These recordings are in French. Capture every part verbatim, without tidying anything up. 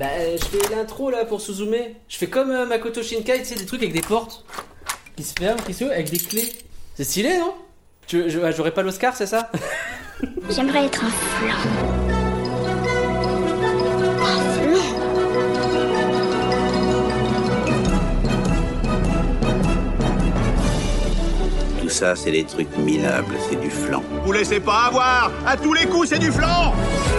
Bah, euh, je fais l'intro là pour Suzume. Je fais comme euh, Makoto Shinkai, tu sais, des trucs avec des portes qui se ferment, qui se ouvrent avec des clés. C'est stylé, non? tu, je, J'aurais pas l'Oscar, c'est ça? J'aimerais être un flan. Un flan. Tout ça, c'est des trucs minables, c'est du flan. Vous laissez pas avoir! À tous les coups, c'est du flan!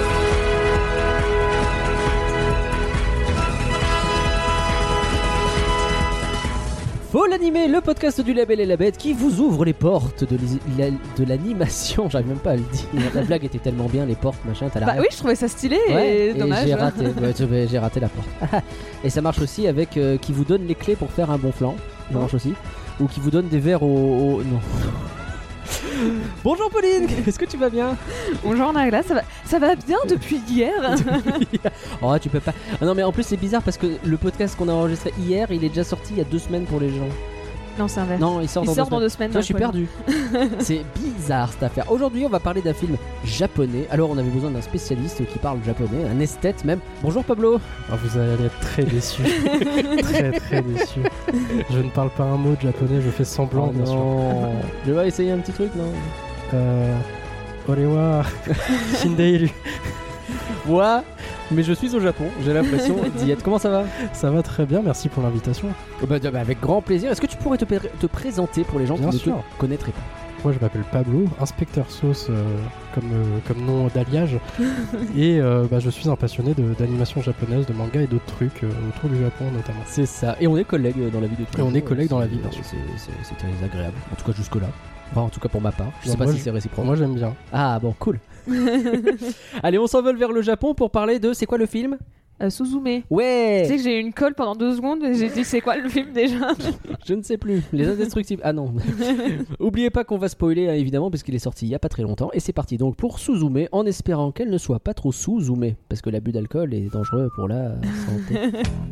Faut l'animer, le podcast du Label et la Bête qui vous ouvre les portes de, la, de l'animation. J'arrive même pas à le dire. La blague était tellement bien, les portes, machin. T'as la Bah rêve. oui, je trouvais ça stylé Ouais, et et dommage. j'ai raté. Ouais, j'ai raté la porte. Et ça marche aussi avec euh, qui vous donne les clés pour faire un bon flan. Ça marche aussi. Ou qui vous donne des verres au. au... Non. Bonjour Pauline, est-ce que tu vas bien? Bonjour Nagla, ça va, ça va bien depuis hier. Oh, tu peux pas. Ah non, mais en plus, c'est bizarre parce que le podcast qu'on a enregistré hier, il est déjà sorti il y a deux semaines pour les gens. Non, c'est inverse. Non, il sort, il dans, sort deux dans deux semaines. Toi, je suis perdu. C'est bizarre cette affaire. Aujourd'hui, on va parler d'un film japonais. Alors, on avait besoin d'un spécialiste qui parle japonais, un esthète même. Bonjour Pablo. Oh, vous allez être très déçus. très très déçus. Je ne parle pas un mot de japonais, je fais semblant, Oh bien sûr. non. Je vais essayer un petit truc, non? Euh. Orewa Shindeiru. Moi, mais je suis au Japon, j'ai l'impression d'y être. Comment ça va? Ça va très bien, merci pour l'invitation. Bah, bah, avec grand plaisir. Est-ce que tu pourrais te, pr- te présenter pour les gens Bien qui sûr. ne te connaîtraient pas? Moi je m'appelle Pablo, inspecteur sauce euh, comme, euh, comme nom d'alliage. Et euh, bah, je suis un passionné de, d'animation japonaise, de manga et d'autres trucs euh, autour du Japon notamment. C'est ça. Et on est collègues dans la vie de tous Et les on est jours. collègues dans la C'est- vie, bien sûr. C'est, c'est, c'est très agréable. En tout cas, jusque-là. Enfin, en tout cas pour ma part. Je sais Non, pas moi, si je- c'est réciproque. Moi j'aime bien. Ah bon, cool. Allez, on s'envole vers le Japon pour parler de. C'est quoi le film? Euh, Suzume. Ouais. Tu sais que j'ai eu une colle pendant deux secondes et j'ai dit c'est quoi le film déjà? Je ne sais plus. Les Indestructibles. Ah non. Oubliez pas qu'on va spoiler hein, évidemment parce qu'il est sorti il y a pas très longtemps. Et c'est parti donc pour Suzume en espérant qu'elle ne soit pas trop sous-zoomée parce que l'abus d'alcool est dangereux pour la santé.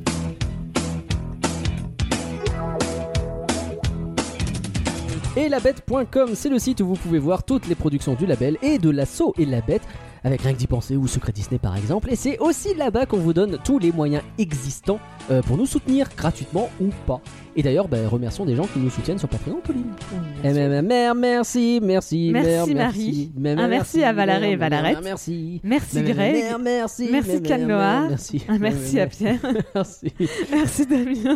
Et la bête point com, c'est le site où vous pouvez voir toutes les productions du label et de l'assaut et la bête, avec Rien que d'y penser ou Secret Disney par exemple. Et c'est aussi là-bas qu'on vous donne tous les moyens existants euh, pour nous soutenir gratuitement ou pas. Et d'ailleurs, bah, remercions des gens qui nous soutiennent sur Patreon, Pauline. Eh, mais, mais, mais, merci, merci, Merci, mer, Marie. Mais, mais, Un merci à Valaré et mer, mer, Valarette. Merci. Merci Mais, mais, Greg. mer, merci. Merci mais, mais, Calnoa. mais, Merci. Un merci Mais, à mais, Pierre. Merci. Merci Damien.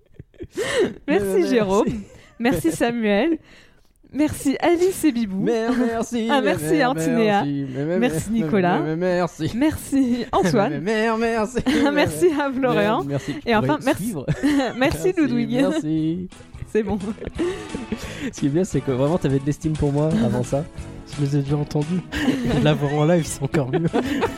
Merci Mais, Jérôme. Merci Samuel. Merci Alice et Bibou. Mer, merci. Un mais, merci mais, Antinéa. merci, mais, mais, Merci mais, Nicolas. mais, mais, Merci. Merci Antoine. Mer, merci. Un merci à Florian. Merci. Et enfin, merci. Suivre. Merci Ludwig. Merci. C'est bon. Ce qui est bien, c'est que vraiment, t'avais de l'estime pour moi avant ça. Je les ai déjà entendus. Et l'avoir en live, c'est encore mieux.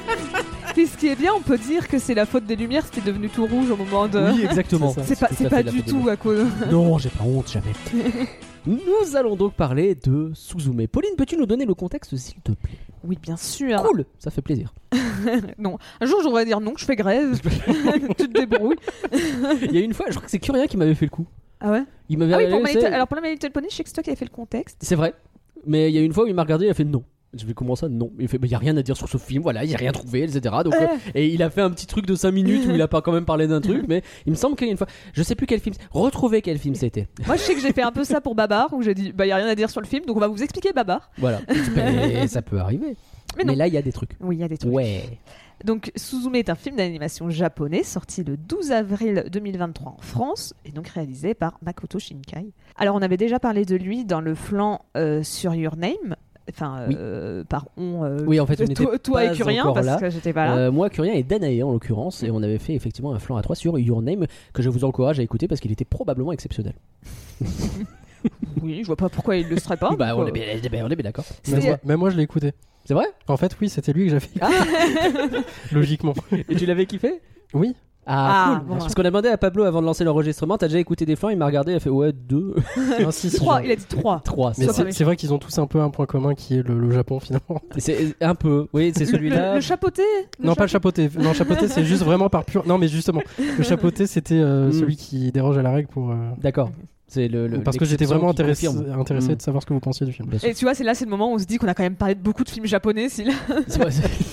Puis ce qui est bien, on peut dire que c'est la faute des lumières, c'était devenu tout rouge au moment de. Oui, exactement. C'est ça. C'est pas, tout c'est à pas fait la du faute des tout à cause. Non, j'ai pas honte, jamais. Nous allons donc parler de Suzume. Pauline, peux-tu nous donner le contexte, s'il te plaît? Oui, bien sûr. Cool, ça fait plaisir. Non, un jour j'aurais dire non, je fais grève. Tu te débrouilles. Il y a une fois, je crois que c'est Curien qui m'avait fait le coup. Ah ouais. Il m'avait Ah oui, pour My c'est- Little- alors pour la My Little Pony, je sais que c'est toi qui avais fait le contexte. C'est vrai. Mais il y a une fois où il m'a regardé, il a fait non. Je vais comment ça? Non. Il fait, il bah, y a rien à dire sur ce film, voilà, il y a rien trouvé, et cetera. Donc, Euh. euh, et il a fait un petit truc de cinq minutes où il a pas quand même parlé d'un truc, mais il me semble qu'il y a une fois, je sais plus quel film, retrouver quel film c'était. Moi je sais que j'ai fait un peu ça pour Babar, où j'ai dit bah y a rien à dire sur le film, donc on va vous expliquer Babar. Voilà. Mais ça peut arriver. Mais non. Mais là, il y a des trucs. Oui, il y a des trucs. Ouais. Donc Suzume est un film d'animation japonais sorti le douze avril deux mille vingt-trois en France et donc réalisé par Makoto Shinkai. Alors on avait déjà parlé de lui dans le flanc euh, sur Your Name. Enfin, euh, par on. euh, Oui, en fait, on toi, n'était toi pas et Curien, encore parce là. que j'étais pas là. Euh, moi, Curien et Danae en l'occurrence, et on avait fait effectivement un flanc à trois sur Your Name que je vous encourage à écouter parce qu'il était probablement exceptionnel. Oui, je vois pas pourquoi il le serait pas. bah, donc, on euh, est bien, bien- on est bien d'accord. c'est- Même moi, même moi, je l'ai écouté. C'est vrai? En fait, oui, c'était lui que j'avais écouté. Ah. Logiquement. Et tu l'avais kiffé? Oui. Ah, Ah, cool. bon. Parce qu'on a demandé à Pablo avant de lancer l'enregistrement, t'as déjà écouté des flancs? Il m'a regardé, il a fait ouais, deux. Non, si, si, trois, genre- il a dit trois. Trois. Mais Soit c'est, comme- c'est vrai qu'ils ont tous un peu un point commun qui est le, le Japon finalement. C'est un peu, oui, c'est Le, celui-là. le chapeauté non, pas le chapeauté. Non, le chapeauté, c'est juste vraiment par pur. Non, mais justement, le chapeauté, c'était euh, Mm. celui qui déroge à la règle pour. euh, D'accord. C'est le, le- Parce que j'étais l'exception vraiment qui intéressé, confirme. intéressé Mm. de savoir ce que vous pensiez du film. Bien sûr. Et tu vois, c'est là, c'est le moment où on se dit qu'on a quand même parlé de beaucoup de films japonais. Si là... C'est vrai, c'est-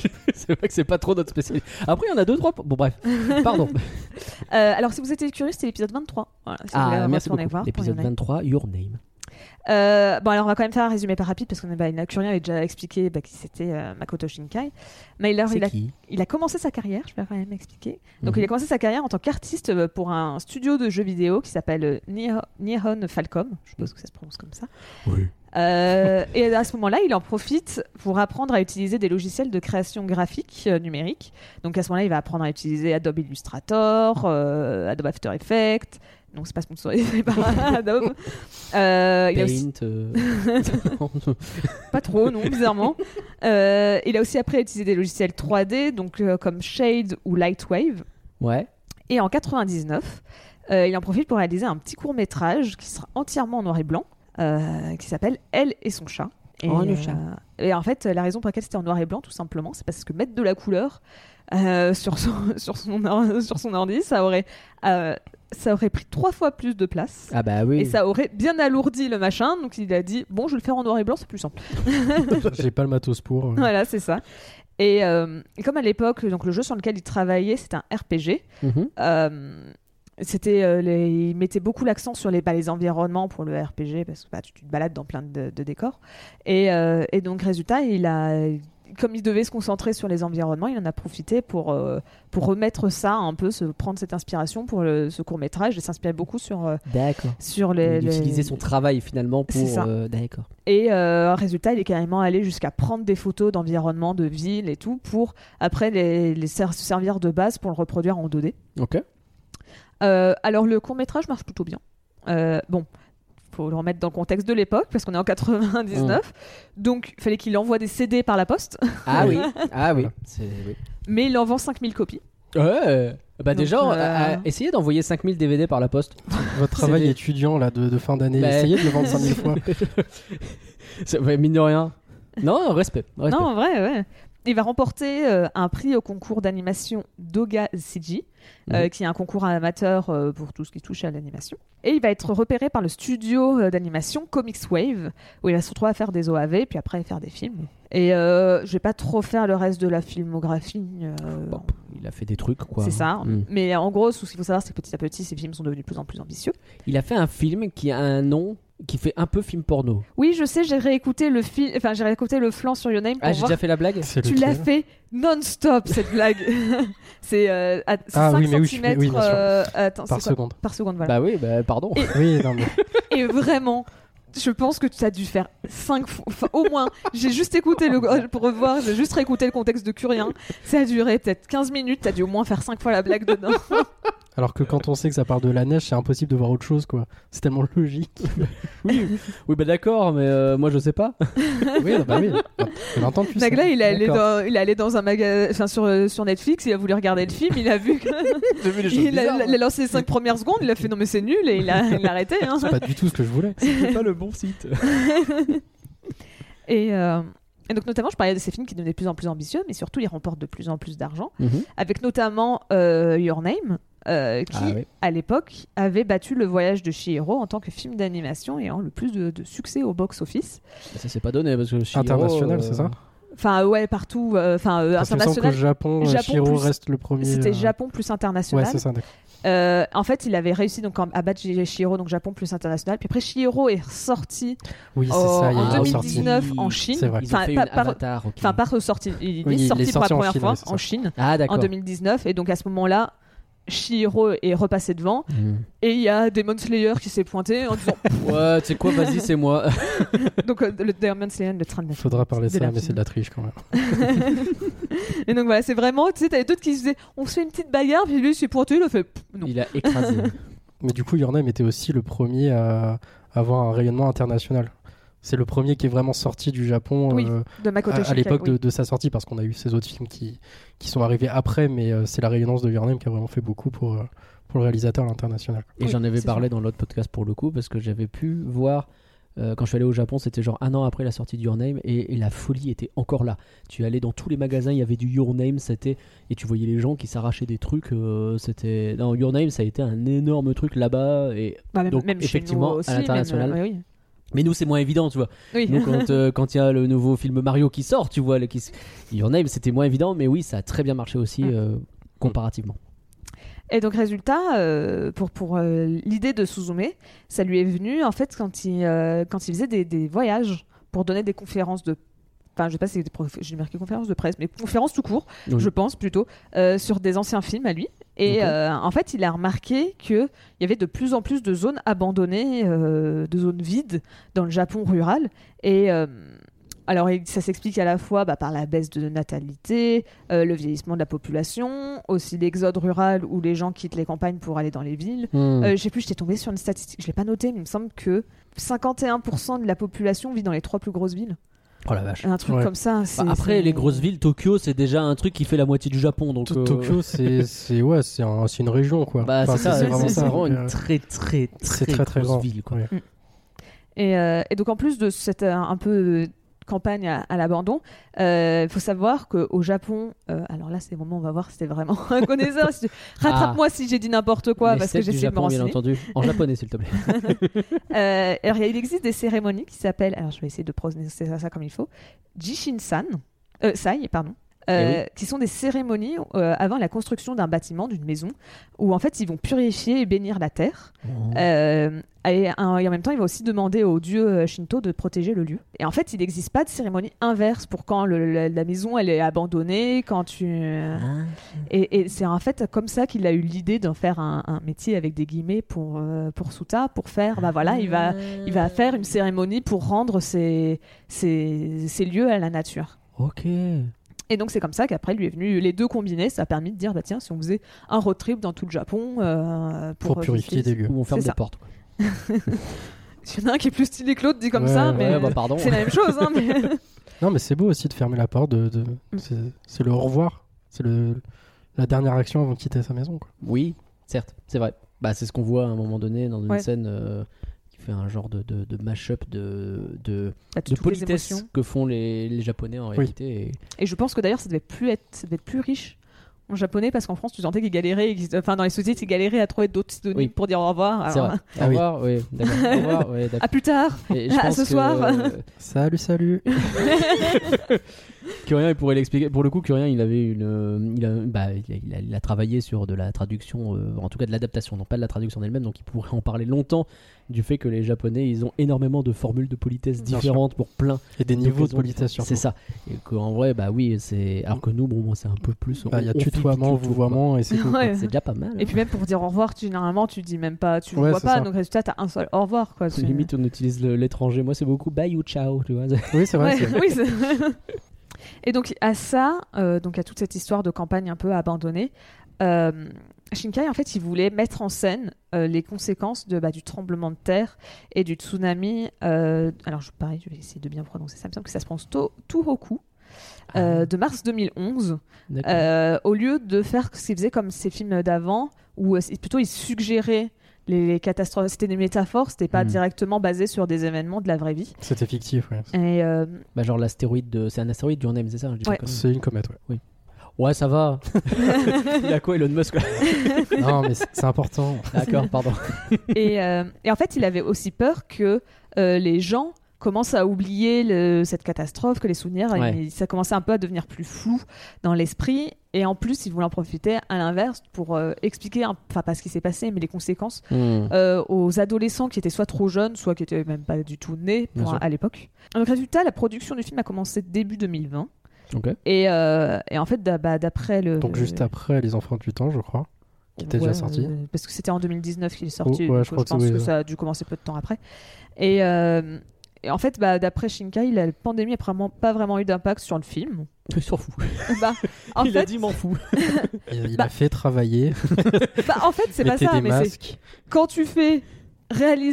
c'est vrai que c'est pas trop notre spécialité. Après, il y en a deux, trois. Bon, bref. Pardon. Euh, alors, si vous étiez curieux, c'était l'épisode vingt-trois. Voilà, si vous voulez Ah, merci retourner beaucoup. voir pour L'épisode Your Name. vingt-trois, Your Name. Euh, bon, alors on va quand même faire un résumé pas rapide parce que bah, Curien avait déjà expliqué bah, qui c'était euh, Makoto Shinkai. Mais il a, C'est il, a, qui il a commencé sa carrière, je vais quand même expliquer. Donc Mhm. il a commencé sa carrière en tant qu'artiste euh, pour un studio de jeux vidéo qui s'appelle euh, Nihon, Nihon Falcom. Je suppose que ça se prononce comme ça. Oui. Euh, et à ce moment-là, il en profite pour apprendre à utiliser des logiciels de création graphique euh, numérique. Donc à ce moment-là, il va apprendre à utiliser Adobe Illustrator, euh, Adobe After Effects. Non, c'est pas sponsorisé par Adobe. Euh, il a aussi... Paint. euh, Pas trop, non, bizarrement. Euh, il a aussi appris à utiliser des logiciels trois D, donc euh, comme Shade ou Lightwave. Ouais. Et en quatre-vingt-dix-neuf, euh, il en profite pour réaliser un petit court-métrage qui sera entièrement en noir et blanc, euh, qui s'appelle Elle et son chat. Et, Oh, le euh, chat. et en fait, la raison pour laquelle c'était en noir et blanc, tout simplement, c'est parce que mettre de la couleur euh, sur, son, sur, son, or- sur son ordi, ça aurait, euh, ça aurait pris trois fois plus de place. Ah bah oui. Et ça aurait bien alourdi le machin, donc il a dit bon, je vais le faire en noir et blanc, c'est plus simple. J'ai pas le matos pour. euh. Voilà, c'est ça. Et, euh, et comme à l'époque, donc le jeu sur lequel il travaillait, c'était un R P G. Mhm. Euh, c'était, euh, les, il mettait beaucoup l'accent sur les, bah, les environnements pour le R P G parce que bah, tu, tu te balades dans plein de, de décors. Et, euh, et donc résultat, il a, comme il devait se concentrer sur les environnements, il en a profité pour, euh, pour remettre ça un peu, se, prendre cette inspiration pour le, ce court métrage et s'inspirer beaucoup sur, euh, D'accord. sur les, Il les- utilisait son travail finalement C'est pour. ça. euh, D'accord. Et euh, résultat, il est carrément allé jusqu'à prendre des photos d'environnement, de ville et tout, pour après les, les ser- se servir de base pour le reproduire en deux D. Ok. Euh, alors le court-métrage marche plutôt bien. Euh, bon, faut le remettre dans le contexte de l'époque, parce qu'on est en quatre-vingt-dix-neuf. Donc, il fallait qu'il envoie des C D par la poste, Ah oui. Ah oui. Voilà. C'est oui. mais il en vend cinq mille copies. Ouais. Bah Donc, déjà, euh, euh, euh, essayez d'envoyer cinq mille D V D par la poste. Votre travail C'est- étudiant là, de, de fin d'année, Bah- essayez de le vendre cinq mille fois. C'est- ouais, mine de rien. Non, respect. respect. Non, en vrai, ouais. Il va remporter euh, un prix au concours d'animation Doga C G, euh, Mhm. qui est un concours amateur euh, pour tout ce qui touche à l'animation. Et il va être repéré par le studio euh, d'animation Comics Wave, où il va se retrouver à faire des O A V, puis après faire des films. Et euh, je vais pas trop faire le reste de la filmographie. euh, Bon, il a fait des trucs quoi. C'est ça. Mm. Mais en gros, ce qu'il faut savoir, c'est que petit à petit, ces films sont devenus de plus en plus ambitieux. Il a fait un film qui a un nom qui fait un peu film porno. Oui, je sais, j'ai réécouté le film, enfin j'ai réécouté le flanc sur Your Name pour Ah, j'ai voir. déjà fait la blague. C'est Tu lequel l'as fait non-stop cette blague. c'est euh, à c'est Ah cinq oui, mais oui, je- centimètres oui, bien sûr. euh, attends, Par c'est quoi seconde. Par seconde, voilà. Bah oui, bah pardon. Et- Oui, non, mais Et vraiment, je pense que tu as dû faire cinq fois, enfin, au moins. J'ai juste écouté le pour revoir, j'ai juste réécouté le contexte de Curien. Ça a duré peut-être quinze minutes. T'as dû au moins faire cinq fois la blague dedans. alors que quand on sait que ça part de la neige, c'est impossible de voir autre chose, quoi. C'est tellement logique. Oui, oui, bah d'accord, mais euh, moi je sais pas. Oui, bah oui. Ça fait longtemps que tu sais. Nagla, il est allé D'accord. dans, il est allé dans un magasin, enfin sur euh, sur Netflix. Il a voulu regarder le film. Il a vu. Que... J'ai vu il, a, il a lancé les cinq premières secondes. Il a fait non mais c'est nul et il a, il a arrêté. Hein. C'est pas du tout ce que je voulais. C'est pas le bon site. Et, euh, et donc notamment, je parlais de ces films qui devenaient de plus en plus ambitieux, mais surtout ils remportent de plus en plus d'argent, Mhm. avec notamment euh, Your Name, euh, qui Ah oui. à l'époque avait battu Le Voyage de Chihiro en tant que film d'animation ayant le plus de, de succès au box-office. Ça s'est pas donné parce que Chihiro, International, euh, c'est ça Enfin ouais, partout, euh, enfin euh, Parce qu'il me semble international. qu'au Japon, euh, Japon Chihiro plus- reste le premier. C'était euh, Japon plus Ouais, international. c'est ça, d'accord. Euh, en fait, il avait réussi donc à battre Chihiro, donc Japon plus international. Puis après, Chihiro est ressorti Oui, c'est Oh, ça, il y a en une deux mille ressortie. dix-neuf en Chine. C'est vrai. Ils ont Enfin, fait pas- une pas- Avatar. ok. Enfin, pas ressorti, il est Oui, il est sorti pour sorti la en première Chine, fois ouais, c'est en ça. Chine Ah d'accord. en deux mille dix-neuf. Et donc à ce moment-là, Chihiro est repassé devant. Mhm. Et il y a Demon Slayer qui s'est pointé en disant Ouais, tu sais quoi, vas-y, c'est moi. donc euh, le Demon Slayer, le train de la Faudra parler de de ça, la mais c'est de la triche quand même. Et donc voilà, c'est vraiment, tu sais, t'avais d'autres qui se disaient on se fait une petite bagarre, puis lui il s'est pointé, il a fait pff, non. Il a écrasé. Mais du coup, Your Name était aussi le premier à avoir un rayonnement international. C'est le premier qui est vraiment sorti du Japon Oui, euh, de Makoto à, à Shinkai, l'époque oui. de, de sa sortie, parce qu'on a eu ces autres films qui, qui sont arrivés après, mais euh, c'est la rayonnance de Your Name qui a vraiment fait beaucoup pour, euh, pour le réalisateur à l'international. Et Oui, j'en avais c'est parlé sûr. dans l'autre podcast pour le coup, parce que j'avais pu voir, euh, quand je suis allé au Japon, c'était genre un an après la sortie de Your Name, et, et la folie était encore là. Tu allais dans tous les magasins, il y avait du Your Name, c'était, et tu voyais les gens qui s'arrachaient des trucs, euh, c'était... Non, Your Name, ça a été un énorme truc là-bas, et Bah, même, donc, même chez effectivement, nous à aussi, l'international. même, euh, ouais, oui. Mais nous, c'est moins évident, tu vois. Oui. Nous, quand euh, quand il y a le nouveau film Mario qui sort, tu vois, le, qui, Your Name, c'était moins évident, mais oui, ça a très bien marché aussi euh, comparativement. Et donc résultat, euh, pour, pour euh, l'idée de Suzume, ça lui est venu en fait quand il, euh, quand il faisait des, des voyages pour donner des conférences de... Enfin, je sais pas si c'est des prof... j'ai marqué conférences de presse, mais conférences tout court, oui. je pense plutôt, euh, sur des anciens films à lui. Et okay. euh, en fait, il a remarqué qu'il y avait de plus en plus de zones abandonnées, euh, de zones vides dans le Japon rural. Et... Euh, Alors, ça s'explique à la fois bah, par la baisse de natalité, euh, le vieillissement de la population, aussi l'exode rural où les gens quittent les campagnes pour aller dans les villes. Mmh. Euh, je sais plus, j'étais tombée sur une statistique, je l'ai pas notée, mais il me semble que cinquante et un pour cent de la population vit dans les trois plus grosses villes. Oh la vache. Un truc ouais. comme ça. C'est, bah après, c'est... les grosses villes, Tokyo, c'est déjà un truc qui fait la moitié du Japon. Donc, T- euh... Tokyo, c'est, c'est, ouais, c'est, un, c'est une région, quoi. Bah, enfin, c'est, ça, c'est, vraiment, c'est, ça, c'est vraiment donc, une euh... très, très, très, c'est très, très grosse grand. ville, quoi. Ouais. Mm. Et, euh, et donc, en plus de cette euh, un peu campagne à, à l'abandon, il euh, faut savoir qu'au Japon, euh, alors là, c'est le moment où on va voir si c'était vraiment un connaisseur. Si tu... Rattrape-moi ah, si j'ai dit n'importe quoi, parce que j'essaie de me renseigner. Bien entendu. En japonais, s'il te plaît. euh, alors, il existe des cérémonies qui s'appellent, alors je vais essayer de prononcer ça, ça comme il faut, Jishin-san, euh, Sai, pardon. Euh, oui. Qui sont des cérémonies euh, avant la construction d'un bâtiment, d'une maison, où en fait ils vont purifier et bénir la terre. Oh. Euh, et, et en même temps, il va aussi demander au dieu Shinto de protéger le lieu. Et en fait, il n'existe pas de cérémonie inverse pour quand le, la, la maison elle est abandonnée, quand tu. Ah. Et, et c'est en fait comme ça qu'il a eu l'idée d'en faire un, un métier avec des guillemets pour euh, pour Suta, pour faire. Bah voilà, il va il va faire une cérémonie pour rendre ces ces, ces lieux à la nature. Ok. Et donc c'est comme ça qu'après lui est venu les deux combinés, ça a permis de dire bah tiens si on faisait un road trip dans tout le Japon euh, pour, pour purifier des lieux où on ferme des portes. Il y en a un qui est plus stylé que l'autre dit comme ouais, ça, ouais, mais bah, pardon. c'est la même chose. Hein, mais... Non mais c'est beau aussi de fermer la porte, de, de... Mm. C'est, c'est le au revoir, c'est le la dernière action avant de quitter sa maison, quoi. Oui, certes, c'est vrai. Bah c'est ce qu'on voit à un moment donné dans une ouais. scène. Euh... fait un genre de, de, de mash-up de, de, bah, de politesse que font les, les Japonais en réalité. Oui. Et... et je pense que d'ailleurs ça devait plus être, ça devait être plus riche en japonais parce qu'en France tu sentais qu'ils galéraient, qu'ils... enfin dans les sociétés ils galéraient à trouver d'autres synonymes oui. pour dire au revoir. Alors... C'est vrai. Ah, au revoir, oui. oui d'accord. Au revoir, oui, d'accord. À plus tard. Et je à pense ce que... soir. Salut, salut. Curien, il pourrait l'expliquer. Pour le coup, Curien, il avait une, il a, bah, il a, il a, il a travaillé sur de la traduction, euh, en tout cas de l'adaptation, non pas de la traduction en elle-même. Donc, il pourrait en parler longtemps du fait que les Japonais, ils ont énormément de formules de politesse différentes pour plein et des niveaux de politesse. Surtout. C'est ça. Et qu'en vrai, bah oui, c'est. Alors que nous, bon, moi, c'est un peu plus. Il bah, y a tutoiement, vouvoiement, et c'est tout. Ouais. C'est déjà pas mal. Et hein. Puis même pour dire au revoir, tu généralement, tu dis même pas, tu ne ouais, vois pas. Ça. Donc résultat, t'as un seul au revoir, quoi. C'est limite, on utilise le, l'étranger. Moi, c'est beaucoup bye ou ciao, tu vois. Oui, c'est vrai. Ouais, c'est... oui, c'est... Et donc à ça, euh, donc à toute cette histoire de campagne un peu abandonnée, euh, Shinkai en fait il voulait mettre en scène euh, les conséquences de, bah, du tremblement de terre et du tsunami. Euh, alors je, pareil, je vais essayer de bien prononcer ça. Il me semble que ça se prononce to- Tohoku. Euh, ah. De mars deux mille onze, euh, au lieu de faire ce qu'ils faisaient comme ces films d'avant, où euh, plutôt ils suggéraient les, les catastrophes, c'était des métaphores, c'était pas mmh. directement basé sur des événements de la vraie vie. C'était fictif, ouais. Et euh... bah genre l'astéroïde, de... c'est un astéroïde du Your Name, c'est ça, je dis ouais. pas C'est une comète, ouais. Oui. Ouais, ça va. Il a quoi, Elon Musk là? Non, mais c'est, c'est important. D'accord, pardon. et, euh, et en fait, il avait aussi peur que euh, les gens commencent à oublier le, cette catastrophe, que les souvenirs, ouais. et, ça commençait un peu à devenir plus flou dans l'esprit. Et en plus, ils voulaient en profiter à l'inverse pour euh, expliquer, enfin pas ce qui s'est passé, mais les conséquences mmh. euh, aux adolescents qui étaient soit trop jeunes, soit qui étaient même pas du tout nés pour, à, à l'époque. Donc résultat, la production du film a commencé début deux mille vingt. Okay. Et, euh, et en fait, bah, d'après le... Donc juste après Les Enfants du Temps, je crois, qui était ouais, déjà sorti. Euh, parce que c'était en deux mille dix-neuf qu'il est sorti, oh, ouais, donc je, je, crois je pense que, que, oui, ça a dû commencer peu de temps après. Et... Euh, Et en fait, bah, d'après Shinkai, la pandémie n'a vraiment pas vraiment eu d'impact sur le film. Il s'en fout. Bah, en il fait... a dit m'en fous. Il bah... a fait travailler. Bah, en fait, c'est pas ça, mais masques. c'est quand tu fais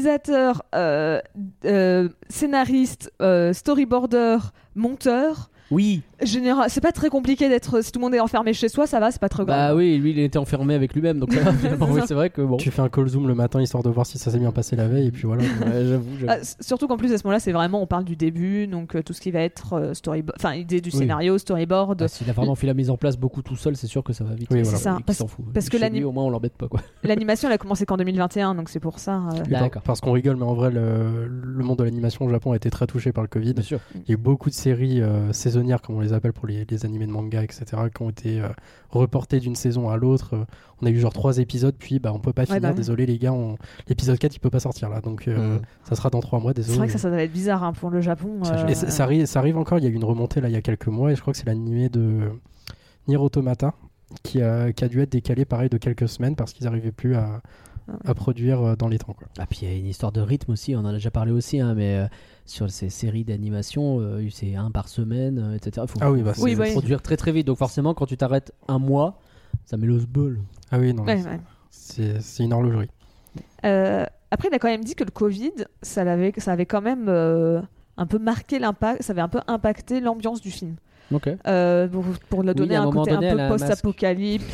réalisateur, euh, euh, scénariste, euh, storyboarder, monteur. Oui. Général, c'est pas très compliqué d'être. Si tout le monde est enfermé chez soi, ça va, c'est pas très grave. Bah oui, lui il était enfermé avec lui-même, donc ça va. Finalement, oui, c'est vrai que bon. Tu fais un call Zoom le matin histoire de voir si ça s'est bien passé la veille et puis voilà. Ouais, j'avoue, j'avoue. Ah, s- surtout qu'en plus à ce moment-là, c'est vraiment, on parle du début, donc euh, tout ce qui va être euh, storyboard, enfin idée du Oui. scénario, storyboard. Bah, s'il a vraiment fait la mise en place beaucoup tout seul, c'est sûr que ça va vite. Oui, C'est voilà. ça, lui qui parce- s'en fout. parce que Chez l'anime- lui, au moins on l'embête pas quoi. L'animation, elle a commencé qu'en deux mille vingt et un, donc c'est pour ça. euh, Oui, D'accord. par- Parce qu'on rigole, mais en vrai, le, le monde de l'animation au Japon a été très touché par le Covid. Bien sûr. Il y a eu beaucoup de séries euh, saisonnières, comme on les appelle pour les, les animés de manga, et cetera, qui ont été euh, reportées d'une saison à l'autre. Euh, on a eu genre trois épisodes, puis bah, on peut pas finir. bah oui. Désolé les gars, on... l'épisode quatre il peut pas sortir là, donc euh, Mm. ça sera dans trois mois. Désolé. C'est vrai que ça, ça doit être bizarre hein, pour le Japon. Ça, euh, Et ça, ça arrive, ça arrive encore. Il y a eu une remontée là il y a quelques mois, et je crois que c'est l'animé de Nier Automata qui a, qui a dû être décalé pareil de quelques semaines parce qu'ils n'arrivaient plus à, à produire euh, dans les temps. Quoi. Ah, puis il y a une histoire de rythme aussi, on en a déjà parlé aussi, hein, mais euh, sur ces séries d'animation, euh, c'est un par semaine, euh, et cetera. Il faut, Ah oui, faut- bah, faut Oui, bah oui. produire très très vite, donc forcément, quand tu t'arrêtes un mois, ça met le sbeul. Ah oui, non, ouais, mais ouais. c'est, c'est une horlogerie. Euh, après, il a quand même dit que le Covid, ça, l'avait, ça avait quand même euh, un peu marqué l'impact, ça avait un peu impacté l'ambiance du film. Ok. Euh, pour, pour le donner à un un moment côté donné, un elle peu a un masque. post-apocalypte.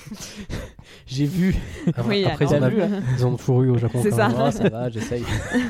J'ai vu. Oui, Après, alors, ils, en t'as a- vu. ils en ont toujours eu au Japon. C'est quand ça. même. Oh, ça va, j'essaye.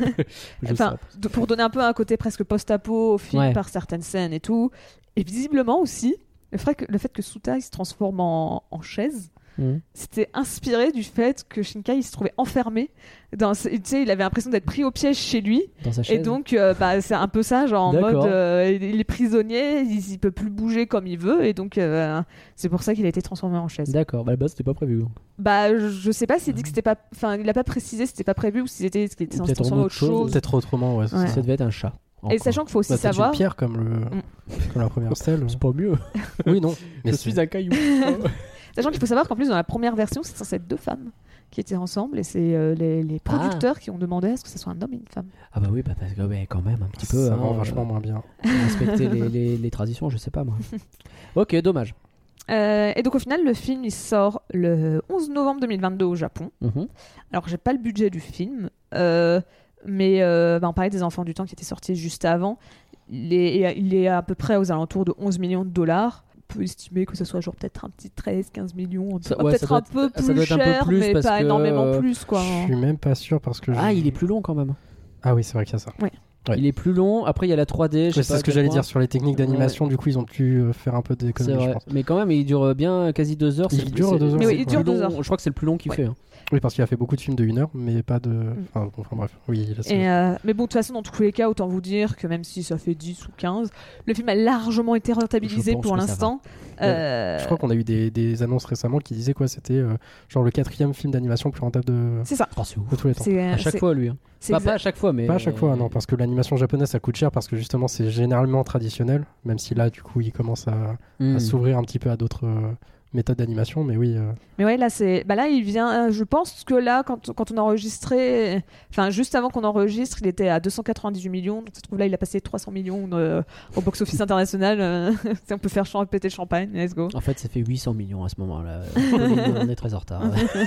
Je Enfin, sais. de- pour donner un peu un côté presque post-apo au film Ouais. par certaines scènes et tout. Et visiblement aussi, le fait que, le fait que Suta il se transforme en, en chaise, Mhm. c'était inspiré du fait que Shinkai il se trouvait enfermé. Dans, ce- tu sais, il avait l'impression d'être pris au piège chez lui. Dans sa Et chaise. donc, euh, bah, c'est un peu ça, genre en D'accord. mode, euh, il il est prisonnier, il, il peut plus bouger comme il veut, et donc euh, c'est pour ça qu'il a été transformé en chaise. D'accord, bah, à la base, c'était pas prévu. Bah, je, je sais pas s'il dit que c'était pas, enfin, il a pas précisé, si c'était pas prévu ou si c'était, qu'il était censé Peut-être transformer en autre autre chose. chose. Peut-être autrement, ouais. c'est Ouais. ça. Ça devait être un chat. Et Encore. sachant qu'il faut aussi Bah, peut-être savoir, une pierre comme, le... Mm. comme la première stèle. C'est pas mieux. Oui, non. Mais Je c'est- suis un caillou. sachant qu'il faut savoir qu'en plus dans la première version, c'est censé être deux femmes qui étaient ensemble, et c'est euh, les, les producteurs qui ont demandé à ce que ce soit un homme et une femme. Ah bah oui, bah parce que ouais, quand même, un petit peu. ça hein, vend euh, vachement moins bien. respecter les, les, les traditions, je sais pas moi. Ok, dommage. Euh, et donc au final, le film il sort le onze novembre deux mille vingt-deux au Japon. Mhm. Alors j'ai pas le budget du film, euh, mais euh, bah, on parlait des Enfants du Temps qui était sorti juste avant. Il est, il est à peu près aux alentours de onze millions de dollars. On peut estimer que ce soit genre peut-être un petit treize quinze millions, Ça- ouais, peut-être ça un doit peu être- ça plus doit être un peu cher, plus mais parce pas que, énormément euh, plus quoi. Je suis même pas sûr parce que. Ah, je- il est plus long quand même. Ah oui, c'est vrai qu'il y a ça. Ouais. Il est plus long. Après, il y a la trois D. je sais Ouais, pas c'est à ce que quel j'allais point. dire sur les techniques d'animation. Du coup, ils ont pu euh, faire un peu C'est d'économie, je vrai. pense. Mais quand même, il dure bien quasi deux heures. Il c'est- dure c'est- deux heures, Mais oui, c'est il le dure plus deux long- heures. Je crois que c'est le plus long qu'il Ouais. fait. hein. Oui, parce qu'il a fait beaucoup de films de une heure, mais pas de. Enfin, bon, enfin bref. Oui, il a Et euh, mais bon, de toute façon, dans tous les cas, autant vous dire que même si ça fait dix ou quinze, le film a largement été rentabilisé Je pense pour que ça l'instant. Euh, Je crois qu'on a eu des, des annonces récemment qui disaient quoi c'était euh, genre le quatrième film d'animation plus rentable de, C'est ça. Oh, c'est ouf. de tous les temps. C'est, À chaque c'est- fois, lui. hein. c'est Pas, exa- pas à chaque fois, mais. Pas à chaque fois, non, parce que l'animation japonaise ça coûte cher parce que justement c'est généralement traditionnel, même si là du coup il commence à, Hmm. à s'ouvrir un petit peu à d'autres euh, méthodes d'animation, mais oui. euh, Mais ouais, là, c'est... Bah là, il vient... euh, Je pense que là, quand, quand on a enregistré... Enfin, juste avant qu'on enregistre, il était à deux cent quatre-vingt-dix-huit millions. Donc, ça se trouve, là, il a passé trois cents millions euh, au box-office international. euh, si on peut faire champ- péter le champagne, let's go. En fait, ça fait huit cents millions à ce moment-là. On est très en retard.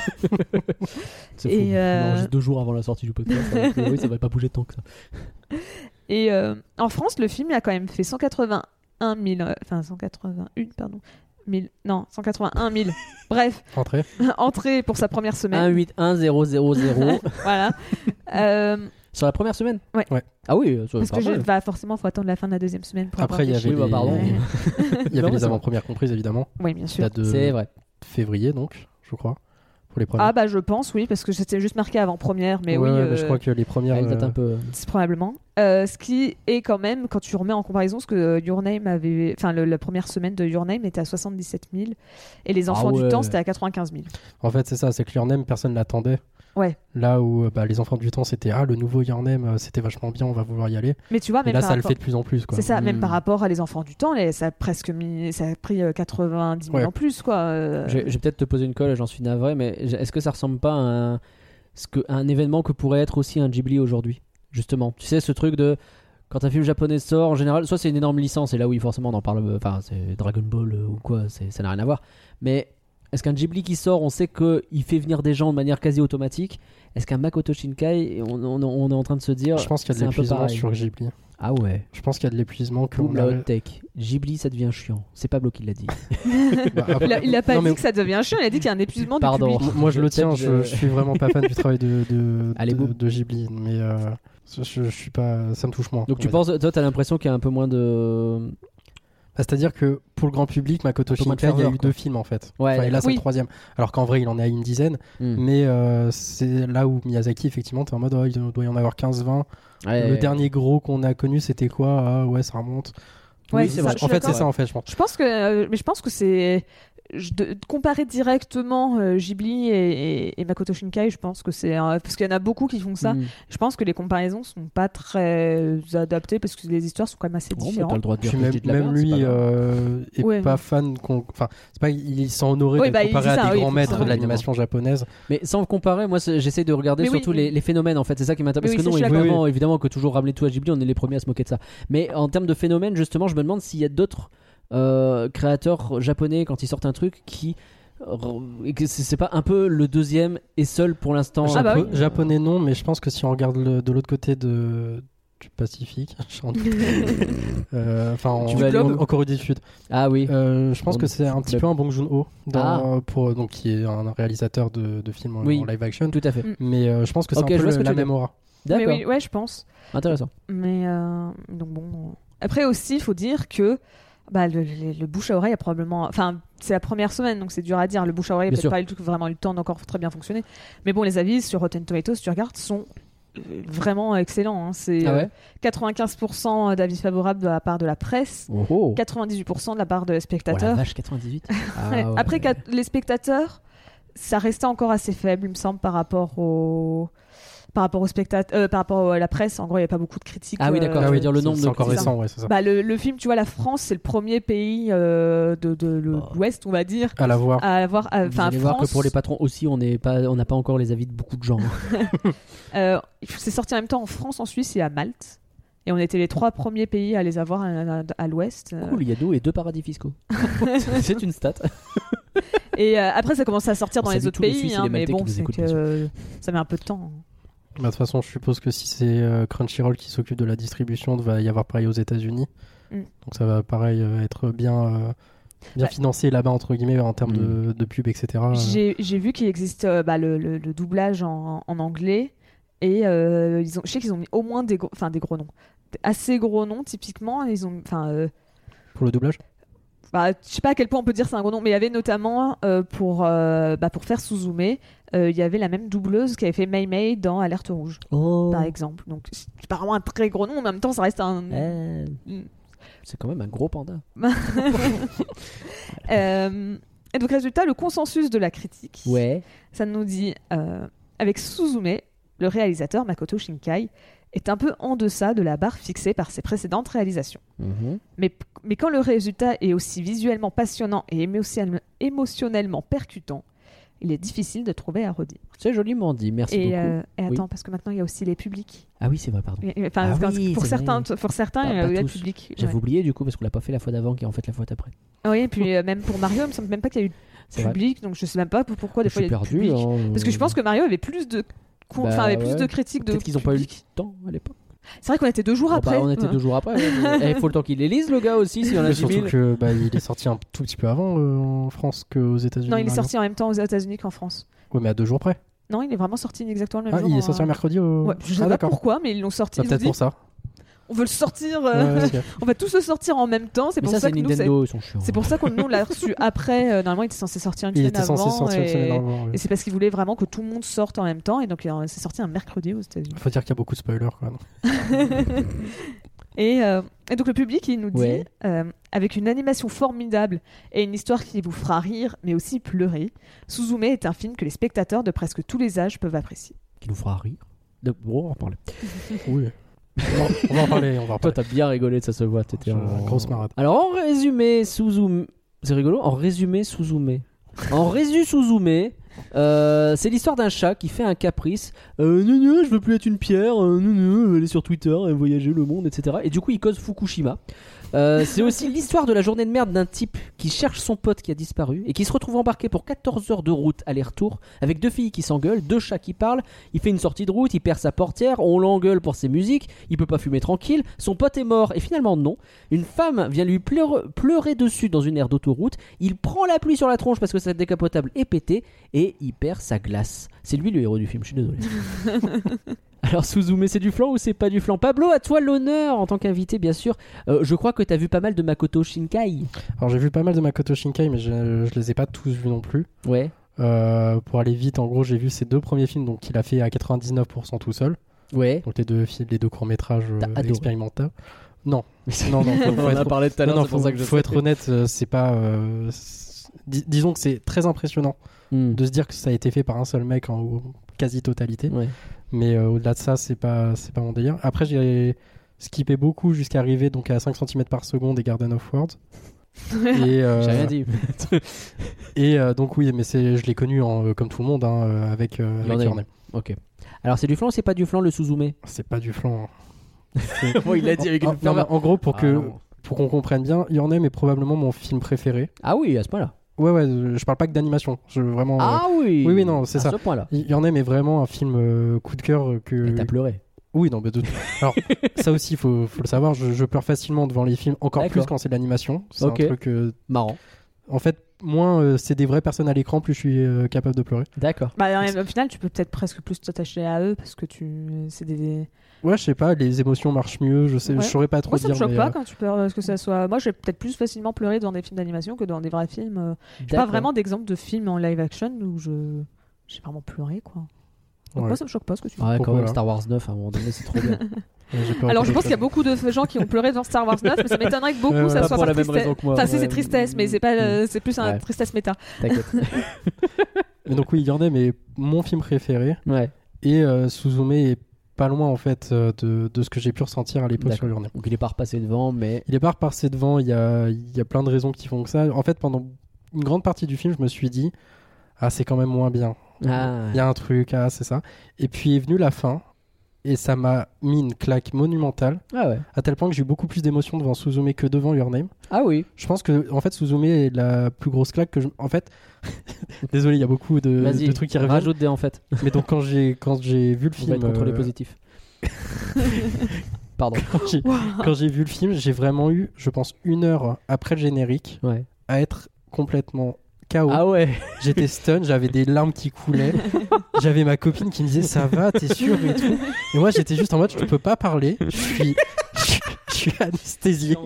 C'est fou. Et, euh, On enregistre deux jours avant la sortie du podcast. Alors que, oui, ça va pas bouger tant que ça. Et euh, en France, le film il a quand même fait cent quatre-vingt-un mille... euh, Enfin, cent quatre-vingt-un, pardon. mille, non, cent quatre-vingt-un mille. Bref, Entrée. entrée pour sa première un semaine. huit un zéro zéro zéro. Voilà. Euh, Sur la première semaine Ouais. Ouais. Ah oui, ça parce pas que je, mal. bah, forcément, faut attendre la fin de la deuxième semaine pour Après il y avoir des avait Oui, bah, les, pardon. il y avait Non, mais les c'est avant-premières comprises évidemment. Oui, bien Il sûr. date de C'est vrai. février donc, je crois, pour les premières. Ah bah je pense oui parce que c'était juste marqué avant première mais Ouais, oui ouais, euh, mais je crois que les premières. Elle date euh, un peu. c'est probablement Euh, ce qui est quand même quand tu remets en comparaison ce que euh, Your Name avait enfin le- la première semaine de Your Name était à soixante-dix-sept mille et les enfants Ah du ouais. temps c'était à quatre-vingt-quinze mille. En fait c'est ça, c'est que Your Name personne l'attendait. Ouais. Là où euh, bah, les enfants du temps c'était ah le nouveau Your Name euh, c'était vachement bien, on va vouloir y aller. Mais tu vois Et même là par ça le rapport- fait de plus en plus quoi. c'est ça même Hmm. par rapport à les enfants du temps les, ça a presque mis ça a pris euh, quatre-vingt-dix mille Ouais. en plus quoi. euh. Je, je vais peut-être te poser une colle, j'en suis navré, mais est-ce que ça ressemble pas à un, ce que, à un événement que pourrait être aussi un Ghibli aujourd'hui? Justement, tu sais, ce truc de. Quand un film japonais sort, en général, soit c'est une énorme licence, et là oui, forcément, on en parle. Enfin, c'est Dragon Ball euh, ou quoi, c'est- ça n'a rien à voir. Mais est-ce qu'un Ghibli qui sort, on sait qu'il fait venir des gens de manière quasi automatique? Est-ce qu'un Makoto Shinkai, on, on, on est en train de se dire. Je pense qu'il y a c'est de un peu l'épuisement pareil. sur Ghibli. Ah ouais. Je pense qu'il y a de l'épuisement. que Boum, on la a- hot tech. Ghibli, ça devient chiant. C'est Pablo qui l'a dit. Bah, après- Il a, il a pas Non, dit mais que ça devient chiant, il a dit qu'il y a un épuisement Pardon. du public. Moi, je le tiens. Peut-être Je, je- je suis vraiment pas fan du travail de de, Allez, de, boum. de Ghibli, mais euh, je, je suis pas. Ça me touche moins. Donc on tu va penses, toi, t'as l'impression qu'il y a un peu moins de. Bah, c'est-à-dire que pour le grand public, Makoto Un peu moins de Shinkai, il y a ferveur, eu quoi. deux films en fait. Ouais, Enfin, et là, c'est Oui. le troisième. Alors qu'en vrai, il en a une dizaine. Hmm. Mais euh, c'est là où Miyazaki, effectivement, t'es en mode, oh, il doit y en avoir quinze vingt. Ouais. Le dernier gros qu'on a connu, c'était quoi? Ah ouais, ça remonte. Ouais, Oui, c'est c'est ça, vrai. je suis En fait, d'accord. c'est ça, en fait, je pense. Je pense que, euh, mais je pense que c'est je- de, de comparer directement euh, Ghibli et, et- et Makoto Shinkai. Je pense que c'est euh, parce qu'il y en a beaucoup qui font ça. Hmm. Je pense que les comparaisons sont pas très adaptées parce que les histoires sont quand même assez Bon, bah, t'as différentes. le droit de dire Puis que je même, dis de la même merde, c'est lui pas grave. euh, est Ouais. pas fan qu'on. Enfin, c'est pas il s'en honorait Oui, d'être bah, il comparé dit à ça, des oui, grands maîtres forcément. de l'animation japonaise. Mais sans comparer, moi c'est- j'essaie de regarder Mais oui, surtout oui. Les, les phénomènes en fait, c'est ça qui m'intéresse. Mais Parce oui, que ça, non, je suis évidemment, évidemment que toujours ramener tout à Ghibli, on est les premiers à se moquer de ça. Mais en termes de phénomènes, justement, je me demande s'il y a d'autres euh, créateurs japonais quand ils sortent un truc qui. Et que c'est c'est pas un peu le deuxième et seul pour l'instant. Ah bah Japo- oui. Japonais non, mais je pense que si on regarde le- de l'autre côté de du Pacifique, j'en doute. Euh, enfin en, Tu vas aller en- où en Corée du Sud. Ah oui. Euh, je pense On- que c'est un petit club. peu un Bong Joon-ho dans, Ah. pour donc qui est un réalisateur de, de films en- Oui. en live action. Tout à fait. Mm. Mais euh, je pense que c'est Ok, un je peu vois ce le- que la tu veux même aura. Mais D'accord. oui, ouais, je pense. Intéressant. Mais euh, donc bon. Après aussi, il faut dire que bah, le, le- le bouche à oreille a probablement. Enfin, c'est la première semaine, donc c'est dur à dire. Le bouche à oreille a Bien peut-être sûr. pas eu le- vraiment eu le temps d'encore très bien fonctionner. Mais bon, les avis sur Rotten Tomatoes, si tu regardes, sont euh, vraiment excellents. hein. C'est Ah euh, ouais. quatre-vingt-quinze pour cent d'avis favorables de la part de la presse, Oh oh. quatre-vingt-dix-huit pour cent de la part de Oh la spectateurs. vache, quatre-vingt-dix-huit. Ah Ouais. ouais. Après, quat- les spectateurs, ça restait encore assez faible, il me semble, par rapport au. Par rapport aux spectateurs, euh, par rapport à la presse, en gros, il n'y a pas beaucoup de critiques. Ah oui, d'accord, euh, tu veux dire le C'est- nombre c'est de encore c'est ça. récent, ouais, c'est ça. Bah, le, le film, tu vois, la France, c'est le premier pays euh, de, de Oh. l'Ouest, on va dire, À la voir. à avoir. à- Vous Enfin, allez voir que France, pour les patrons aussi, on n'est pas, on n'a pas encore les avis de beaucoup de gens. euh, c'est sorti en même temps en France, en Suisse et à Malte. Et on était les trois premiers pays à les avoir à, à- à l'Ouest. euh. Cool, il y a deux et deux paradis fiscaux. C'est une stat. Et euh, après, ça commence à sortir On dans les salue autres tous les pays, Suisses et hein, les mais Maltais qui bon, nous c'est écoutent, que bien sûr. euh, ça met un peu de temps. Bah, de toute façon, je suppose que si c'est euh, Crunchyroll qui s'occupe de la distribution, il va y avoir pareil aux États-Unis. Mm. Donc ça va pareil euh, être bien, euh, bien Bah. financé là-bas, entre guillemets, en termes Mm. de, de pub, et cetera. J'ai j'ai vu qu'il existe euh, bah, le, le- le doublage en, en anglais et euh, ils ont, je sais qu'ils ont mis au moins des gros, enfin des gros noms, assez gros noms typiquement. Ils ont, enfin, euh, Pour le doublage bah, je sais pas à quel point on peut dire c'est un gros nom, mais il y avait notamment euh, pour euh, bah, pour faire Suzume, euh, il y avait la même doubleuse qui avait fait Mei Mei dans Alerte Rouge, Oh. par exemple. Donc c'est pas vraiment un très gros nom, mais en même temps ça reste un. Euh, Mm. c'est quand même un gros panda. Euh, et donc résultat, le consensus de la critique. Ouais. Ça nous dit, euh, avec Suzume, le réalisateur Makoto Shinkai est un peu en deçà de la barre fixée par ses précédentes réalisations. Mhm. Mais, mais quand le résultat est aussi visuellement passionnant et émotionnel- émotionnellement percutant, il est difficile de trouver à redire. C'est joliment dit, merci Et, beaucoup. euh, et Oui. attends, parce que maintenant il y a aussi les publics. Ah oui, c'est vrai, pardon. Et- et- Enfin, Ah parce que oui, pour, c'est certains, vrai. pour certains, Pas- il y a pas il y a le tous. public. J'avais Ouais. oublié du coup parce qu'on l'a pas fait la fois d'avant qui est en fait la fois d'après. Ah oui, et puis euh, même pour Mario, il me semble même pas qu'il y a eu C'est de vrai. public, donc je sais même pas pourquoi des Je fois il suis y a du perdu. public. hein. Parce que je pense que Mario avait plus de, con- Bah enfin, avait plus ouais. de critiques de. Peut-être qu'ils ont pas eu le public. temps à l'époque. C'est vrai qu'on était deux jours Ah après. bah, on était Ouais. deux jours après. ouais. Il faut le temps qu'il les lise, le gars aussi, s'il y en a Mais dix surtout mille. que bah, il est sorti un tout petit peu avant euh, en France qu'aux États-Unis. Non, il est Mario. sorti en même temps aux États-Unis qu'en France. Ouais, mais à deux jours près. Non, il est vraiment sorti exactement le même Ah, jour. il est en- sorti un mercredi au. Ouais, je sais ah, pas d'accord. pourquoi, mais ils l'ont sorti. Bah, Ils ont peut-être dit, pour ça. on veut le sortir. euh, Ouais, ok. on va tous le sortir en même temps. C'est Mais pour ça, ça, c'est que nous, c'est- Nintendo, ils sont chiants. c'est pour ça qu'on nous on l'a reçu après. Euh, normalement, il était censé sortir une Il semaine était censé avant. sortir une et... semaine avant. ouais. et c'est parce qu'ils voulaient vraiment que tout le monde sorte en même temps. Et donc, euh, c'est sorti un mercredi aux États-Unis. Faut dire qu'il y a beaucoup de spoilers. Quoi, non Et, euh, et donc le public, il nous dit, Ouais. euh, avec une animation formidable et une histoire qui vous fera rire, mais aussi pleurer, Suzume est un film que les spectateurs de presque tous les âges peuvent apprécier. Qui nous fera rire. De- Bon, on va en reparler. Oui. On va, on va en parler. On va en Toi, parler. t'as bien rigolé, ça se voit. T'étais Je- en grosse marade. Alors, en résumé, Suzume. C'est rigolo, en résumé, Suzume. En résumé, Suzume. Euh, c'est l'histoire d'un chat qui fait un caprice. Euh, non, non, je veux plus être une pierre. Euh, non, non, aller sur Twitter et voyager le monde, et cetera. Et du coup, il cause Fukushima. Euh, c'est aussi l'histoire de la journée de merde d'un type qui cherche son pote qui a disparu et qui se retrouve embarqué pour quatorze heures de route aller-retour avec deux filles qui s'engueulent, deux chats qui parlent. Il fait une sortie de route, il perd sa portière, on l'engueule pour ses musiques, il peut pas fumer tranquille, son pote est mort et finalement non. Une femme vient lui pleurer, pleurer dessus dans une aire d'autoroute, il prend la pluie sur la tronche parce que sa décapotable est pétée et il perd sa glace. C'est lui le héros du film, je suis désolé. Alors Suzume, c'est du flan ou c'est pas du flan? Pablo, à toi l'honneur en tant qu'invité bien sûr. Euh, je crois que t'as vu pas mal de Makoto Shinkai. Alors j'ai vu pas mal de Makoto Shinkai, mais je, je les ai pas tous vus non plus. Ouais. Euh, pour aller vite, en gros, j'ai vu ses deux premiers films, donc qu'il a fait à quatre-vingt-dix-neuf pour cent tout seul. Ouais. Donc les deux films, les deux courts métrages euh, expérimentaux. Non, non, non. Faut, faut on être... a parlé tout à l'heure. Non, c'est faut, pour ça que je faut sais. être honnête, euh, c'est pas. Euh, c'est... Dis- disons que c'est très impressionnant Mm. de se dire que ça a été fait par un seul mec en quasi-totalité. Ouais. Mais euh, au-delà de ça, c'est pas, c'est pas mon délire. Après, j'ai skippé beaucoup jusqu'à arriver donc à cinq centimètres par seconde et Garden of Words. et, euh, J'ai rien dit. et euh, donc oui, mais c'est, je l'ai connu en, euh, comme tout le monde hein, euh, avec, euh, Your avec Name. Your Name. Ok. Alors c'est du flan ou c'est pas du flan le Suzume? C'est pas du flan. Bon, il l'a dit avec en, une en- ferveur. en gros, pour, Ah, que, non. pour qu'on comprenne bien, Your Name est probablement mon film préféré. Ah oui, à ce point-là. Ouais, ouais, je parle pas que d'animation. Je, vraiment, Ah oui. oui, oui, non, c'est à ça. ce point-là. euh, Your Name est vraiment un film euh, coup de cœur euh, que. Et t'as pleuré. Oui, non, mais de... alors ça aussi, il faut, faut le savoir. Je, je pleure facilement devant les films, encore D'accord. plus quand c'est de l'animation. C'est Ok. un truc. euh, Marrant. En fait, moins euh, c'est des vraies personnes à l'écran, plus je suis euh, capable de pleurer. D'accord. Bah, au final, tu peux peut-être presque plus t'attacher à eux parce que tu. C'est des. Ouais, je sais pas, les émotions marchent mieux. Je sais, Ouais. je saurais pas trop Moi, ça me dire. choque mais, pas euh, quand tu pleures, que ça soit. Moi, j'ai peut-être plus facilement pleuré devant des films d'animation que dans des vrais films. euh. J'ai pas D'accord. vraiment d'exemple de films en live action où je. J'ai vraiment pleuré, quoi. Donc Ouais. moi, ça me choque pas ce que tu dis. Ouais, quand Pourquoi, même là Star Wars neuf à un moment donné, c'est trop bien. ouais, j'ai pleuré Alors, pour je des pense qu'il y a choses. beaucoup de gens qui ont pleuré devant Star Wars neuf, mais ça m'étonnerait que beaucoup Ouais, ouais. ça Pas soit pour par la même tristesse. raison que moi. Enfin, si, Ouais. c'est tristesse, mais c'est pas, euh, c'est plus un Ouais. tristesse méta. T'inquiète. Mais donc oui, Your Name est mon film préféré Ouais. et euh, Suzume est pas loin en fait euh, de, de ce que j'ai pu ressentir à l'époque D'accord. sur Your Name. Donc il est pas repassé devant, mais. Il est pas repassé devant, il y a, il y a plein de raisons qui font que ça. En fait, pendant une grande partie du film, je me suis dit ah, c'est quand même moins bien. Ah. Il y a un truc, ah, c'est ça. Et puis est venue la fin, et ça m'a mis une claque monumentale, Ah ouais. à tel point que j'ai eu beaucoup plus d'émotions devant Suzume que devant Your Name. Ah oui. Je pense que en fait Suzume est la plus grosse claque que je. En fait, désolé, il y a beaucoup de, Vas-y. de trucs qui reviennent. Rajoute des en fait. Mais donc quand j'ai quand j'ai vu le On va film, être contrôlé euh, positif. Pardon. quand j'ai- quand j'ai vu le film, j'ai vraiment eu, je pense, une heure après le générique, Ouais. à être complètement K O. Ah ouais. J'étais stun, j'avais des larmes qui coulaient. J'avais ma copine qui me disait ça va, t'es sûr et tout. Et moi j'étais juste en mode je peux pas parler, je suis, je suis anesthésié.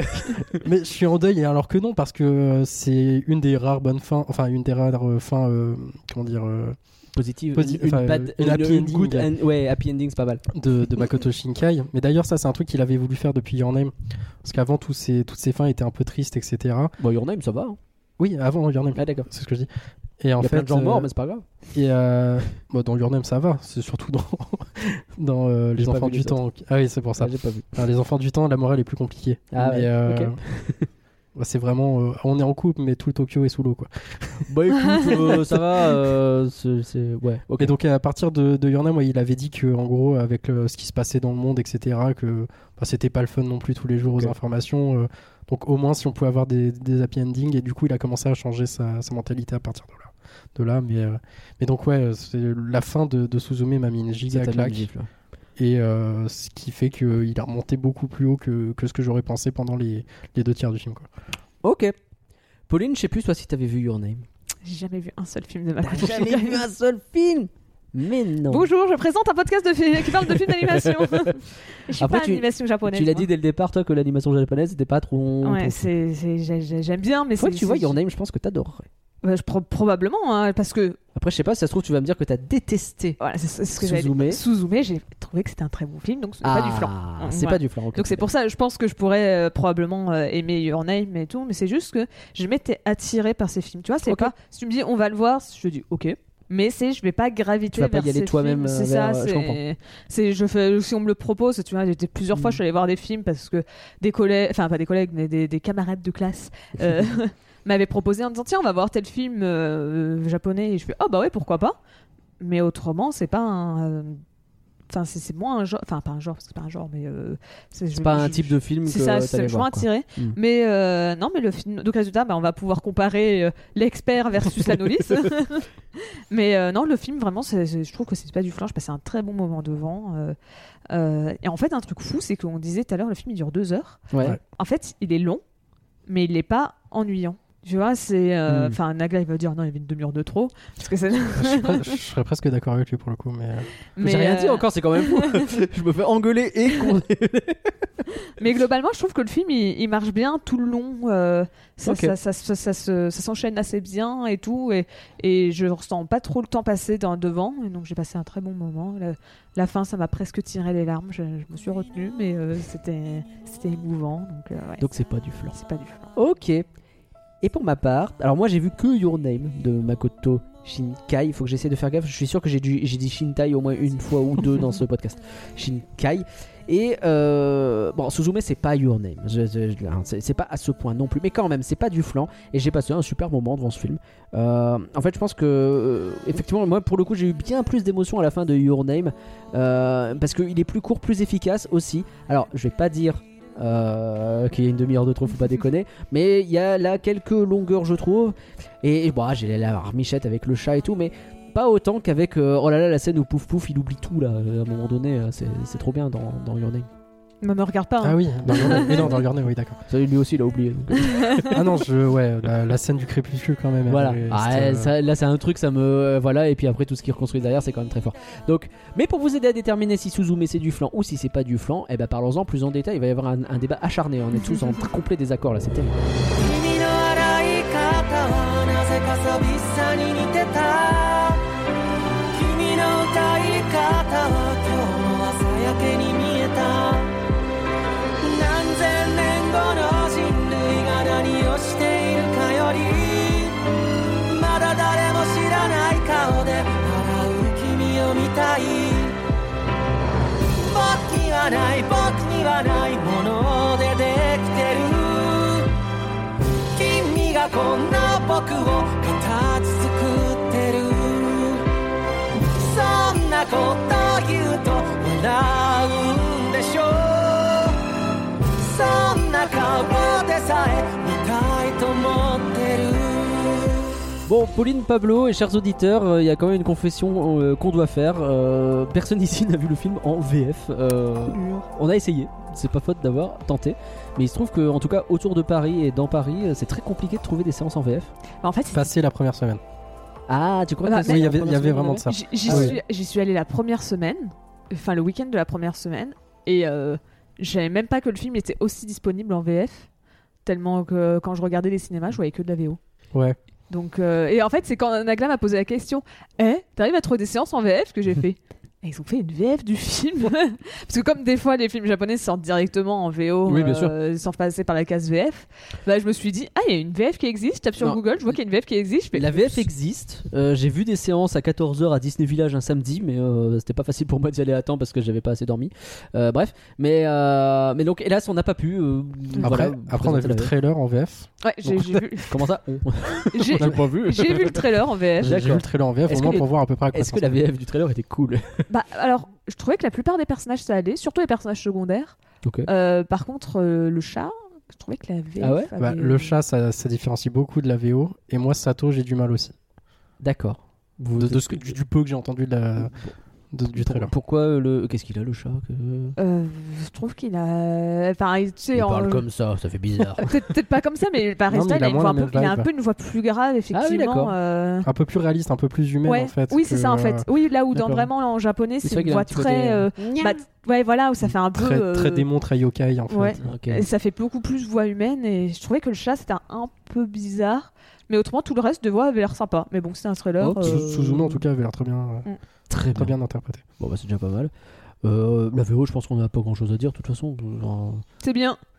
Mais je suis en deuil et alors que non parce que euh, c'est une des rares bonnes fins, enfin une des rares euh, fins, euh, comment dire, euh, Positive. Posi- une, enfin, bad- une happy ending. good end- ouais, happy ending, c'est pas mal. de, de Makoto Shinkai. Mais d'ailleurs ça c'est un truc qu'il avait voulu faire depuis Your Name parce qu'avant tous ces, toutes ces fins étaient un peu tristes et cetera. Bon, Your Name, ça va. Hein. Oui avant Your Name, Ah d'accord. c'est ce que je dis. Et en Il y a fait, plein de gens euh, morts, mais c'est pas grave. Et euh, bon, dans Your Name, ça va. C'est surtout dans, dans euh, Les J'ai pas Enfants vu du les Temps. Ah oui, c'est pour ça. Ah, j'ai pas vu. Alors, les Enfants du Temps, la morale est plus compliquée. Ah mais, ouais, euh, ok. bah, c'est vraiment. euh, on est en couple, mais tout le Tokyo est sous l'eau, quoi. Bah écoute, euh, ça va. euh, c'est, c'est- Ouais, ok. Et donc, à partir de, de Your Name, ouais, il avait dit que, en gros, avec euh, ce qui se passait dans le monde, et cetera, que bah, c'était pas le fun non plus tous les jours Ok. aux informations. euh, donc, au moins, si on pouvait avoir des, des happy endings. Et du coup, il a commencé à changer sa, sa mentalité à partir de là. De là mais, euh, mais donc, ouais, c'est, la fin de, de Suzume m'a mis une giga Ça t'a mis une claque. gifle, ouais. Et euh, ce qui fait qu'il est remonté beaucoup plus haut que, que ce que j'aurais pensé pendant les, les deux tiers du film, quoi. Ok. Pauline, je sais plus toi si t'avais vu Your Name. J'ai jamais vu un seul film de Makoto Jamais Shinkai. vu un seul film. Mais non. Bonjour, je présente un podcast de fi- qui parle de films d'animation. Je suis Après, pas tu- animation japonaise. Tu l'as moi. dit dès le départ, toi, que l'animation japonaise c'était pas trop. Ouais, ton- c'est, c'est- j'ai- j'ai- j'aime bien, mais Fois c'est. que tu vois c'est- Your Name, je pense que t'adorerais. Ouais, je pro- probablement, hein, parce que Après, je sais pas, si ça se trouve, tu vas me dire que t'as détesté. voilà, c'est, c'est ce que j'avais Suzume. dit. Suzume, j'ai trouvé que c'était un très bon film, donc ce n'est pas du flan. Ah, Mm, c'est voilà. pas du flan. ok, Donc c'est très pour ça, je pense que je pourrais euh, probablement euh, aimer Your Name et tout, mais c'est juste que je m'étais attirée par ces films. Tu vois, c'est Ok. pas. Si tu me dis on va le voir, je dis ok. Mais c'est, je vais pas graviter Tu vas pas vers y aller ces toi-même, films. euh, C'est vers- ça. euh, je C'est, comprends. c'est, je fais, si on me le propose, tu vois, j'étais plusieurs fois, Mm. je suis allée voir des films parce que des collègues, enfin pas des collègues, mais des, des camarades de classe. euh, m'avaient proposé en disant tiens on va voir tel film euh, japonais et je fais oh bah ouais pourquoi pas, mais autrement c'est pas un euh, Enfin, c'est, c'est moins un genre. Enfin, pas un genre, parce que c'est pas un genre, mais. Euh, c'est je, pas je, un type de film c'est que ça, t'allais c'est voir. C'est attiré. Mm. Mais euh, non, mais le film. Donc, résultat, bah, on va pouvoir comparer euh, l'expert versus la novice. mais euh, non, le film, vraiment, c'est, c'est, je trouve que c'est pas du flan. Je passais un très bon moment devant. Euh, euh, et en fait, un truc fou, c'est qu'on disait tout à l'heure, le film, il dure deux heures. Ouais. Ouais. En fait, il est long, mais il n'est pas ennuyant. Tu vois, c'est. Enfin, euh, mm. Nagla, il va dire non, il y avait une demi-heure de trop. Parce que c'est... je, suis pre- je serais presque d'accord avec lui pour le coup. Mais, mais j'ai rien euh... dit encore, c'est quand même fou. Je me fais engueuler et con. Mais globalement, je trouve que le film, il, il marche bien tout le long. Euh, ça, okay. ça, ça, ça, ça, ça, ça s'enchaîne assez bien et tout. Et, et je ressens pas trop le temps passer dans, devant. Et donc, j'ai passé un très bon moment. La, la fin, ça m'a presque tiré les larmes. Je, je me suis retenue, mais euh, c'était, c'était émouvant. Donc, euh, ouais, donc c'est pas du flan. C'est pas du flan. Ok. Et pour ma part, alors moi j'ai vu que Your Name de Makoto Shinkai. Il faut que j'essaie de faire gaffe. Je suis sûr que j'ai, dû, j'ai dit Shintai au moins une fois ou deux dans ce podcast. Shinkai. Et euh, bon, Suzume c'est pas Your Name. Je, je, je, c'est, c'est pas à ce point non plus. Mais quand même, c'est pas du flan. Et j'ai passé un super moment devant ce film. Euh, en fait, je pense que euh, effectivement, moi pour le coup, j'ai eu bien plus d'émotions à la fin de Your Name euh, parce qu'il est plus court, plus efficace aussi. Alors, je vais pas dire. Euh, qu'il y a une demi-heure de trop, faut pas déconner, mais il y a là quelques longueurs je trouve, et, et bon, j'ai la marmichette avec le chat et tout, mais pas autant qu'avec euh, oh là là la scène où Pouf Pouf il oublie tout là, à un moment donné, c'est, c'est trop bien dans, dans Your Name. Ne me regarde pas. Hein. Ah oui, dans Your Name, mais non, dans Your Name, oui, d'accord. Ça, lui aussi, il a oublié. Donc. ah non, je, ouais, la, la scène du crépuscule quand même. Voilà. Elle, ah, euh... ça, là, c'est un truc, ça me, euh, voilà, et puis après tout ce qui est reconstruit derrière, c'est quand même très fort. Donc, mais pour vous aider à déterminer si Suzume c'est du flan ou si c'est pas du flan, eh ben parlons-en plus en détail. Il va y avoir un, un débat acharné. On est tous en complet désaccord là. C'est terrible. Bon, Pauline, Pablo et chers auditeurs, il euh, y a quand même une confession euh, qu'on doit faire. Euh, personne ici n'a vu le film en V F. Euh, on a essayé, c'est pas faute d'avoir tenté. Mais il se trouve qu'en tout cas, autour de Paris et dans Paris, c'est très compliqué de trouver des séances en V F. En fait, passé la première semaine. Ah, tu crois bah, que oui, il y avait, y avait vraiment de ça. J'y, j'y, ah, suis, oui. j'y suis allée la première semaine, enfin le week-end de la première semaine, et euh, je savais même pas que le film était aussi disponible en V F, tellement que quand je regardais les cinémas, je voyais que de la V O. Ouais. Donc, euh, et en fait, c'est quand Nagla m'a posé la question, eh, t'arrives à trouver des séances en V F, que j'ai fait. Et ils ont fait une V F du film. Parce que comme des fois les films japonais sortent directement en V O, oui, bien euh, sûr. sans passer par la case V F, bah, je me suis dit, ah, il y a une V F qui existe, je tape sur non. Google, je vois qu'il y a une V F qui existe. Je fais, la V F existe, euh, j'ai vu des séances à quatorze heures à Disney Village un samedi, mais euh, c'était pas facile pour moi d'y aller à temps parce que j'avais pas assez dormi. Euh, bref, mais, euh, mais donc hélas on n'a pas pu. Euh, après, voilà, après on a vu le trailer en V F. Ouais, j'ai, j'ai vu. Comment ça j'ai, on pas vu. J'ai vu le trailer en V F. J'ai, j'ai vu le trailer en V F au moins pour voir à peu près à quoi est-ce que la V F du trailer était cool? Bah alors. Je trouvais que la plupart des personnages ça allait, surtout les personnages secondaires. Okay. Euh, par contre, euh, le chat, je trouvais que la V F. Ah ouais avait... bah, le chat, ça, ça différencie beaucoup de la V O. Et moi, Sato, j'ai du mal aussi. D'accord. Vous de, de ce que, du, du peu que j'ai entendu de la, de, du trailer. Pourquoi le. Qu'est-ce qu'il a le chat que... euh, Je trouve qu'il a. Enfin, tu sais, il en... parle comme ça, ça fait bizarre. peut-être, peut-être pas comme ça, mais par exemple, il, il, a, a, un peu, il a un peu une voix plus grave, effectivement. Ah oui, d'accord. Euh... Un peu plus réaliste, un peu plus humaine ouais. en fait. Oui, que... c'est ça en fait. Oui, là où dans, vraiment en japonais, c'est, c'est une voix très. Euh... Bah, ouais, voilà, où ça fait un peu. Très, euh... très démon, très yokai en fait. Ouais. Okay. Et ça fait beaucoup plus voix humaine, et je trouvais que le chat c'était un peu bizarre. Mais autrement, tout le reste de voix avait l'air sympa. Mais bon, c'était un trailer. Oh, euh... Suzume en tout cas avait l'air très bien. Mm. Très, très bien. bien interprété. Bon bah c'est déjà pas mal. Euh, la V O, je pense qu'on n'a pas grand chose à dire de toute façon. C'est bien.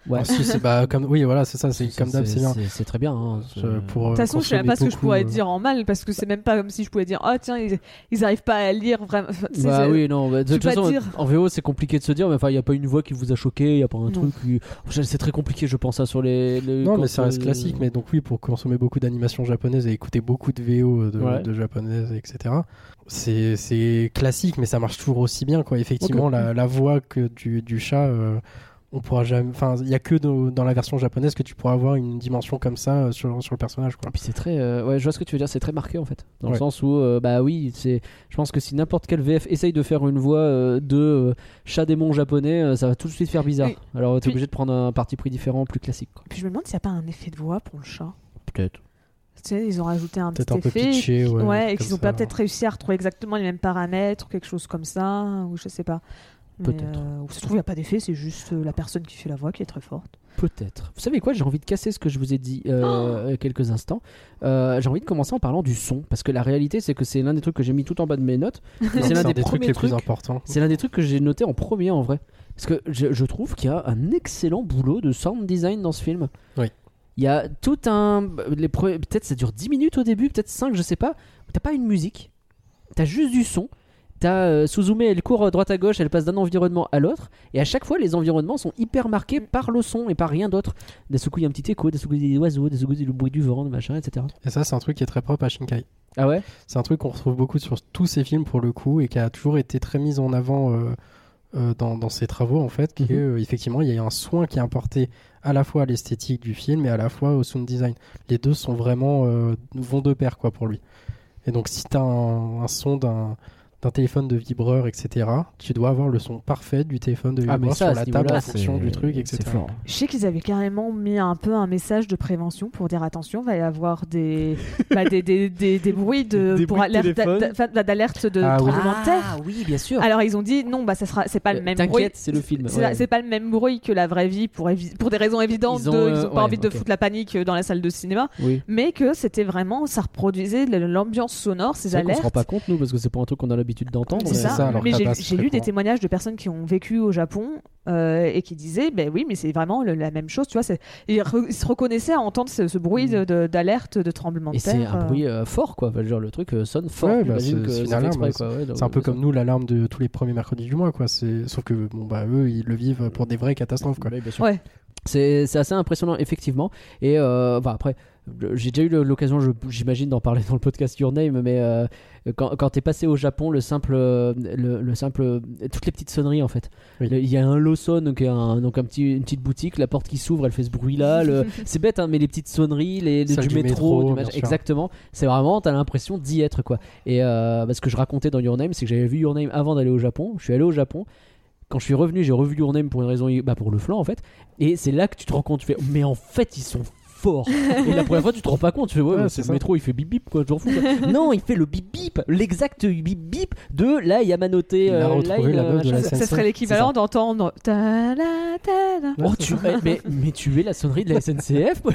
Ouais. Ah, si, c'est bah, comme oui voilà c'est ça c'est comme d'hab c'est bien. C'est, c'est très bien. Hein. Je- pour, De euh, toute façon, je sais même pas ce que je consommer pourrais beaucoup, dire en mal parce que c'est même pas comme si je pouvais dire oh tiens ils, ils arrivent pas à lire vraiment. Enfin, c'est- Bah c'est- oui, non, bah, de tu toute peux pas façon, dire. en V O c'est compliqué de se dire, mais enfin, il n'y a pas une voix qui vous a choqué, il n'y a pas un Non. truc qui. Enfin, c'est très compliqué, je pense, ça, sur les. les Non, quand, mais ça reste euh, classique. Mais donc, oui, pour consommer beaucoup d'animations japonaises et écouter beaucoup de V O de, Ouais. de japonaises, et cetera, c'est, c'est classique, mais ça marche toujours aussi bien, quoi. Effectivement, Ok. la, la voix que du, du chat, euh, on pourra jamais. Enfin, il y a que dans, dans la version japonaise que tu pourras avoir une dimension comme ça euh, sur, sur le personnage, quoi. Et puis c'est très. euh, Ouais, je vois ce que tu veux dire, c'est très marqué en fait. Dans le Ouais. sens où, euh, bah oui, c'est. Je pense que si n'importe quel V F essaye de faire une voix euh, de euh, chat démon japonais, euh, ça va tout de suite faire bizarre. Oui. Alors t'es Puis- obligé de prendre un parti pris différent, plus classique, quoi. Puis je me demande s'il n'y a pas un effet de voix pour le chat. Peut-être. Tu sais, ils ont rajouté un Peut-être petit un peu effet. pitché, ouais. Ouais, un et truc qu'ils comme ont pas ça. peut-être réussi à retrouver exactement les mêmes paramètres ou quelque chose comme ça, ou je sais pas. Mais, Peut-être. euh, ou ça se trouve, il n'y a pas d'effet, c'est juste euh, la personne qui fait la voix qui est très forte. Peut-être. Vous savez quoi, j'ai envie de casser ce que je vous ai dit euh, il y a quelques instants. Euh, j'ai envie de commencer en parlant du son, parce que la réalité c'est que c'est l'un des trucs que j'ai mis tout en bas de mes notes. Mais C'est c'est l'un un des, des trucs premiers les trucs. plus importants. C'est l'un des trucs que j'ai noté en premier en vrai. Parce que je, je trouve qu'il y a un excellent boulot de sound design dans ce film. Oui. Il y a tout un. Les pre- Peut-être ça dure dix minutes au début, peut-être cinq, je sais pas. T'as pas une musique, t'as juste du son. T'as euh, Suzume, elle court euh, droite à gauche, elle passe d'un environnement à l'autre. Et à chaque fois, les environnements sont hyper marqués par le son et par rien d'autre. D'un seul coup, il y a un petit écho, d'un seul coup, il y a des oiseaux, d'un seul coup, il y a le bruit du vent, machin, et cetera. Et ça, c'est un truc qui est très propre à Shinkai. Ah ouais. C'est un truc qu'on retrouve beaucoup sur tous ces films pour le coup et qui a toujours été très mis en avant euh, euh, dans, dans ses travaux en fait. Qui Mhm. est, euh, effectivement, il y a un soin qui est apporté à la fois à l'esthétique du film et à la fois au sound design. Les deux sont vraiment euh, vont de pair quoi pour lui. Et donc si tu as un, un son d'un d'un téléphone de vibreur, et cetera, tu dois avoir le son parfait du téléphone de Ah, vibreur mais ça, sur à la ce table niveau-là, en fonction c'est- du truc, et c'est cetera. fort. Je sais qu'ils avaient carrément mis un peu un message de prévention pour dire attention, va y avoir des, bah, des, des, des, des bruits de Des pour bruits de alerte d'a- téléphone. d'a- d'a- d'alerte de Ah oui. tremblement de terre. Ah oui, bien sûr. Alors ils ont dit non, bah ça sera, c'est pas le même bruit. T'inquiète, c'est le film. C'est, ouais. c'est pas le même bruit que la vraie vie pour, évi- pour des raisons évidentes. Ils ont, de- euh, ils ont pas ouais, envie de ok. foutre la panique dans la salle de cinéma, Oui. mais que c'était vraiment, ça reproduisait l- l'ambiance sonore, ces C'est vrai qu'on se alertes. rend pas compte nous parce que c'est pas un truc qu'on a l'habitude d'entendre. C'est Ouais, ça. c'est ça, alors mais que j'ai, là-bas, c'est j'ai très lu des courant. témoignages de personnes qui ont vécu au Japon euh, et qui disaient, ben oui, mais c'est vraiment le- la même chose, tu vois. C'est, ils, re- ils se reconnaissaient à entendre ce, ce bruit de, de- d'alerte, de tremblement de Et terre. c'est un euh. bruit euh, fort quoi. Enfin, genre le truc euh, sonne fort. Ouais, bah, J'imagine c'est- que c'est une c'est fait alarme, exprès, quoi. Ouais, donc, C'est un peu euh, comme nous l'alarme de tous les premiers mercredis du mois, quoi. C'est... Sauf que bon, bah, eux, ils le vivent pour des vraies catastrophes, quoi. Ouais, bien sûr. Ouais. C'est, c'est assez impressionnant, effectivement. Et euh, bah, après, j'ai déjà eu l'occasion, je- j'imagine, d'en parler dans le podcast Your Name, mais euh, quand, quand t'es passé au Japon, le simple, euh, le, le simple, toutes les petites sonneries en fait. Oui. Le- Il y a un Lawson, donc un, donc un petit, une petite boutique, la porte qui s'ouvre, elle fait ce bruit-là. le- c'est bête, hein, mais les petites sonneries, les, les- Celle du, du métro, métro, du bien machin- sûr. exactement. C'est vraiment, t'as l'impression d'y être quoi. Et euh, bah, ce que je racontais dans Your Name, c'est que j'avais vu Your Name avant d'aller au Japon. Je suis allé au Japon. Quand je suis revenu, j'ai revu Your Name pour une raison, bah pour le flan en fait. Et c'est là que tu te rends compte, tu fais, mais en fait ils sont forts. Et la première fois tu te rends pas compte, tu fais ouais, Ouais, mais c'est c'est le ça. métro, il fait bip bip quoi, je m'en fous. quoi. Non, il fait le bip bip, l'exact bip bip de la Yamanote. Il a euh, retrouvé line, la euh, meuf de la machin. Ça, S N C F. ça serait l'équivalent d'entendre ta la ta la. Oh, tu... mais, mais, mais tu es la sonnerie de la S N C F.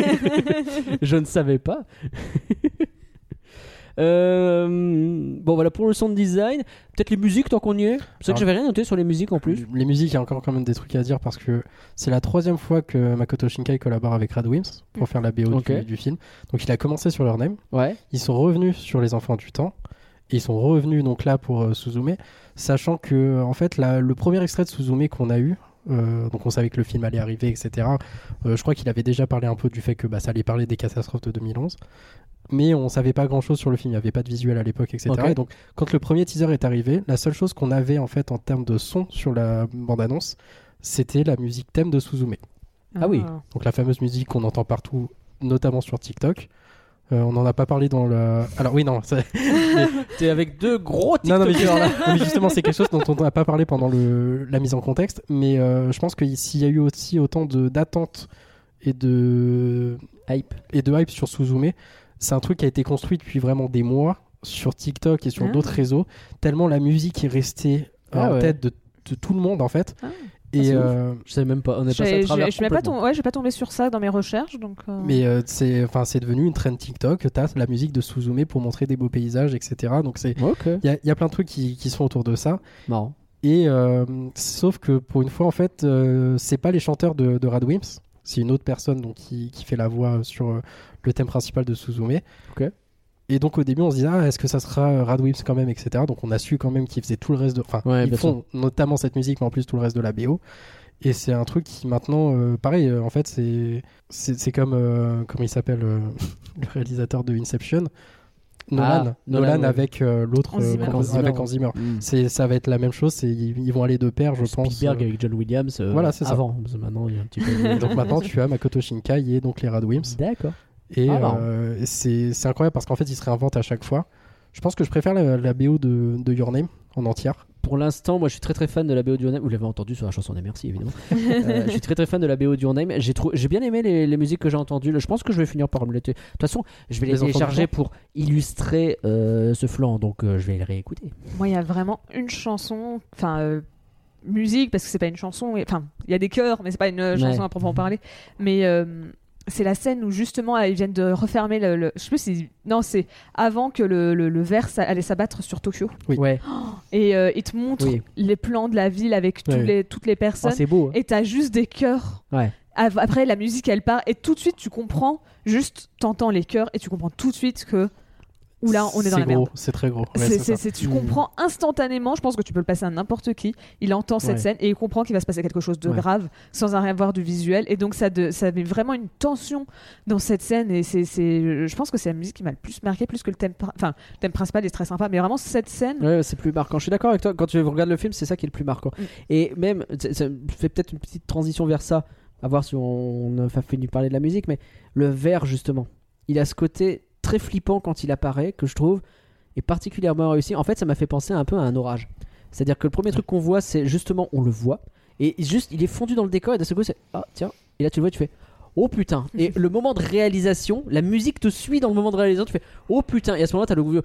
Je ne savais pas. Euh, bon voilà pour le sound design, peut-être les musiques tant qu'on y est. C'est vrai que Alors- j'avais rien noté sur les musiques en plus. Les musiques, il y a encore quand même des trucs à dire parce que c'est la troisième fois que Makoto Shinkai collabore avec Radwimps pour faire la B O Ok. du, du film. Donc il a commencé sur Your Name, Ouais. ils sont revenus sur Les Enfants du Temps et ils sont revenus donc là pour euh, Suzume, sachant que en fait la- le premier extrait de Suzume qu'on a eu, euh, donc on savait que le film allait arriver, et cetera. Euh, je crois qu'il avait déjà parlé un peu du fait que bah, ça allait parler des catastrophes de deux mille onze. Mais on savait pas grand chose sur le film, il n'y avait pas de visuel à l'époque, et cetera. Ok. Et donc, quand le premier teaser est arrivé, la seule chose qu'on avait en fait en termes de son sur la bande-annonce, c'était la musique thème de Suzume. Ah oui. Donc, la fameuse musique qu'on entend partout, notamment sur TikTok. Euh, on n'en a pas parlé dans le. Alors, oui, non. c'est- T'es avec deux gros non, non, mais, TikTokers là. mais justement, c'est quelque chose dont on n'a pas parlé pendant le... la mise en contexte. Mais euh, je pense que s'il y a eu aussi autant de... d'attentes et de... Hype. et de hype sur Suzume, c'est un truc qui a été construit depuis vraiment des mois sur TikTok et sur Ah. d'autres réseaux, tellement la musique est restée Ah en ouais. tête de, de tout le monde en fait. Ah. Et c'est ouf. euh, Je savais même pas. On est passé J'ai- à j'ai- travers. Je suis même pas complètement. tombé, ouais, j'ai pas tombé sur ça dans mes recherches, donc. euh, mais euh, c'est enfin c'est devenu une trend TikTok. T'as la musique de Suzume pour montrer des beaux paysages, et cetera. Donc c'est Ok. il y, a- il y a plein de trucs qui, qui sont autour de ça. Marrant. Et euh, sauf que pour une fois, en fait, euh, c'est pas les chanteurs de, de Radwimps, c'est une autre personne donc, qui, qui fait la voix sur euh, le thème principal de Suzume. Ok. Et donc au début, on se dit, ah, est-ce que ça sera Radwimps quand même, et cetera. Donc on a su quand même qu'ils faisaient tout le reste de. Enfin, Ouais, ils bien font notamment cette musique, mais en plus tout le reste de la B O. Et c'est un truc qui maintenant, euh, pareil, euh, en fait, c'est, c'est, c'est comme, euh, comment il s'appelle, euh, le réalisateur de Inception. Nolan, Ah, Nolan, Nolan, ouais. avec euh, l'autre, Hans Zimmer. euh, Hans Zimmer. avec Hans Zimmer. Mm. C'est, ça va être la même chose, c'est, ils, ils vont aller de pair, je pense. Spielberg euh, avec John Williams euh, Voilà, c'est ça. avant. Parce que maintenant, il y a un petit peu. donc maintenant, tu as Makoto Shinkai et donc les Radwimps. D'accord. Et Ah, marrant. euh, c'est, c'est incroyable parce qu'en fait, ils se réinventent à chaque fois. Je pense que je préfère la, la B O de, de Your Name en entière. Pour l'instant, moi je suis très très fan de la B O du Your Name. Vous l'avez entendu sur la chanson des Merci évidemment. euh, je suis très très fan de la B O du Your Name. J'ai, trou... j'ai bien aimé les, les musiques que j'ai entendues. Je pense que je vais finir par me les. De toute façon, je vais les, Les enfants télécharger du temps. pour illustrer euh, ce flanc. Donc euh, je vais les réécouter. Moi, il y a vraiment une chanson, enfin, euh, musique, parce que c'est pas une chanson, et- enfin, il y a des chœurs, mais c'est pas une euh, chanson Ouais. à proprement parler. Mais euh, c'est la scène où justement ils viennent de refermer le. le- je sais plus si. Non, c'est avant que le, le, le ver sa- allait s'abattre sur Tokyo. Oui. Ouais. Et euh, ils te montrent Oui. les plans de la ville avec tous Ouais. les, toutes les Ah, personnes. c'est beau. Hein. Et t'as juste des chœurs. Ouais. Av- Après, la musique, elle part. Et tout de suite, tu comprends. Juste, t'entends les chœurs. Et tu comprends tout de suite que. Oula, on est dans C'est la merde. gros, c'est très gros. Ouais, C'est- c'est c'est- ça. c'est- tu Mm. comprends instantanément, je pense que tu peux le passer à n'importe qui, il entend cette Ouais. scène et il comprend qu'il va se passer quelque chose de Ouais. grave sans rien voir du visuel, et donc ça, de, ça met vraiment une tension dans cette scène, et c'est, c'est, je pense que c'est la musique qui m'a le plus marqué, plus que le thème, pr- enfin le thème principal est très sympa, mais vraiment cette scène, Ouais, c'est plus marquant. Je suis d'accord avec toi. Quand tu regardes le film, c'est ça qui est le plus marquant. Mm. Et même, ça ça fait peut-être une petite transition vers ça. À voir si on, on a fini de parler de la musique, mais le ver justement, il a ce côté très flippant quand il apparaît que je trouve est particulièrement réussi. En fait, ça m'a fait penser un peu à un orage. C'est-à-dire que le premier truc qu'on voit, c'est justement on le voit et juste il est fondu dans le décor et d'un seul coup c'est ah tiens, et là tu le vois, tu fais oh putain. Et le moment de réalisation, la musique te suit dans le moment de réalisation, tu fais oh putain. Et à ce moment-là, t'as le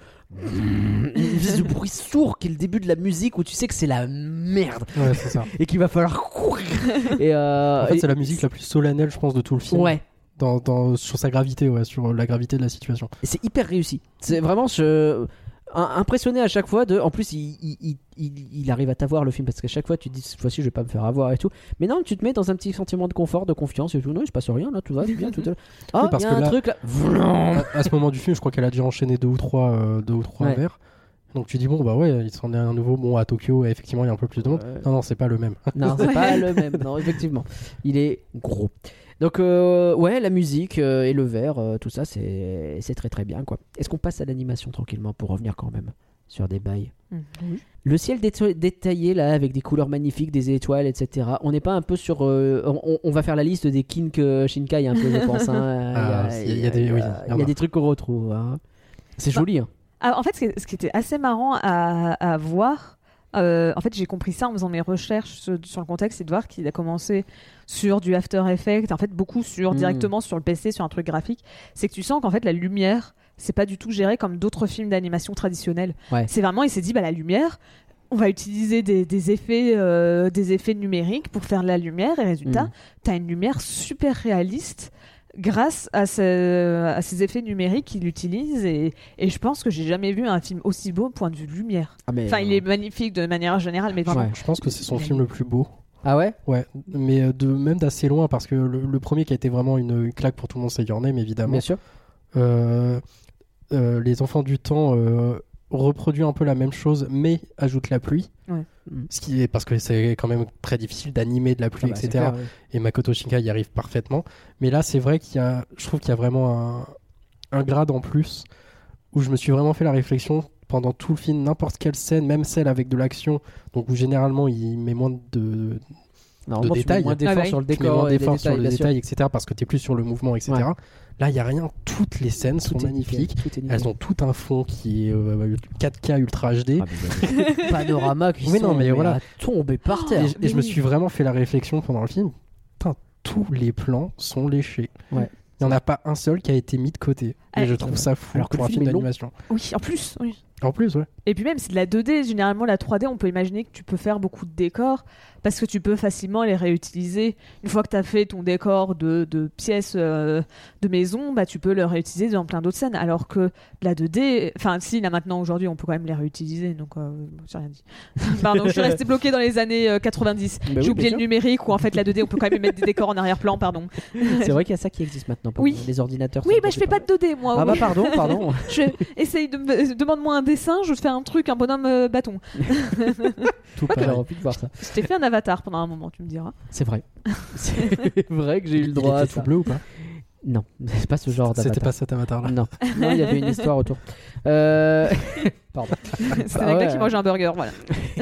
une espèce de bruit sourd qui est le début de la musique où tu sais que c'est la merde Ouais, c'est ça. et qu'il va falloir courir. Et euh, En fait, et- c'est la musique la plus solennelle, je pense, de tout le film. Ouais. Dans, dans, sur sa gravité, ouais, sur la gravité de la situation. Et c'est hyper réussi. C'est vraiment je... un- impressionné à chaque fois de. En plus, il, il, il, il- il arrive à t'avoir le film parce qu'à chaque fois tu te dis cette fois-ci je vais pas me faire avoir et tout. Mais non, tu te mets dans un petit sentiment de confort, de confiance et tout. Non, il se passe rien là, tout va bien, tout. Ah, parce il y a que un là- truc là. À, à ce moment du film, je crois qu'elle a déjà enchaîné deux ou trois, euh, deux ou trois Ouais. verres. Donc tu dis, bon, bah ouais, il s'en est un nouveau. Bon, à Tokyo, effectivement, il y a un peu plus de monde. Ouais. Non, non, c'est pas le même. Non, c'est pas le même. Non, effectivement, il est gros. Donc euh, ouais, la musique euh, et le verre, euh, tout ça, c'est c'est très très bien quoi. Est-ce qu'on passe à l'animation tranquillement pour revenir quand même sur des bails? Le ciel déta- détaillé là avec des couleurs magnifiques, des étoiles, et cetera. On n'est pas un peu sur. euh, on, on va faire la liste des Kink euh, Shinkai un peu, je pense. hein. Ah, Il y a, il y a des- il y a- oui, il y il y a- en il y a a. des trucs qu'on retrouve. hein. C'est Bah, joli. Hein. Ah, en fait, ce qui, ce qui était assez marrant à, à voir, euh, en fait, j'ai compris ça en faisant mes recherches sur, sur le contexte, c'est de voir qu'il a commencé sur du After Effects, en fait, beaucoup sur Mm. directement sur le P C, sur un truc graphique. C'est que tu sens qu'en fait, la lumière, c'est pas du tout géré comme d'autres films d'animation traditionnels. Ouais. C'est vraiment, il s'est dit, bah, la lumière, on va utiliser des, des effets, euh, des effets numériques pour faire de la lumière, et résultat, Mm. t'as une lumière super réaliste grâce à, ce- à ces effets numériques qu'il utilise, et, et je pense que j'ai jamais vu un film aussi beau au point de vue lumière. Ah, mais, Enfin, il euh, est magnifique de manière générale, mais vraiment. Ouais. Je pense que c'est son film le plus beau. Ah ouais. Ouais, mais euh, de, même d'assez loin, parce que le, le premier qui a été vraiment une, une claque pour tout le monde, c'est Your Name, évidemment. Bien sûr. Euh, euh, les Enfants du Temps euh, reproduit un peu la même chose, mais ajoute la pluie. Ouais. Mm. Ce qui est parce que c'est quand même très difficile d'animer de la pluie, Ah bah, c'est et cetera. clair, ouais. Et Makoto Shinkai y arrive parfaitement. Mais là, c'est vrai qu'il y a, je trouve qu'il y a vraiment un, un grade en plus où je me suis vraiment fait la réflexion pendant tout le film, n'importe quelle scène, même celle avec de l'action, donc où généralement il met moins de, Normalement, tu mets détails. moins d'efforts Ah bah oui. sur le tu mets décor, moins et les d'efforts sur détails, le bien sûr. détail, et cetera. Parce que tu es plus sur le mouvement, et cetera. Ouais. Là, il n'y a rien. Toutes les scènes Tout sont est nickel, magnifiques. tout est nickel. Elles ont tout un fond qui est euh, quatre K Ultra H D. Ah, mais il y a des panoramas qui Oui, sont non, mais voilà. à tomber par Et, terre. je- et je me suis vraiment fait la réflexion pendant le film. Putain, tous les plans sont léchés. Ouais. Il n'y en a pas un seul qui a été mis de côté. Et Ah, je trouve ça fou alors que pour le un film film est long. d'animation. Oui, en plus, oui. En plus, ouais. Et puis même, c'est de la deux D. Généralement, la trois D, on peut imaginer que tu peux faire beaucoup de décors parce que tu peux facilement les réutiliser. Une fois que tu as fait ton décor de, de pièces euh, de maison, bah, tu peux le réutiliser dans plein d'autres scènes. Alors que la deux D, enfin, si, là maintenant, aujourd'hui, on peut quand même les réutiliser. Donc, euh, j'ai rien dit. Pardon, je suis restée bloquée dans les années euh, quatre-vingt-dix. Bah j'ai oui, oublié bien le numérique où en fait, la deux D, on peut quand même mettre des décors en arrière-plan, pardon. C'est vrai qu'il y a ça qui existe maintenant pour Oui. les ordinateurs. Oui, ça, bah, je fais pas de deux D, moi. Ah bah oui. pardon, pardon. Je essaye de me... Demande-moi un dessin, je te fais un truc, un bonhomme euh, bâton. Tout J'aurais pareil. envie de voir ça. Je t'ai fait un avatar pendant un moment, tu me diras. C'est vrai. C'est vrai que j'ai eu le Il droit à était ça. tout bleu ou pas? Non, c'est pas ce genre d'avatar. C'était pas cet avatar-là. Non, non, il y avait une histoire autour. Euh... Pardon. C'est Ah un gars ouais. qui mange un burger, voilà.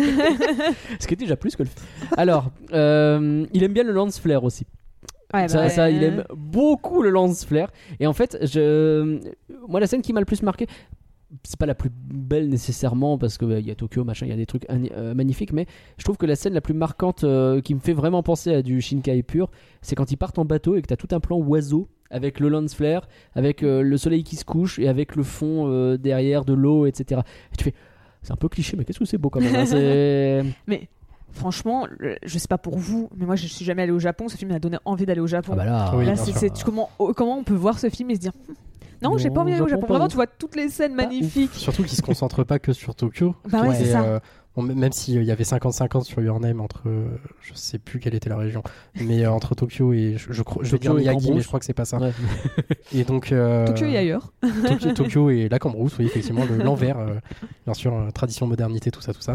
Ce qui est déjà plus que le. Alors, euh, il aime bien le lance flare aussi. Ouais, ça, bah, ça, euh, il aime beaucoup le lance flare. Et en fait, je, moi, la scène qui m'a le plus marqué, c'est pas la plus belle nécessairement parce que il bah, y a Tokyo, machin, il y a des trucs euh, magnifiques, mais je trouve que la scène la plus marquante euh, qui me fait vraiment penser à du Shinkai pur, c'est quand ils partent en bateau et que t'as tout un plan oiseau avec le lance flare, avec euh, le soleil qui se couche et avec le fond euh, derrière de l'eau, et cetera. Et tu fais, c'est un peu cliché, mais qu'est-ce que c'est beau quand même. Hein, c'est... Mais franchement, le- je sais pas pour vous, mais moi je suis jamais allée au Japon. Ce film m'a donné envie d'aller au Japon. Ah bah là, Oui, Là, bien c'est, sûr. c'est- tu- comment, oh, comment on peut voir ce film et se dire hm, non, Non, j'ai pas envie d'aller au Japon, Japon. pas Vraiment, ouf. tu vois toutes les scènes Pas magnifiques. Surtout qu'ils se concentrent pas que sur Tokyo. Bah ouais, Et, c'est ça. euh, bon, m- même s'il y avait cinquante cinquante sur Your Name entre, euh, je sais plus quelle était la région, mais euh, entre Tokyo et, je, je, crois- je vais Tokyo dire et Miyagi, Cambrousse. mais je crois que c'est pas ça. Ouais. Et donc, euh, Tokyo et ailleurs. Tokyo, Tokyo et la Cambrousse, oui, effectivement, le- l'envers, euh, bien sûr, euh, tradition, modernité, tout ça, tout ça.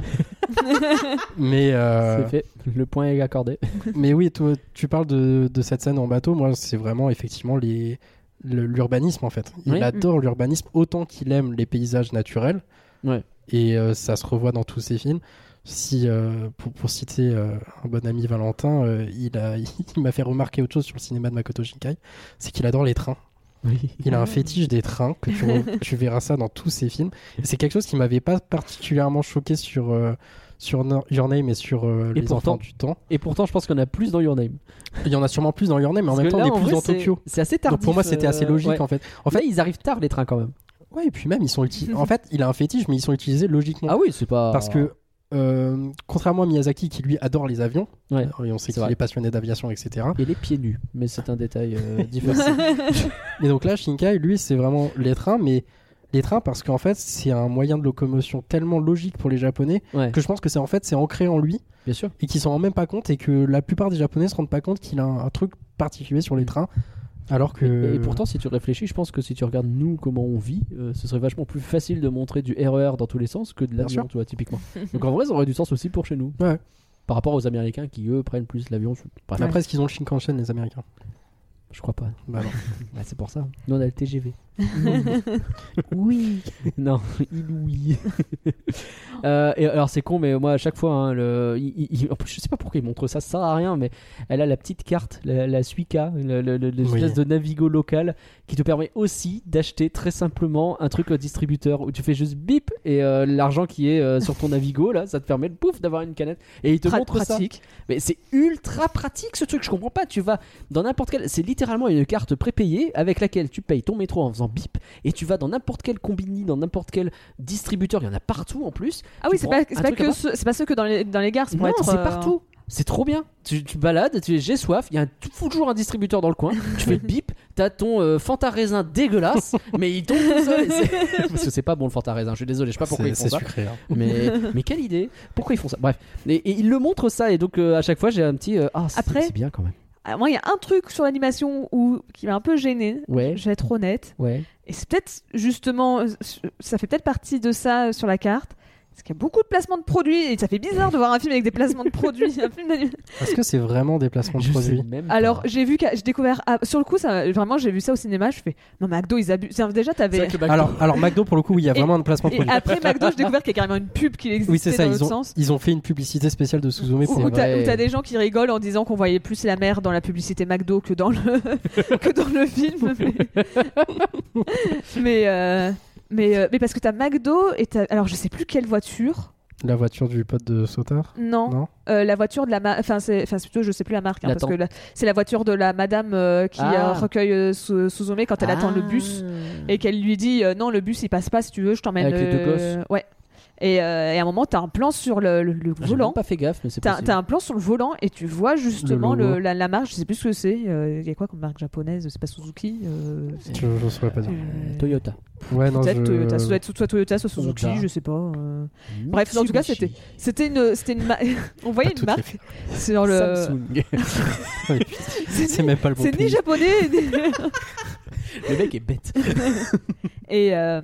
mais, euh, C'est fait, le point est accordé. mais oui, toi, tu parles de, de cette scène en bateau, moi, c'est vraiment effectivement les, le- l'urbanisme en fait. Il Oui. adore l'urbanisme autant qu'il aime les paysages naturels. Ouais. Et euh, ça se revoit dans tous ses films. Si, euh, pour, pour citer euh, un bon ami Valentin, euh, il, a, il m'a fait remarquer autre chose sur le cinéma de Makoto Shinkai, c'est qu'il adore les trains. Oui. Il a un fétiche des trains, que tu, re- tu verras ça dans tous ses films. Et c'est quelque chose qui m'avait pas particulièrement choqué sur, euh, sur No- Your Name et sur euh, Et Les pourtant- Enfants du Temps. Et pourtant, je pense qu'on a plus dans Your Name. Il y en a sûrement plus dans Your Name, mais en Parce même que temps, là, on est en plus vrai, dans c'est- Tokyo. C'est assez tardif. Donc pour moi, c'était assez euh, logique ouais. en fait. En En fait, fait, ils arrivent tard les trains quand même. ouais, et puis même, ils sont utilisés. En fait, il a un fétiche, mais ils sont utilisés logiquement. Ah oui, c'est pas. Parce que, euh, contrairement à Miyazaki, qui lui adore les avions, Ouais. et on sait C'est qu'il vrai. est passionné d'aviation, et cetera. Et les pieds nus, mais c'est un détail euh, différent. Et donc là, Shinkai, lui, c'est vraiment les trains, mais les trains parce qu'en fait, c'est un moyen de locomotion tellement logique pour les Japonais Ouais, que je pense que c'est en fait c'est ancré en lui bien sûr. et qu'ils s'en rendent même pas compte et que la plupart des Japonais se rendent pas compte qu'il a un, un truc particulier sur les trains, alors que. Et, et pourtant, si tu réfléchis, je pense que si tu regardes nous comment on vit, euh, ce serait vachement plus facile de montrer du R E R dans tous les sens que de l'avion, sûr. tu vois, typiquement. Donc en vrai, ça aurait du sens aussi pour chez nous. Ouais. Par rapport aux Américains qui eux prennent plus l'avion. Bref, Après, est-ce qu'ils ont le Shinkansen, les Américains? je crois pas. Bah non. Ouais, c'est pour ça. Nous on a le T G V. Oui. Non, il oui. Euh, et alors c'est con, mais moi à chaque fois, hein, le, il, il- en plus, je sais pas pourquoi il montre ça, ça sert à rien, mais elle a la petite carte, la, la Suica, le- le- le- l'espèce Oui. de Navigo local qui te permet aussi d'acheter très simplement un truc au distributeur où tu fais juste bip et euh, l'argent qui est euh, sur ton Navigo là, ça te permet de pouf d'avoir une canette et il te Pra- montre ça. pratique. Mais c'est ultra pratique ce truc, je comprends pas. Tu vas dans n'importe quel. C'est littéralement une carte prépayée avec laquelle tu payes ton métro en faisant bip et tu vas dans n'importe quel combini, dans n'importe quel distributeur. Il y en a partout en plus. Ah oui, Tu c'est prends pas, c'est un pas truc à que part. ceux, c'est pas ceux que dans les, dans les gares, c'est pour Non, être. c'est euh, partout. C'est trop bien. Tu, tu balades, tu j'ai soif. Il y a un, toujours un distributeur dans le coin. Tu fais bip. T'as ton euh, Fanta raisin dégueulasse, mais il tombe tout seul. et c'est- Parce que c'est pas bon le Fanta raisin. Je suis désolé. Je sais pas pourquoi C'est ils font c'est ça. sucré. Hein. Mais, mais quelle idée. Pourquoi ils font ça. Bref. Et, et ils le montrent ça. Et donc euh, à chaque fois j'ai un petit. euh, ah, c'est, Après- c'est bien quand même. Ah, moi, il y a un truc sur l'animation où, qui m'a un peu gêné. Ouais. Je vais être honnête. Ouais. Et c'est peut-être justement, euh, ça fait peut-être partie de ça euh, sur la carte. Parce qu'il y a beaucoup de placements de produits et ça fait bizarre de voir un film avec des placements de produits. Un film d'anim- Est-ce que c'est vraiment des placements de Je produits? sais même pas. Alors j'ai vu, que- j'ai découvert ah, sur le coup, ça, vraiment j'ai vu ça au cinéma. Je fais non, McDo ils abusent. C'est- Déjà C'est t'avais. vrai que le McDo- Alors, alors McDo pour le coup, oui, il y a Et- vraiment un placement de Et produits. après McDo, j'ai découvert qu'il y a carrément une pub qui existait Oui, c'est ça. dans Ils l'autre ont, sens. ils ont fait une publicité spéciale de Suzume Où, pour. C'est où t'as, vrai. où t'as des gens qui rigolent en disant qu'on voyait plus la mer dans la publicité McDo que dans le, que dans le film. Mais, mais, euh, mais, euh, mais parce que t'as McDo et t'as. Alors je sais plus quelle voiture. La voiture du pote de Sotard. Non, Non Euh, la voiture de la, ma- enfin c'est, enfin c'est plutôt, je sais plus la marque, hein, La parce tante. que la- c'est la voiture de la madame euh, qui Ah. euh, recueille euh, Su- Suzume quand elle attend le bus et qu'elle lui dit euh, non, le bus il passe pas, si tu veux je t'emmène. Avec les deux euh, gosses. Ouais. Et, euh, et à un moment t'as un plan sur le, le- le J'ai volant. même pas fait gaffe, mais c'est T'as, possible. t'as un plan sur le volant et tu vois justement Le logo. le, la, la marque, je sais plus ce que c'est. Il y a quoi comme marque japonaise? C'est pas Suzuki euh, Je ne saurais pas dire. euh, Toyota. Ouais, non, Peut-être je... Toyota, ça doit être soit Toyota, soit Suzuki, Honda. je sais pas. euh. Bref, en tout cas, c'était, c'était une, c'était une, ma- on voyait Pas une toutes marque sur le. Samsung. C'est même pas le bon C'est ni pays. japonais. ni- Le mec est bête. Et, euh,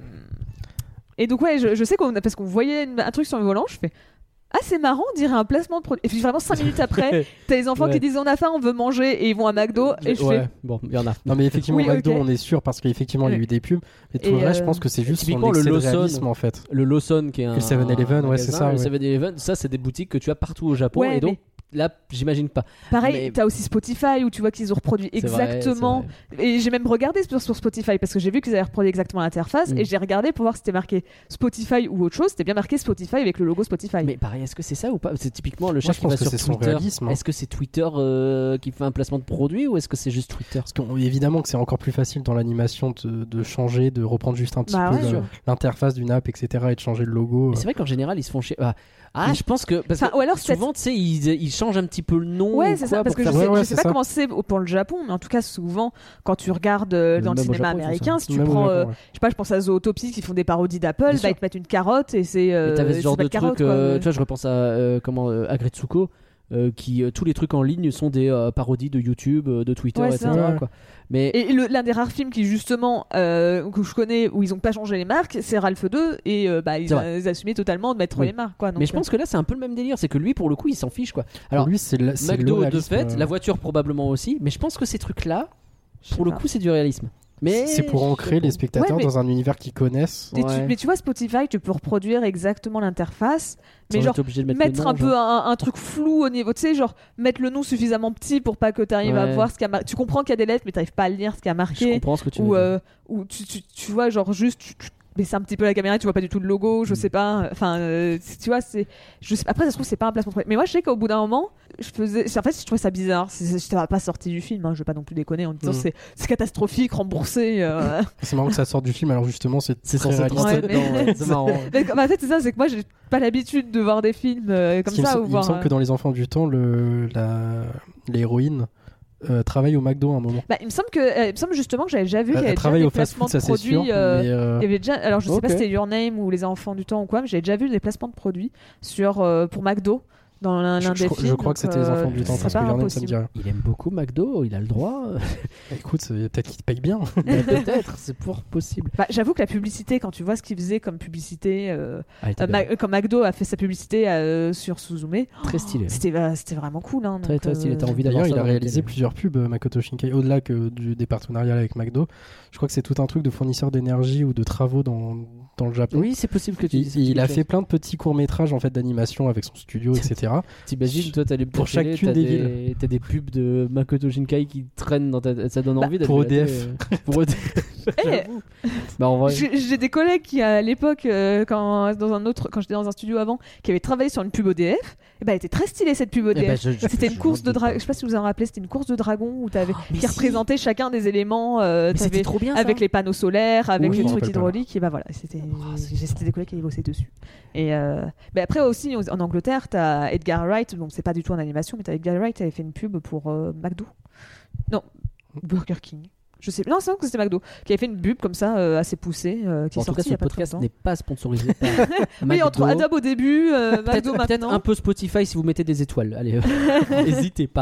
et donc, ouais, je, je sais qu'on parce qu'on voyait une- un truc sur le volant, je fais ah, c'est marrant, on dirait un placement de produit. Et puis vraiment cinq minutes après, t'as les enfants Ouais. qui disent on a faim, on veut manger, et ils vont à McDo, et je ouais, fais bon, il y en a. Non mais effectivement Oui, McDo ok. on est sûr parce qu'effectivement il y a eu des pubs mais tout Et le reste euh, je pense que c'est juste son typiquement, le excès de Lawson. réalisme en fait. Le Lawson qui est un. le seven eleven, un ouais, c'est magasin, ça, Le ouais. seven eleven, ça, c'est des boutiques que tu as partout au Japon. Ouais, et donc, là, j'imagine pas. pareil, Mais- t'as aussi Spotify où tu vois qu'ils ont reproduit C'est vrai, exactement. c'est vrai. Et j'ai même regardé sur, sur Spotify parce que j'ai vu qu'ils avaient reproduit exactement l'interface Mm. et j'ai regardé pour voir si c'était marqué Spotify ou autre chose. C'était bien marqué Spotify avec le logo Spotify. Mais pareil, est-ce que c'est ça ou pas? C'est typiquement le Moi, chat je qui va pense que sur c'est son Twitter. réalisme, hein. Est-ce que c'est Twitter euh, qui fait un placement de produit ou est-ce que c'est juste Twitter? Parce qu'évidemment que c'est encore plus facile dans l'animation de, de changer, de reprendre juste un petit Bah peu ouais. le- Sûr. l'interface d'une app, et cetera et de changer le logo. Mais c'est vrai qu'en général, ils se font chier. Ah, ah, je pense que. Parce Enfin, que ou alors, c'est souvent, tu sais, ils, ils changent un petit peu le nom. Ouais, ou c'est quoi ça, parce pour que je faire sais, Ouais, ouais, je sais c'est pas ça. comment c'est au- pour le Japon, mais en tout cas, souvent, quand tu regardes euh, Mais dans le même au cinéma Japon, ils font américain, ça. si tu Même au prends, Japon, euh, ouais. je sais pas, je pense à Zootopie qui font des parodies d'Apple, Bien bah, sûr. ils te mettent une carotte et c'est. euh, Et t'avais ce c'est genre pas de de carotte, truc, quoi. euh, tu vois, je repense à euh, comment euh, Agretsuko, euh, qui euh, tous les trucs en ligne sont des euh, parodies de YouTube, euh, de Twitter, Ouais, c'est et cetera. ça. Quoi. Mais Et le- l'un des rares films qui justement euh, que je connais où ils ont pas changé les marques, c'est Ralph deux et euh, bah ils, C'est vrai. ils assumaient totalement de mettre Oui. les marques quoi. Donc, mais je pense que là, c'est un peu le même délire, c'est que lui, pour le coup, il s'en fiche quoi. Alors, Pour lui, c'est le, c'est le McDo de réalisme, fait, euh, la voiture probablement aussi, mais je pense que ces trucs-là, je sais pour le pas. coup, c'est du réalisme. Mais c'est pour je sais ancrer pas. les spectateurs Ouais, mais- dans un univers qu'ils connaissent. Et tu- Ouais. mais tu vois Spotify, tu peux reproduire exactement l'interface, mais Sans genre être obligé de mettre, mettre le nom, un peu genre. un, un truc flou au niveau, tu sais, genre mettre le nom suffisamment petit pour pas que tu arrives à Ouais. voir ce qu'il y a mar- Tu comprends qu'il y a des lettres, mais tu n'arrives pas à lire ce qu'il y a Je marqué. comprends ce que tu veux Ou, dire. euh, ou tu, tu, tu vois, genre juste, tu, tu baisses un petit peu la caméra, tu vois pas du tout le logo, je Mm. sais pas. Enfin, euh, tu vois, c'est. Je sais, après, ça se trouve, c'est pas un placement de produit. Mais moi, je sais qu'au bout d'un moment, je faisais. c'est- En fait, je trouvais ça bizarre. C'est- c'est- Je pas sorti du film, hein, je vais pas non plus déconner en disant Mm. c'est c'est catastrophique, remboursé. euh. C'est marrant que ça sorte du film alors justement c'est C'est très censé réaliste. rentrer Ouais, mais- dedans, ouais, c'est marrant. Mais en fait, c'est ça, c'est que moi, j'ai pas l'habitude de voir des films euh, comme Parce qu'il me ça. sem- ou il me voir, semble euh, que dans Les Enfants du Temps, le, la, l'héroïne euh, travaille au McDo à un moment. Bah, il me semble que, euh, il me semble justement que j'avais déjà vu qu'il y Elle, avait elle déjà travaille des au fast-food, placements ça de c'est sûr. produits. euh, mais, euh, Il y avait déjà, alors je sais pas Ok. si c'était Your Name ou Les Enfants du Temps ou quoi, mais j'avais déjà vu des placements de produits sur euh, pour McDo dans l'un je, l'un je des crois- films. je crois que donc, c'était Les euh, Enfants du Temps ce parce serait que pas Your Name, ça me dit impossible. rien. Il aime beaucoup McDo, il a le droit. Bah, écoute, c'est- peut-être qu'il te paye bien. Mais Peut-être, c'est pour possible. Bah, j'avoue que la publicité, quand tu vois ce qu'il faisait comme publicité, euh, Ah, il était euh, belle. Ma- quand McDo a fait sa publicité euh, sur Suzume, Très stylé. c'était euh, c'était vraiment cool. Hein, Très donc, très stylé. euh, T'as envie d'avoir D'ailleurs, ça il a dans la réalisé télé. plusieurs pubs, euh, Makoto Shinkai, au-delà que du, des partenariats avec McDo. Je crois que c'est tout un truc de fournisseur d'énergie ou de travaux dans, dans le Japon. Oui, c'est possible que tu Il, dises il quelque a chose. fait plein de petits courts-métrages en fait, d'animation avec son studio, et cetera. T'imagines, toi, t'as les Pour ta télé, chacune t'as des des, t'as des pubs de Makoto Shinkai qui traînent dans ta. Ça donne Bah, envie d'être. pour à la télé, E D F. euh, Pour E D F. Eh, J'avoue. Bah, en vrai. J'ai j'ai des collègues qui à l'époque euh, quand dans un autre quand j'étais dans un studio avant qui avaient travaillé sur une pub O D F et ben elle était très stylée cette pub O D F. Eh ben, je- je- C'était une je course m'en de doute dragon, pas. je sais pas si vous en rappelez, c'était une course de dragon où t'avais mais qui si. représentait chacun des éléments euh, Mais c'était t'avais- trop bien ça. avec les panneaux solaires, avec Oui, les je me trucs rappelle pas. hydrauliques et bah voilà, c'était Oh, c'est j'ai- c'était des collègues qui avaient bossé dessus. Et euh, mais après aussi en en Angleterre, t'as Edgar Wright, donc c'est pas du tout en animation, mais t'as Edgar Wright qui avait fait une pub pour euh, McDo. Non, Burger King. Je sais, non, c'est vrai que c'était McDo qui avait fait une pub comme ça euh, assez poussée euh, qui En est tout cas, sortie il y ce a pas très podcast longtemps. n'est pas sponsorisé par Oui, McDo. entre Adobe au début, euh, Peut-être McDo peut-être maintenant. un peu Spotify si vous mettez des étoiles. Allez, euh, n'hésitez pas.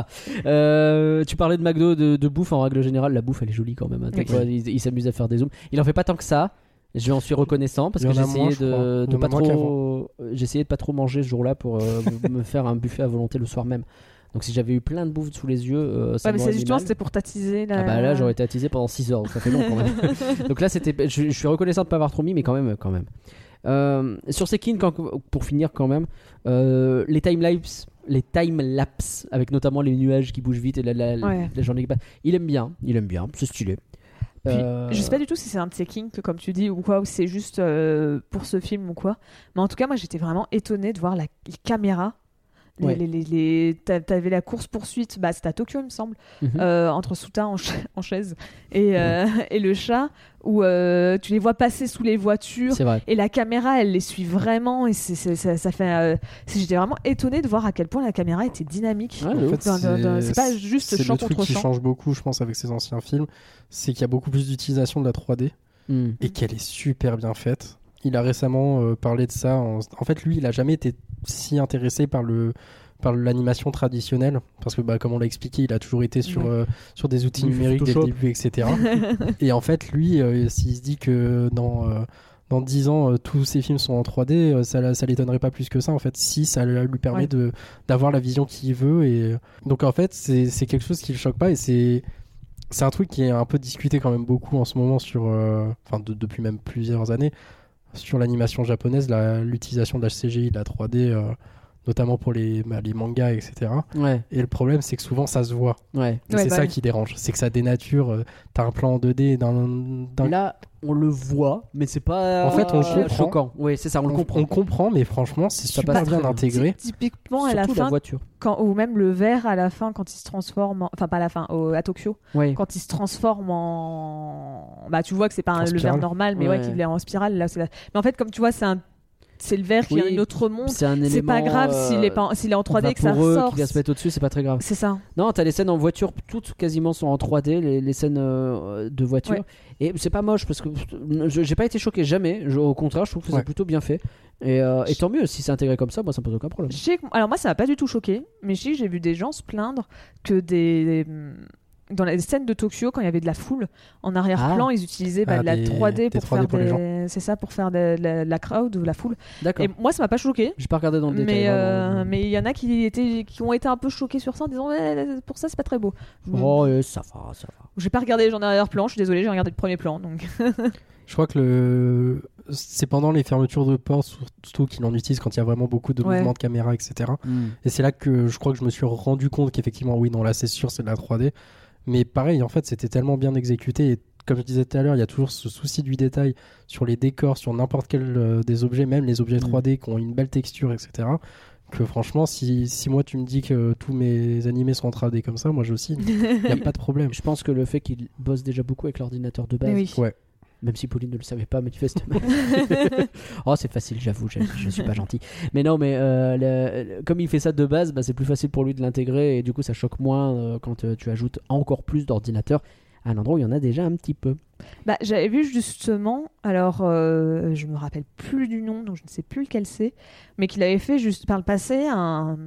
Euh, tu parlais de McDo, de, de bouffe en règle générale. La bouffe, elle est jolie quand même. Hein. Des Oui. fois, il, il s'amuse à faire des zooms. Il en fait pas tant que ça. Je lui en suis reconnaissant parce Il y que en a j'ai moins, essayé je crois. de, Il de y en a pas moins trop. J'ai essayé de pas trop manger ce jour-là pour euh, me faire un buffet à volonté le soir même. Donc si j'avais eu plein de bouffe sous les yeux, euh, ça Ouais, mais m'aurait c'est mis justement mal. c'était pour t'attiser là. Ah bah là j'aurais été attisé pendant six heures, donc ça fait long quand même. Donc là c'était, je, je suis reconnaissant de pas avoir trop mis, mais quand même, quand même. Euh, sur Sekin, quand, pour finir quand même, euh, les timelapses, les timelapses avec notamment les nuages qui bougent vite et la, la, Ouais. la journée qui passe. Il aime bien, il aime bien, c'est stylé. Puis, Euh, Je sais pas du tout si c'est un de ces kinks, comme tu dis, ou quoi, ou c'est juste euh, pour ce film ou quoi. Mais en tout cas, moi, j'étais vraiment étonnée de voir la, les caméras. Les, Ouais. les, les, les- t'a- T'avais la course-poursuite, bah, c'était à Tokyo, il me semble, mhm. euh, entre Suta en, cha- en chaise et, euh, et le chat, où euh, tu les vois passer sous les voitures. C'est vrai. Et la caméra, elle les suit vraiment. Et c'est, c'est- ça, ça fait. euh, c'est- J'étais vraiment étonnée de voir à quel point la caméra était dynamique. Ouais, En de fait, ouf. Dans- dans- dans- c'est pas juste c'est champ le truc contre qui champ. change beaucoup, je pense, avec ces anciens films, c'est qu'il y a beaucoup plus d'utilisation de la trois D Mm. et qu'elle est super bien faite. Il a récemment euh, parlé de ça. En... en fait, lui, il a jamais été si intéressé par le par l'animation traditionnelle, parce que bah, comme on l'a expliqué, il a toujours été sur, Ouais. euh, sur des outils Il fait numériques dès le Photoshop. début, et cetera. Et en fait, lui, euh, s'il se dit que dans, euh, dans dix ans, euh, tous ces films sont en trois D, euh, ça, ça l'étonnerait pas plus que ça, en fait, si ça lui permet Ouais. de, d'avoir la vision qu'il veut. Et... Donc en fait, c'est, c'est quelque chose qui le choque pas, et c'est, c'est un truc qui est un peu discuté quand même beaucoup en ce moment, sur, euh, enfin de- depuis même plusieurs années, sur l'animation japonaise, la, l'utilisation de la C G I, de la trois D, euh, notamment pour les, bah, les mangas, et cetera. Ouais, Et le problème, c'est que souvent, ça se voit. ouais. Et Ouais, c'est bah ça oui. qui dérange. C'est que ça dénature. euh, T'as un plan en deux D d'un. d'un- Là, on le voit, mais c'est pas En fait, on euh, comprend. choquant. Oui, c'est ça, on, le comprend. On comprend, mais franchement, c'est Ça super passe bien très bien. intégré. Typiquement, à la Surtout la fin, voiture. quand, ou même le verre à la fin, quand il se transforme. en- Enfin, pas à la fin, au- à Tokyo. Ouais. Quand il se transforme en. Bah, tu vois que c'est pas En un- le verre spirale. normal, mais ouais, Ouais. qu'il est en spirale. Là, c'est la- Mais en fait, comme tu vois, c'est un. C'est le verre qui Oui, a un autre monde. C'est un élément. C'est pas grave euh, s'il est, pas en- s'il est en trois D et que ça vaporeux ressort. qui vient se mettre au-dessus, c'est pas très grave. C'est ça. Non, t'as les scènes en voiture, toutes quasiment sont en trois D, les, les scènes euh, de voiture. Ouais. Et c'est pas moche parce que euh, je- j'ai pas été choqué jamais. Je- au contraire, je trouve que Ouais. c'est plutôt bien fait. Et, euh, et tant mieux, si c'est intégré comme ça, moi ça me pose aucun problème. Je sais que- Alors moi, ça m'a pas du tout choqué, mais je sais que j'ai vu des gens se plaindre que des dans les scènes de Tokyo, quand il y avait de la foule en arrière-plan, Ah. ils utilisaient bah, Ah, de la des- trois D des pour trois D faire pour les des... c'est ça, pour faire de, la, la crowd ou la foule. D'accord. Et moi, ça m'a pas choqué. J'ai pas regardé dans le détail. Mais euh, vraiment. mais il y en a qui étaient qui ont été un peu choqués sur ça en disant ouais, pour ça c'est pas très beau. Oh, euh, ça va, ça va. J'ai pas regardé les gens arrière-plan, je suis désolée, j'ai regardé le premier plan donc. Je crois que le... c'est pendant les fermetures de portes, surtout qu'il en utilise quand il y a vraiment beaucoup de Ouais. mouvements de caméra, et cetera. Mm. Et c'est là que je crois que je me suis rendu compte qu'effectivement, oui, non, là, c'est sûr, c'est de la trois D. Mais pareil, en fait, c'était tellement bien exécuté. Et comme je disais tout à l'heure, il y a toujours ce souci du détail sur les décors, sur n'importe quel euh, des objets, même les objets Mm. trois D qui ont une belle texture, et cetera. Que franchement, si, si moi tu me dis que tous mes animés sont en trois D comme ça, moi je aussi, il n'y a pas de problème. Je pense que le fait qu'il bosse déjà beaucoup avec l'ordinateur de base, Mais oui. Ouais. même si Pauline ne le savait pas manifestement. Oh, c'est facile, j'avoue, je, je suis pas gentil. Mais non, mais euh, le- le- comme il fait ça de base, bah, c'est plus facile pour lui de l'intégrer et du coup ça choque moins euh, quand euh, tu ajoutes encore plus d'ordinateurs à un endroit où il y en a déjà un petit peu. Bah, j'avais vu justement, alors euh, je me rappelle plus du nom, donc je ne sais plus lequel c'est, mais qu'il avait fait juste par le passé un,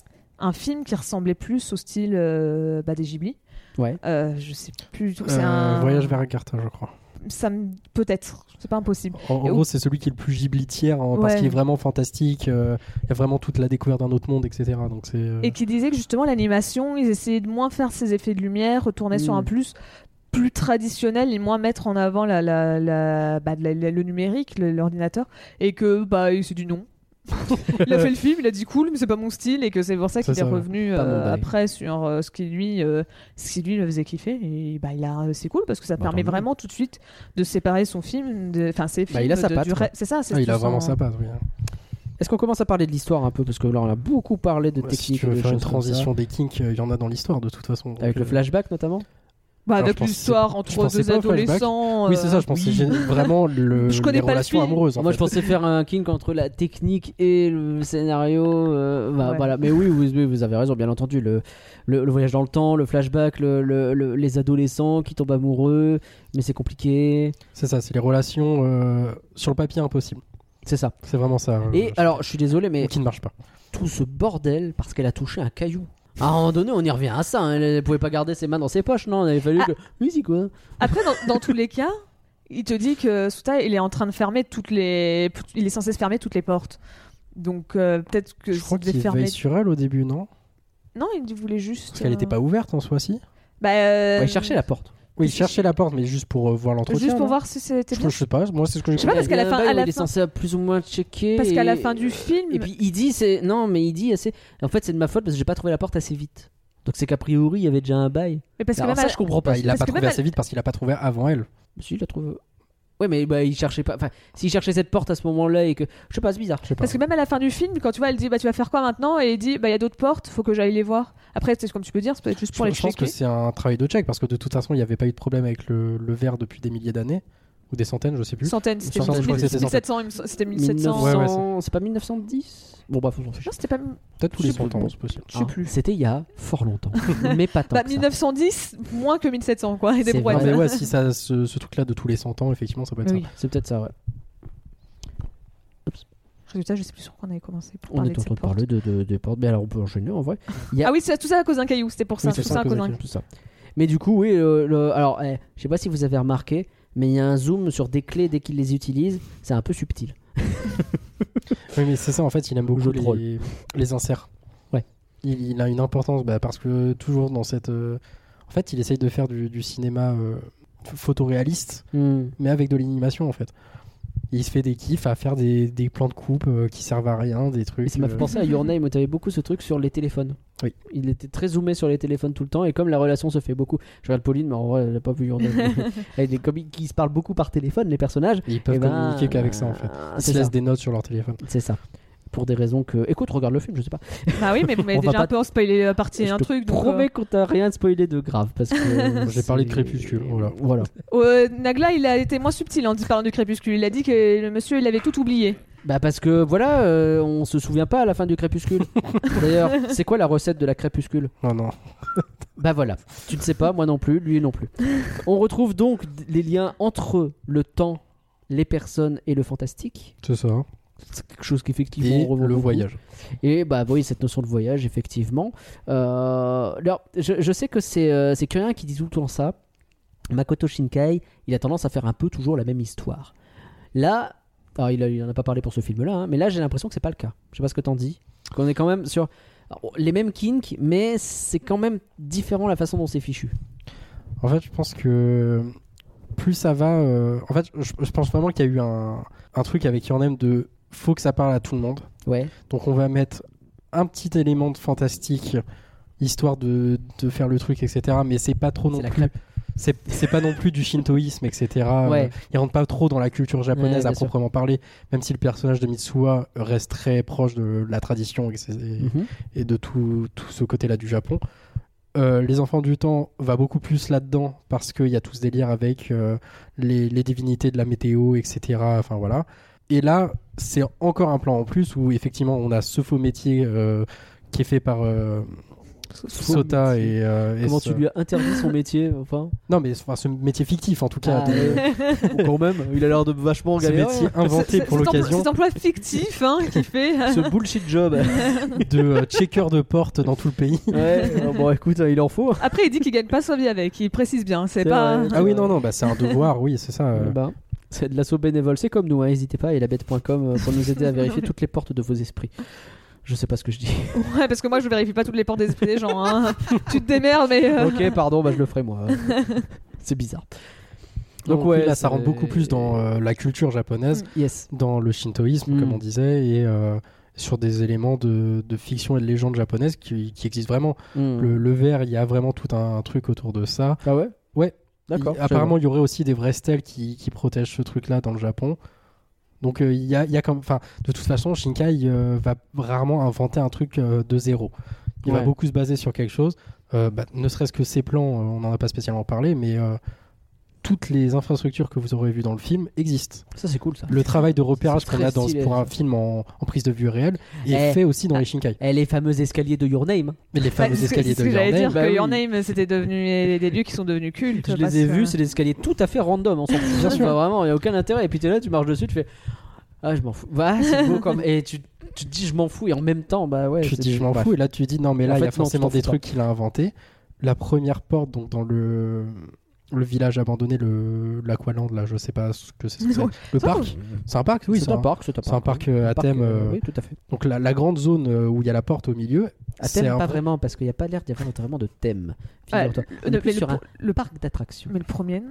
un film qui ressemblait plus au style euh, bah, des Ghibli. Ouais. Euh, je sais plus du tout. C'est Euh, un Voyage vers Agartha, je crois. Ça me... peut-être, c'est pas impossible. En, en Et gros, où- c'est celui qui est le plus giblitière hein, parce Ouais. qu'il est vraiment fantastique. euh, Il y a vraiment toute la découverte d'un autre monde, et cetera. Donc c'est. euh, Et qui disait que justement l'animation, ils essayaient de moins faire ces effets de lumière, retourner sur Mm. un plus plus traditionnel et moins mettre en avant la, la, la, bah, la- la- le numérique, le- l'ordinateur, et que bah il s'est dit non. Il a fait le film, il a dit cool, mais c'est pas mon style, et que c'est pour ça qu'il C'est est ça, ouais. revenu Pas euh, mon bail. après sur euh, ce qui lui, euh, ce qui lui le faisait kiffer. Et bah il a, c'est cool parce que ça Bah, permet tant mieux. vraiment tout de suite de séparer son film, de- enfin ses films. Bah, il a sa de- patte, du quoi. ré- C'est ça. C'est ah, il a tout vraiment son- sa patte, oui. Est-ce qu'on commence à parler de l'histoire un peu parce que là on a beaucoup parlé de Ouais, si technique tu et veux de faire une choses comme ça. transition des kinks, euh, il y en a dans l'histoire de toute façon. donc, Avec le euh, flashback notamment. Bah, Alors, avec je pense que l'histoire c'est- je entre pensais deux pas au flashback. adolescents. Oui, c'est ça, je euh, pense que oui. c'est gén- vraiment le, Je connais les pas le relations film. amoureuses. En Moi fait. je pensais faire un kink entre la technique et le scénario. euh, bah, Ouais. voilà. Mais oui, oui, oui, vous avez raison, bien entendu. Le, le, le voyage dans le temps, le flashback, le, le- le- les adolescents qui tombent amoureux, mais c'est compliqué. C'est ça, c'est les relations euh, sur le papier impossibles. C'est ça. C'est vraiment ça. euh, Et alors, je suis désolé, mais ou qui ne marche pas. tout ce bordel parce qu'elle a touché un caillou. À un moment donné, on y revient à ça. hein. Elle ne pouvait pas garder ses mains dans ses poches, non. Il avait fallu Ah. que. Oui, c'est quoi Après, dans, dans tous les cas, il te dit que Suta, il est en train de fermer toutes les. Il est censé se fermer toutes les portes. Donc euh, peut-être que Je crois s'il devait qu'il fermer. veille sur elle au début, non? Non, il voulait juste. Parce qu'elle n'était euh, pas ouverte en soi, si. Bah, euh, Ouais, il cherchait la porte. Oui, il cherchait la porte, mais juste pour euh, voir l'entretien. Juste pour non voir si c'était Je, bien. je sais pas, moi c'est ce que j'ai Je sais pas, parce Il y a qu'à la un fin- bail à où la il est fin- censé à plus ou moins checker. Parce qu'à la et- fin du film. Et puis il dit c'est non mais il dit assez en fait c'est de ma faute parce que j'ai pas trouvé la porte assez vite. Donc c'est qu'a priori il y avait déjà un bail. Mais parce que Alors même ça à- je comprends pas. Bah, il l'a Parce pas que trouvé même assez vite parce qu'il a pas trouvé avant elle. Si, il l'a trouvé. Ouais, mais bah, il cherchait pas. Enfin, s'il cherchait cette porte à ce moment-là et que. Je sais pas, c'est bizarre. Je sais pas. Parce que même à la fin du film, quand tu vois, elle dit bah tu vas faire quoi maintenant et il dit bah il y a d'autres portes, faut que j'aille les voir. Après, c'est comme tu peux dire, c'est peut-être juste pour je, les je pense que checker. c'est un travail de check parce que de toute façon il n'y avait pas eu de problème avec le, le verre depuis des milliers d'années ou des centaines, je sais plus. Centaines, c'était Centaines, je crois que c'était mille sept cents, il me semble- c'était mille sept cents. Ouais, ouais, mille neuf cents C'est pas mille neuf cent dix. Bon, bah, faut s'en fiche. Non, c'était pas. Peut-être tous Je les sais plus, cent ans, bon. c'est possible. Je sais plus. C'était il y a fort longtemps. Mais pas tant. Bah que ça. mille neuf cent dix, moins que mille sept cents quoi, et des C'est brouettes. Non, mais ouais, si ça, ce, ce truc-là de tous les cent ans, effectivement, ça peut être Oui. ça. C'est peut-être ça, ouais. Résultat, je sais plus sur quoi on avait commencé pour On parler est de en cette train de porte. parler de, de- des portes. Mais alors, on peut enchaîner en vrai. Il y a- Ah oui, c'est tout ça à cause d'un caillou, c'était pour ça. Oui, c'est tout ça, ça à à cause cause d'un d'un caillou. tout ça. Mais du coup, oui, le- le- alors, eh, je sais pas si vous avez remarqué, mais il y a un zoom sur des clés dès qu'il les utilise. C'est un peu subtil. Oui, mais c'est ça, en fait, il aime beaucoup Jeu de rôle. les, les inserts. Ouais. Il, il a une importance bah, parce que toujours dans cette. euh, En fait, il essaye de faire du, du cinéma euh, photoréaliste, Hmm. mais avec de l'animation, en fait. Il se fait des kiffs à faire des, des plans de coupe euh, qui servent à rien, des trucs. Et ça m'a fait euh, penser à Your Name où tu avais beaucoup ce truc sur les téléphones. Oui. Il était très zoomé sur les téléphones tout le temps et comme la relation se fait beaucoup. Je regarde Pauline, mais en vrai, elle n'a pas vu Your Name. Elle est comme qui se parlent beaucoup par téléphone, les personnages. et ils peuvent Eh ben, communiquer qu'avec ça, en fait. euh, Ils c'est se laissent ça. des notes sur leur téléphone. C'est ça. Pour des raisons que. Écoute, regarde le film, je sais pas. Bah oui, mais vous m'avez On va déjà pas- un peu en spoilé la partie Je un te truc. donc, promets euh, qu'on t'a rien spoilé de grave parce que. J'ai parlé de c'est- Crépuscule, voilà. Voilà. euh, Nagla, il a été moins subtil en parlant du crépuscule. Il a dit que le monsieur, il avait tout oublié. Bah parce que voilà, euh, on se souvient pas à la fin du crépuscule. D'ailleurs, c'est quoi la recette de la crépuscule? Non, non. Bah voilà, tu ne sais pas, moi non plus, lui non plus. On retrouve donc d- les liens entre le temps, les personnes et le fantastique. C'est ça. C'est quelque chose qu'effectivement Et on revoit le beaucoup. voyage. Et bah oui, cette notion de voyage, effectivement. Euh, alors, je, je sais que c'est euh, c'est Curien qui dit tout le temps ça. Makoto Shinkai, il a tendance à faire un peu toujours la même histoire. Là, alors il, a, il en a pas parlé pour ce film-là, hein, mais là j'ai l'impression que c'est pas le cas. Je sais pas ce que t'en dis. Qu'on est quand même sur alors, les mêmes kinks, mais c'est quand même différent la façon dont c'est fichu. En fait, je pense que plus ça va. euh, En fait, je, je pense vraiment qu'il y a eu un, un truc avec Your Name de faut que ça parle à tout le monde. Ouais. Donc on va mettre un petit élément de fantastique histoire de, de faire le truc, et cetera. Mais c'est pas trop non C'est la plus. crêpe. C'est c'est pas non plus du shintoïsme, et cetera. Ouais. Euh, il rentre pas trop dans la culture japonaise Ouais, bien à sûr. proprement parler, même si le personnage de Mitsuha reste très proche de la tradition et, c'est- et- Mhm. et de tout, tout ce côté-là du Japon. Euh, les Enfants du Temps va beaucoup plus là-dedans parce qu'il y a tout ce délire avec euh, les, les divinités de la météo, et cetera. Enfin voilà. Et là, c'est encore un plan en plus où effectivement on a ce faux métier euh, qui est fait par euh, Sota et, euh, et Comment ce- tu lui as interdit son métier, enfin Non mais enfin, ce métier fictif en tout cas. Ah, des- ouais. Quand même, il a l'air de vachement ce galérer. métier hein. inventé C'est- pour cet emploi- l'occasion Cet emploi fictif hein, qui fait. Ce bullshit job. de euh, checker de porte dans tout le pays. Ouais, euh, bon écoute, il en faut. Après, il dit qu'il gagne pas sa vie avec. Il précise bien. C'est C'est pas. vrai. Ah oui non non bah c'est un devoir, oui c'est ça. euh. Eh ben, c'est de l'assaut bénévole, c'est comme nous, hein, n'hésitez pas, et la bête point com pour nous aider à vérifier toutes les portes de vos esprits. Je sais pas ce que je dis. Ouais, parce que moi, je vérifie pas toutes les portes des esprits des gens. Hein. Tu te démerdes, mais. euh, Ok, pardon, bah je le ferai moi. C'est bizarre. Donc, Donc, oui, ouais, là ça c'est- rentre beaucoup plus dans euh, la culture japonaise, Yes. dans le shintoïsme Mm. comme on disait, et euh, sur des éléments de, de fiction et de légende japonaise qui, qui existent vraiment. Hmm. Le, le verre, il y a vraiment tout un, un truc autour de ça. Ah ouais. Ouais. D'accord. Il- apparemment, il y aurait aussi des vraies stèles qui, qui protègent ce truc-là dans le Japon. Donc, euh, il y a, il y a comme, enfin, de toute façon, Shinkai euh, va rarement inventer un truc euh, de zéro. Il va Ouais. beaucoup se baser sur quelque chose. Euh, bah, ne serait-ce que ses plans, euh, on n'en a pas spécialement parlé, mais euh, toutes les infrastructures que vous aurez vues dans le film existent. Ça c'est cool ça. Le travail de repérage C'est qu'on très a dans, stylé, pour un ça. film en, en prise de vue réelle est Eh, fait aussi dans ah, les Shinkai. Eh, les fameux escaliers de Your Name. Mais les bah, fameux c'est ce que- escaliers c'est ce de que j'allais Your dire Name, bah que oui. Your Name, c'était devenu des lieux qui sont devenus cultes. Je parce les ai que- vus, c'est des escaliers tout à fait random. On s'en fout. Bien Tu sûr. vois, vraiment, il n'y a aucun intérêt. Et puis tu es là, tu marches dessus, tu fais ah, je m'en fous. Bah, c'est beau comme. Et tu, tu te dis, je m'en fous. Et en même temps, bah ouais. tu te c'est- dis je m'en bref. fous, et là tu dis non mais En là il y fait, a non, forcément tu t'en des fous trucs qu'il a inventé. La première porte donc dans le le village abandonné, le l'Aqualand là, je sais pas ce que c'est. ce que c'est. Le Ça, parc, c'est un parc, oui, c'est un parc. C'est un c'est un parc euh, à Un parc, thème. euh, euh, Oui, tout à fait. Donc la, la grande zone euh, où il y a la porte au milieu. À c'est thème, un pas vrai- vraiment, parce qu'il n'y a pas l'air d'y avoir vraiment de thème. Ouais, Figure-toi. le- On est le- plus le- sur un le- parc d'attractions. Mais le premier, non.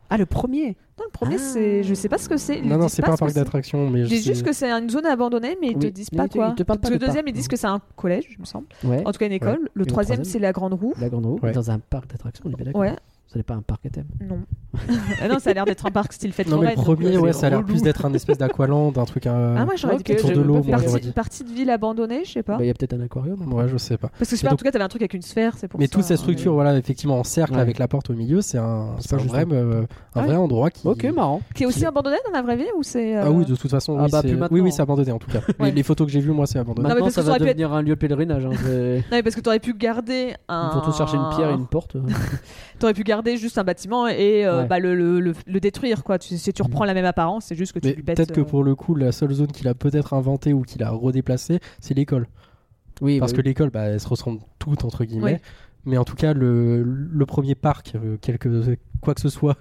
Ah, le premier. Non, le premier, Ah. c'est. Je sais pas ce que c'est. Ils Non, le non, disent c'est pas un ce que parc c'est. d'attractions, mais Ils je disent sais- juste que c'est une zone abandonnée, mais ils te Oui. disent Mais pas ils te- quoi. ils te parlent pas Parce que de le deuxième, parc. ils disent que c'est un collège, il me semble. Ouais. En tout cas, une école. Le le troisième, troisième c'est la Grande Roue. La grande roue. Ouais. Dans un parc d'attractions, on est bien d'accord. Ouais. Ce n'est pas un parc à thème. Non. Ah non, ça a l'air d'être un parc style fête Non, mais le foraine. donc, premier, euh, ouais, c'est ça a l'air relou. plus d'être un espèce d'aqualand, un truc. Un... Ah, moi, j'aurais dit Ok, que autour j'ai de même l'eau, pas moi, fait partie, j'aurais dit. partie de ville abandonnée, je sais pas. Bah, il y a peut-être un aquarium. hein. Ouais, je sais pas. Parce que je sais Mais pas, en donc- tout cas, t'avais un truc avec une sphère, c'est pour Mais ça. toute cette hein, structure, voilà, effectivement, en cercle Ouais. avec la porte au milieu, c'est un, C'est c'est un pas juste vrai, un- euh, un Ouais. vrai endroit qui. Ok, marrant. Qui est aussi abandonné dans la vraie vie ou c'est. euh, Ah oui, de toute façon, Ah oui, bah, c'est- plus oui, maintenant, oui, hein. c'est abandonné en tout cas. Ouais. Les, les photos que j'ai vues, moi, c'est abandonné. mais Maintenant, parce ça que ça va aurait pu devenir un lieu de pèlerinage. hein. C'est- Non, mais parce que t'aurais pu garder un. Ils vont tous chercher une pierre et une porte. T'aurais pu garder juste un bâtiment et euh, Ouais. bah, le, le, le, le détruire, quoi. Tu, si tu reprends la même apparence, c'est juste que tu Mais lui bêtes. peut-être que euh, pour le coup, la seule zone qu'il a peut-être inventée ou qu'il a redéplacée, c'est l'école. Oui, Parce bah que oui. l'école, bah, elles se ressemblent toutes, entre guillemets. Oui. Mais en tout cas, le, le premier parc, euh, quelque, quoi que ce soit,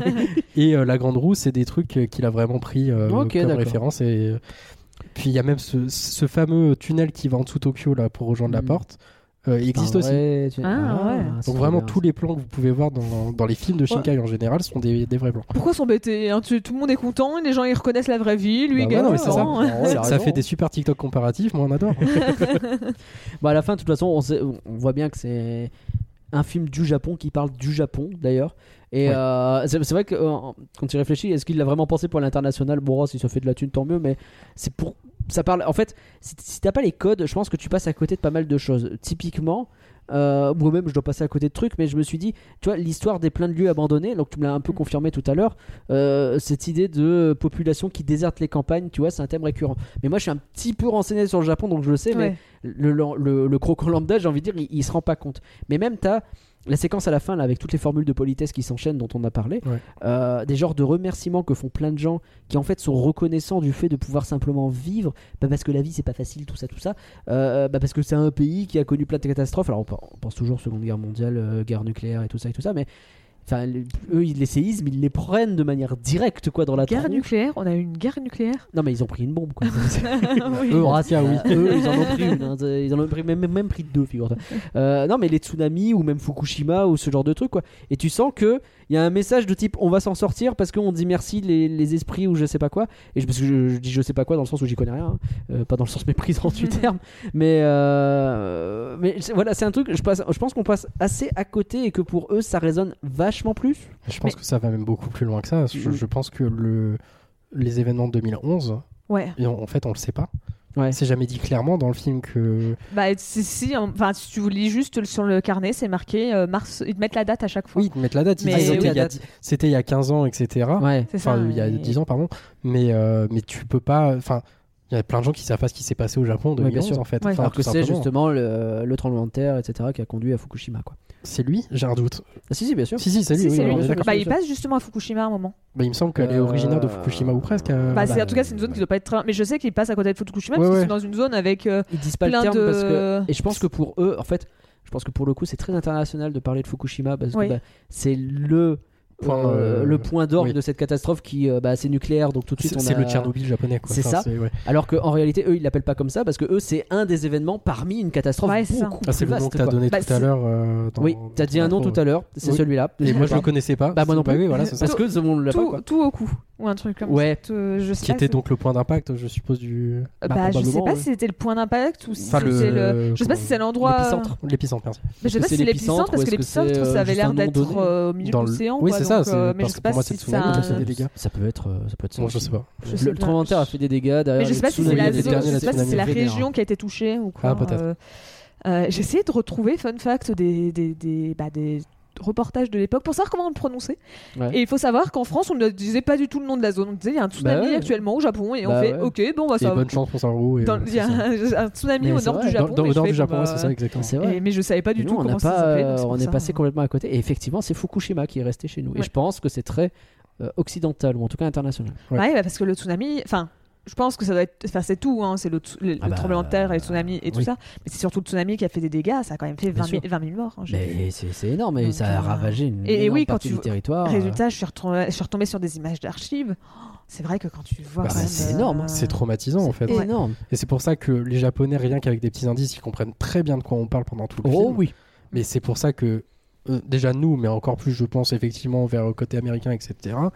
et euh, la Grande Roue, c'est des trucs euh, qu'il a vraiment pris euh, Ok, comme d'accord. référence. Et euh, puis il y a même ce, ce fameux tunnel qui va en dessous Tokyo là, pour rejoindre la Mm. porte. Euh, il existe Un aussi. vrai- tu- Ah, ouais. c'est Donc vraiment, bien. tous les plans que vous pouvez voir dans, dans les films de Shinkai en général sont des, des vrais plans. Pourquoi s'embêter hein Tu- Tout le monde est content, les gens ils reconnaissent la vraie vie, lui Bah il ouais, gagne non, mais du c'est ça. temps. Ouais, il a ça raison. fait des super TikTok comparatifs, moi on adore. Bah, à la fin, de toute façon, on, sait- on voit bien que c'est un film du Japon qui parle du Japon d'ailleurs. Et Ouais. euh, c'est c'est vrai que euh, quand il réfléchit, est-ce qu'il l'a vraiment pensé pour l'international? Bon, si ça fait de la thune, tant mieux, mais c'est pour. Ça parle. En fait, si, si t'as pas les codes, je pense que tu passes à côté de pas mal de choses. Typiquement. Euh, moi-même je dois passer à côté de trucs, mais je me suis dit, tu vois, l'histoire des plein de lieux abandonnés, donc tu me l'as un peu confirmé tout à l'heure, euh, cette idée de population qui déserte les campagnes, tu vois, c'est un thème récurrent. Mais moi je suis un petit peu renseigné sur le Japon, donc je le sais, mais Ouais. le, le, le, le croco lambda, j'ai envie de dire, il, il se rend pas compte. Mais même t'as la séquence à la fin là, avec toutes les formules de politesse qui s'enchaînent dont on a parlé, Ouais. euh, des genres de remerciements que font plein de gens qui en fait sont reconnaissants du fait de pouvoir simplement vivre, bah parce que la vie c'est pas facile, tout ça, tout ça, euh, bah parce que c'est un pays qui a connu plein de catastrophes. Alors on, pe- on pense toujours Seconde Guerre mondiale, euh, guerre nucléaire et tout ça et tout ça, mais enfin les- eux ils- les séismes ils les prennent de manière directe quoi dans la Guerre tronche. nucléaire, on a eu une guerre nucléaire. Non mais ils ont pris une bombe quoi. Oui. Eux, Horatia, oui. Eux, ils en ont pris une. hein. Ils en ont pris, même, même pris deux, figure-toi. Euh, non, mais les tsunamis ou même Fukushima ou ce genre de truc, quoi. Et tu sens que il y a un message de type on va s'en sortir parce qu'on dit merci les, les esprits ou je sais pas quoi. Et je, parce que je, je dis je sais pas quoi dans le sens où j'y connais rien, hein. Euh, pas dans le sens méprisant du terme. Mais, euh, mais c'est- voilà, c'est un truc. Je, passe, je pense qu'on passe assez à côté et que pour eux ça résonne vachement plus. Je pense que ça va même beaucoup plus loin que ça. Je, Mm. je pense que le, les événements de deux mille onze, Ouais. et en, en fait on le sait pas. Ouais. C'est jamais dit clairement dans le film que. Bah, si, si, enfin, si tu lis juste sur le carnet, c'est marqué euh, mars. Ils te mettent la date à chaque fois. Oui, ils te mettent la date. Ils Mais disent oui. c'était il y a La dix- c'était il y a quinze ans, et cetera. Ouais. C'est ça. Enfin, il y a et- dix ans, pardon. Mais, euh, mais tu peux pas. Enfin, il y a plein de gens qui savent pas ce qui s'est passé au Japon en Ouais, bien deux mille onze, sûr. en fait. Ouais. Enfin, Alors tout que c'est simplement. justement le, le tremblement de terre, et cetera, qui a conduit à Fukushima, quoi. C'est lui. J'ai un doute. Ah, si, si, bien sûr. Si, si, c'est lui. Si, oui, c'est oui, lui. on est d'accord. Bah, bien il sûr. passe justement à Fukushima à un moment. Bah, il me semble qu'elle est Euh, originaire de Fukushima ou presque. euh, Bah, c'est, bah, en tout cas, c'est une zone qui doit pas être très. Mais je sais qu'il passe à côté de Fukushima Ouais, parce qu'ils ouais. sont dans une zone avec. euh, Ils disent pas plein le terme de- parce que et je pense que pour eux en fait je pense que pour le coup c'est très international de parler de Fukushima parce Oui. que bah, c'est le Point, euh, euh, le point d'orgue oui. de cette catastrophe qui euh, bah, c'est nucléaire donc tout de suite C'est on c'est a... le Tchernobyl japonais, quoi. C'est ça. ouais. alors qu'en réalité eux ils l'appellent pas comme ça parce que eux c'est un des événements parmi une catastrophe Ouais, c'est ça. beaucoup Ah, c'est plus le nom vaste, que t'as quoi. donné Bah, tout à c'est- l'heure. euh, dans- Oui t'as dit un nom dans- tout à l'heure c'est Oui. celui-là Et moi je le connaissais pas. bah moi non Bah plus oui, voilà, c'est ça. parce que tout le monde l'a pas tout, quoi. tout au cou ou un truc comme Ouais. ça. Tout- je sais Qui pas, était c'est- donc le point d'impact, je suppose, du. Bah, Bah, je sais probablement, pas ouais. si c'était le point d'impact ou si Enfin, le- c'était le. Je sais pas comment- si c'est l'endroit. l'épicentre. L'épicentre, merci. Mais je sais Est-ce pas que si c'est c'est l'épicentre parce que l'épicentre ou est-ce que l'épicentre c'est, ça euh, avait juste l'air un nom d'être donné euh, au milieu Dans de le- l'océan. Oui, quoi, c'est ça, donc, c'est- euh, mais parce je sais que pas pour moi, si c'est le tsunami ça. qui a fait des dégâts. Ça peut être euh, ça peut être ça Moi, je aussi. sais pas. Je Le, sais le pas. tremblement de terre a fait des dégâts derrière Mais je les sais pas si c'est tsunamis, la il y a des zone, derniers, je là, sais pas si tsunamis c'est la vénères. région qui a été touchée ou quoi. Ah, peut-être. euh, euh, J'ai essayé de retrouver, fun fact, des, des, des, bah, des reportages de l'époque pour savoir comment on le prononçait. Ouais. Et il faut savoir qu'en France, on ne disait pas du tout le nom de la zone. On disait il y a un tsunami Bah ouais. actuellement au Japon et on Bah fait ouais. ok, bon, bah Et ça bonne chance pour Saint-Roux. Dans- Il y a un, un tsunami Mais au c'est nord vrai. du Dans, Japon. dans- et au je nord fais, du bon, Japon, bah, c'est ça exactement. C'est vrai. Et- mais je savais pas du Nous, tout on comment n'a ça pas, s'appelait. donc euh, c'est pour on est ça. passé complètement à côté. Et effectivement, c'est Fukushima qui est resté chez nous. Et Ouais. je pense que c'est très euh, occidental ou en tout cas international. Ouais. Ouais, bah, parce que le tsunami, enfin, je pense que ça doit être, enfin, c'est tout, hein, c'est le, tsu- le, Ah le bah, tremblement de terre et le tsunami et tout oui. ça. Mais c'est surtout le tsunami qui a fait des dégâts. Ça a quand même fait Bien vingt mille, sûr. vingt mille morts. hein, j'ai vu. Mais c'est c'est énorme et Donc, ça a euh, ravagé une et- et énorme oui, quand partie tu du vois- territoire. Résultat, je suis, retombée, je suis retombée sur des images d'archives. Oh, c'est vrai que quand tu vois. Bah, quand même, c'est énorme, euh, C'est traumatisant en fait. C'est énorme. Et c'est pour ça que les Japonais, rien qu'avec des petits indices, ils comprennent très bien de quoi on parle pendant tout le Oh film. oui. Mais c'est pour ça que euh, déjà nous, mais encore plus, je pense, effectivement, vers le côté américain, et cetera.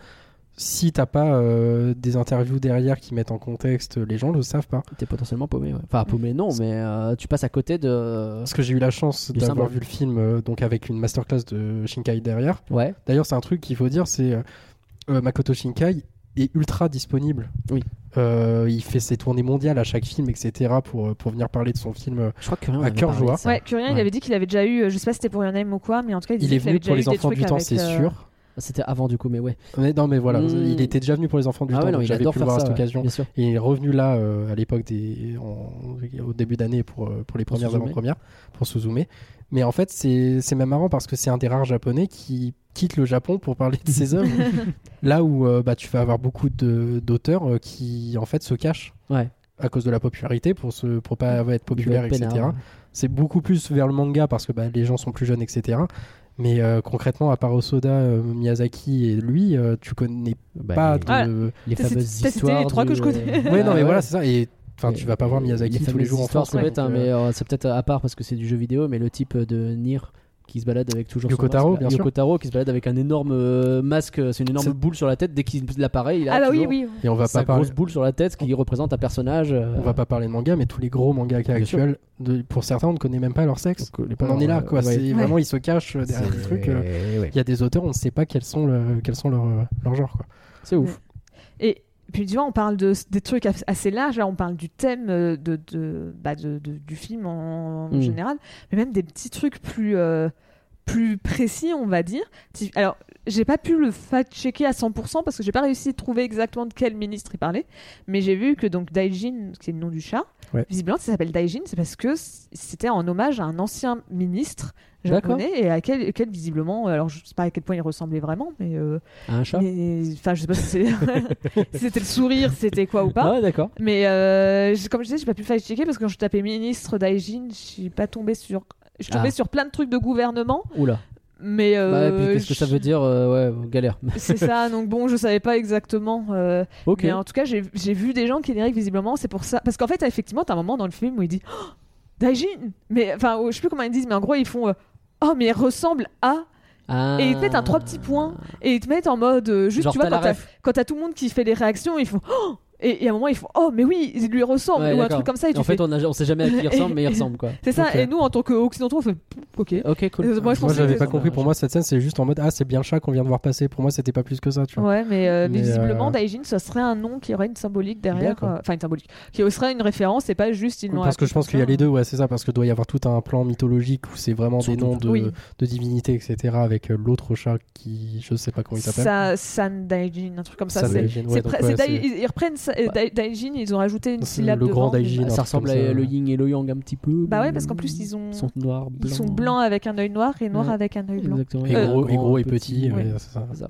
Si t'as pas euh, des interviews derrière qui mettent en contexte, les gens le savent pas. T'es potentiellement paumé, ouais. Enfin paumé non, mais euh, tu passes à côté de... Parce que j'ai eu la chance Du d'avoir symbole. vu le film euh, donc avec une masterclass de Shinkai derrière. Ouais. D'ailleurs, c'est un truc qu'il faut dire, c'est euh, euh, Makoto Shinkai est ultra disponible. Oui. Euh, il fait ses tournées mondiales à chaque film, et cetera pour, pour venir parler de son film. euh, Je crois que rien À cœur joie. Ouais, Curien, il Ouais. avait dit qu'il avait déjà eu, euh, je sais pas si c'était pour Your Name ou quoi, mais en tout cas, il, Il disait est qu'il avait venu pour déjà les eu des enfants trucs du temps, avec, c'est euh, sûr. C'était avant du coup, mais ouais. Mais non, mais voilà, Mm. il était déjà venu pour les enfants du Ah temps, ouais, non, donc il j'avais adore pu le faire voir à ça, cette ouais, occasion. bien sûr. Et il est revenu là euh, à l'époque des, en- au début d'année pour, euh, pour les Pour premières Suzume. avant-premières, pour Suzume. Mais en fait, c'est c'est même marrant parce que c'est un des rares japonais qui quitte le Japon pour parler de ses œuvres. Là où euh, bah, tu vas avoir beaucoup de- d'auteurs euh, qui en fait se cachent Ouais. à cause de la popularité pour, se, pour pas être populaire, Il doit être et cetera. peinard. C'est beaucoup plus vers le manga parce que bah, les gens sont plus jeunes, et cetera. Mais euh, concrètement, à part Osoda, euh, Miyazaki et lui, euh, tu connais Bah, pas les, de. Ah, les Ça, fameuses c'était- c'était histoires. les trois du- que je connais. Ouais, non, mais Ah voilà, c'est ça. Et enfin, Et- tu vas pas voir Miyazaki les tous les fameuses jours en histoires, France. c'est ouais, bête, hein, donc, mais euh, euh, c'est peut-être à part parce que c'est du jeu vidéo, mais le type de Nier qui se balade avec toujours Yoko son Taro, masque, bien Yoko sûr. Taro qui se balade avec un énorme euh, masque, c'est une énorme C'est- boule sur la tête dès qu'il apparaît, il a Ah bah oui, toujours oui. Et on va sa pas parler. grosse boule sur la tête qui représente un personnage. euh, On va pas parler de manga, mais tous les gros mangakas Bien sûr. actuels, de, pour certains, on ne connaît même pas leur sexe. donc, les On en est là, parents, quoi. euh, ouais. C'est vraiment, ils se cachent euh, derrière C'est- des trucs. euh, ouais. Il y a des auteurs, on ne sait pas quels sont, le, quels sont leurs leur genres, quoi. C'est ouf. Et puis tu vois, on parle de, des trucs as- assez larges, là on parle du thème euh, de, de, bah, de, de- du film en, en Mm. général, mais même des petits trucs plus, euh, plus précis, on va dire. Ti- Alors, j'ai pas pu le fact-checker à cent pour cent parce que j'ai pas réussi à trouver exactement de quel ministre il parlait, mais j'ai vu que donc Daijin, qui est le nom du chat, Ouais. visiblement ça s'appelle Daijin, c'est parce que c- c'était en hommage à un ancien ministre D'accord. japonais et à quel, quel visiblement, alors je sais pas à quel point il ressemblait vraiment, mais... euh, À un chat. mais enfin, je sais pas si c'est- si c'était le sourire, c'était quoi ou pas. Ah, d'accord. Mais euh, j'ai- comme je disais, j'ai pas pu le fact-checker parce que quand je tapais ministre d'Aijin, je suis pas tombée sur. Je suis tombée Ah. sur plein de trucs de gouvernement, Oula. mais. Bah, et puis euh, qu'est-ce que ça je- veut dire euh, Ouais, galère. C'est ça, donc bon, je savais pas exactement. euh, Ok. Mais en tout cas, j'ai j'ai vu des gens qui diraient que visiblement c'est pour ça. Parce qu'en fait, effectivement, t'as un moment dans le film où il dit oh, Daijin Mais enfin, je sais plus comment ils disent, mais en gros, ils font euh, Oh, mais il ressemble à. Ah. Et ils te mettent un trois petits points et ils te mettent en mode euh, juste Genre, tu vois t'as quand la t'as, ref. quand t'as tout le monde qui fait les réactions ils font oh et, et à un moment ils font oh mais oui il lui ressemble Ouais, ou un d'accord. truc comme ça et tu En fait, fais on, a, on sait jamais à qui il ressemble, mais il ressemble quoi. c'est ça Ok. et nous en tant qu'occidentaux on fait ok Ok, cool. Euh, moi, je Moi, pensais j'avais que- pas compris. Pour moi, cette scène, c'est juste en mode ah, c'est bien le chat qu'on vient de voir passer. Pour moi, c'était pas plus que ça, tu vois. ouais mais, euh, mais Mais, visiblement euh, Daijin ce serait un nom qui aurait une symbolique derrière D'accord. euh, enfin une symbolique qui serait une référence et pas juste ils l'ont Parce que appelé je pense comme qu'il y a ça. les deux, ouais, c'est ça, parce que doit y avoir tout un plan mythologique où c'est vraiment des Surtout- noms de, Oui. de divinités, et cetera, avec euh, l'autre chat qui, je sais pas comment il s'appelle. Sa- San Daijin un truc comme ça San c'est, Daijin, ouais, c'est donc, pre- ouais, c'est Dai- c'est- ils, ils reprennent sa- euh, Dai- Daijin ils ont rajouté une C'est syllabe le grand devant, mais- Daijin. un Ça truc ressemble comme à ça. le yin et le yang un petit peu. bah ouais parce qu'en plus ils ont Ils sont noirs, blancs. ils sont blancs avec un œil noir et noirs Ouais. avec un œil blanc. Exactement. Et Euh, gros, et Grand, gros et petit, petit, ouais. ouais, c'est ça. C'est ça.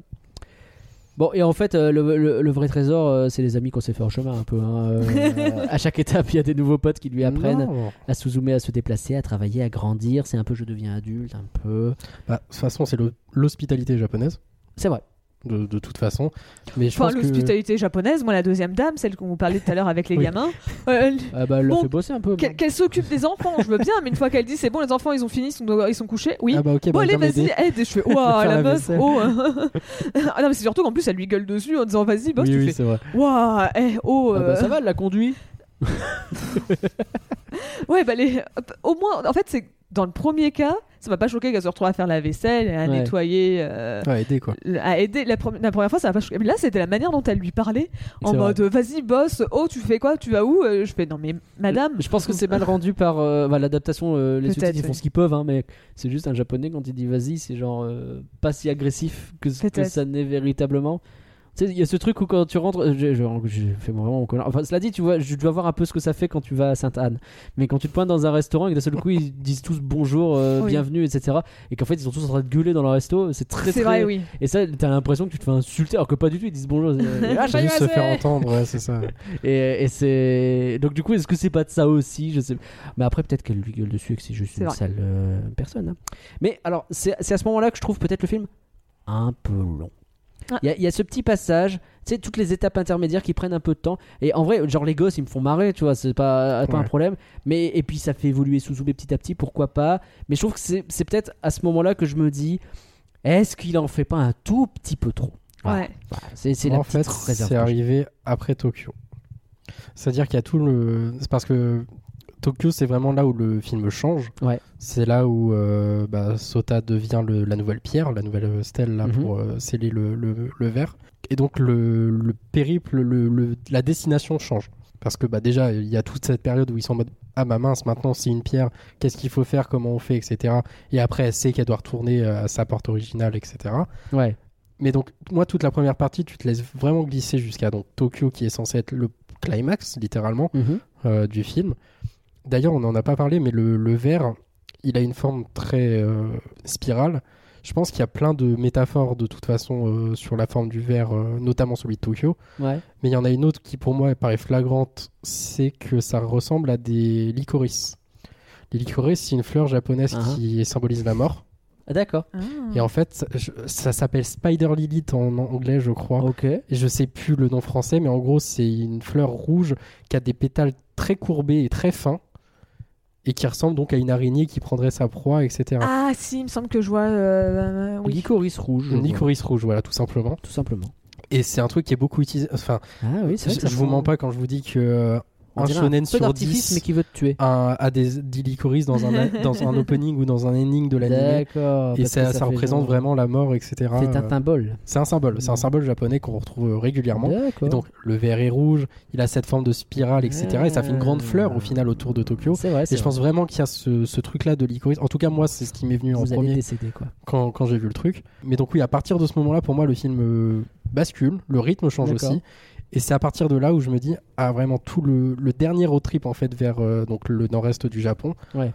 Bon, et en fait, euh, le, le- le vrai trésor, euh, c'est les amis qu'on s'est fait en chemin un peu. hein. Euh, à chaque étape, il y a des nouveaux potes qui lui apprennent Non. à Suzume à se déplacer, à travailler, à grandir. C'est un peu je deviens adulte, un peu. Bah, de toute façon, c'est le- l'hospitalité japonaise, C'est vrai. de, de toute façon. Mais je Enfin, pense que... l'hospitalité japonaise, moi, la deuxième dame, celle qu'on vous parlait tout à l'heure avec les Oui. gamins, euh, elle- Ah bah, elle l'a Bon, fait bosser un peu. qu'elle, qu'elle s'occupe des enfants, je veux bien, mais une fois qu'elle dit c'est bon, les enfants ils ont fini, ils sont, ils sont couchés, oui. Ah bah ok, Bon, bah, allez, viens vas-y, m'aider. aide. Et je fais, waouh, Faire la la meuf, vaisselle. oh. Ah non, mais c'est surtout qu'en plus, elle lui gueule dessus en disant, vas-y, bosse, Oui, tu oui, fais, c'est vrai. waouh, eh, oh. Ah bah, euh, ça va, elle l'a conduit. Ouais, bah, les... au moins, en fait, c'est dans le premier cas, ça m'a pas choqué qu'elle se retrouve à faire la vaisselle, à Ouais. nettoyer, euh, Ouais, aider quoi. à aider. La, pre- la première fois, ça m'a pas choqué. Mais là, c'était la manière dont elle lui parlait, en C'est mode, vas-y, bosse, oh, tu fais quoi, tu vas où? Euh, Je fais, non, mais madame. Je pense que c'est mal rendu par euh, bah, l'adaptation. euh, les Peut-être, sous-titres ils font oui. ce qu'ils peuvent, hein, mais c'est juste un japonais quand il dit vas-y, c'est genre euh, pas si agressif que ce que Peut-être. ça n'est véritablement. Tu sais, il y a ce truc où quand tu rentres, euh, je, je, je fais vraiment mon connard. Enfin, cela dit, tu vois, je dois voir un peu ce que ça fait quand tu vas à Sainte-Anne. Mais quand tu te pointes dans un restaurant et que d'un seul coup ils disent tous bonjour, euh, Oui. bienvenue, et cetera. Et qu'en fait ils sont tous en train de gueuler dans leur resto, c'est très C'est très. vrai, oui. Et ça, t'as l'impression que tu te fais insulter, alors que pas du tout, ils disent bonjour. c'est- Ah, Faut juste se chaimasse faire entendre, ouais, c'est ça. Et, et c'est. Donc, du coup, est-ce que c'est pas de ça aussi? Je sais. Mais après, peut-être qu'elle lui gueule dessus et que c'est juste C'est une vrai. sale euh, personne. hein. Mais alors, c'est c'est à ce moment-là que je trouve peut-être le film un peu long. Il y, a- il y a ce petit passage, tu sais, toutes les étapes intermédiaires qui prennent un peu de temps. Et en vrai, genre les gosses, ils me font marrer, tu vois, c'est pas, pas Ouais. un problème. Mais et puis ça fait évoluer Suzume petit à petit, pourquoi pas. Mais je trouve que c'est, c'est peut-être à ce moment-là que je me dis, est-ce qu'il en fait pas un tout petit peu trop? Voilà. Ouais. Voilà. C'est, c'est Moi, la en fait, petite réserve. c'est arrivé après Tokyo. C'est-à-dire qu'il y a tout le. C'est parce que Tokyo, c'est vraiment là où le film change. Ouais. C'est là où euh, bah, Sota devient le- la nouvelle pierre, la nouvelle stèle là, Mhm. pour euh, sceller le, le, le verre. Et donc le, le périple, le, le- la destination change. Parce que bah, déjà, il y a toute cette période où ils sont en mode ah bah mince, maintenant c'est une pierre, qu'est-ce qu'il faut faire, comment on fait, et cetera. Et après, elle sait qu'elle doit retourner à sa porte originale, et cetera. Ouais. Mais donc, moi, toute la première partie, tu te laisses vraiment glisser jusqu'à donc Tokyo, qui est censé être le climax, littéralement, Mhm. euh, du film. D'ailleurs, on n'en a pas parlé, mais le, le verre, il a une forme très euh, spirale. Je pense qu'il y a plein de métaphores, de toute façon, euh, sur la forme du verre, euh, notamment celui de Tokyo. Ouais. Mais il y en a une autre qui, pour moi, paraît flagrante, c'est que ça ressemble à des licorices. Les licorices, c'est une fleur japonaise Uh-huh. qui symbolise la mort. Ah, d'accord. Ah. Et en fait, ça, je- ça s'appelle Spider Lilith en anglais, je crois. Ok. Et je sais plus le nom français, mais en gros, c'est une fleur rouge qui a des pétales très courbés et très fins, et qui ressemble donc à une araignée qui prendrait sa proie, et cetera. Ah, si, il me semble que je vois. euh, oui. Licorice rouge. je Une vois. licorice rouge, voilà, tout simplement. Tout simplement. Et c'est un truc qui est beaucoup utilisé. Enfin, Ah oui, c'est vrai je, que ça je vous prend- mens pas quand je vous dis que euh, on un dirait shonen peu sur d'artifice, dix mais qui veut te tuer. un- a des, des licorices dans un, dans un opening ou dans un ending de l'anime. D'accord. Et parce ça, que ça fait représente genre- vraiment la mort, et cetera. C'est un Euh, symbole. C'est un symbole. C'est un Mm. symbole japonais qu'on retrouve euh, régulièrement. D'accord. Et donc le verre est rouge, il a cette forme de spirale, et cetera. Et ça fait une grande fleur au final autour de Tokyo. C'est vrai. Et c'est je vrai. pense vraiment qu'il y a ce, ce truc-là de licorice. En tout cas, moi, c'est ce qui m'est venu en Vous allez premier décéder quoi. quand, quand j'ai vu le truc. Mais donc oui, à partir de ce moment-là, pour moi, le film euh, bascule, le rythme change D'accord. aussi. Et c'est à partir de là où je me dis, ah vraiment, tout le, le dernier road trip en fait vers euh, donc le nord-est du Japon, Ouais.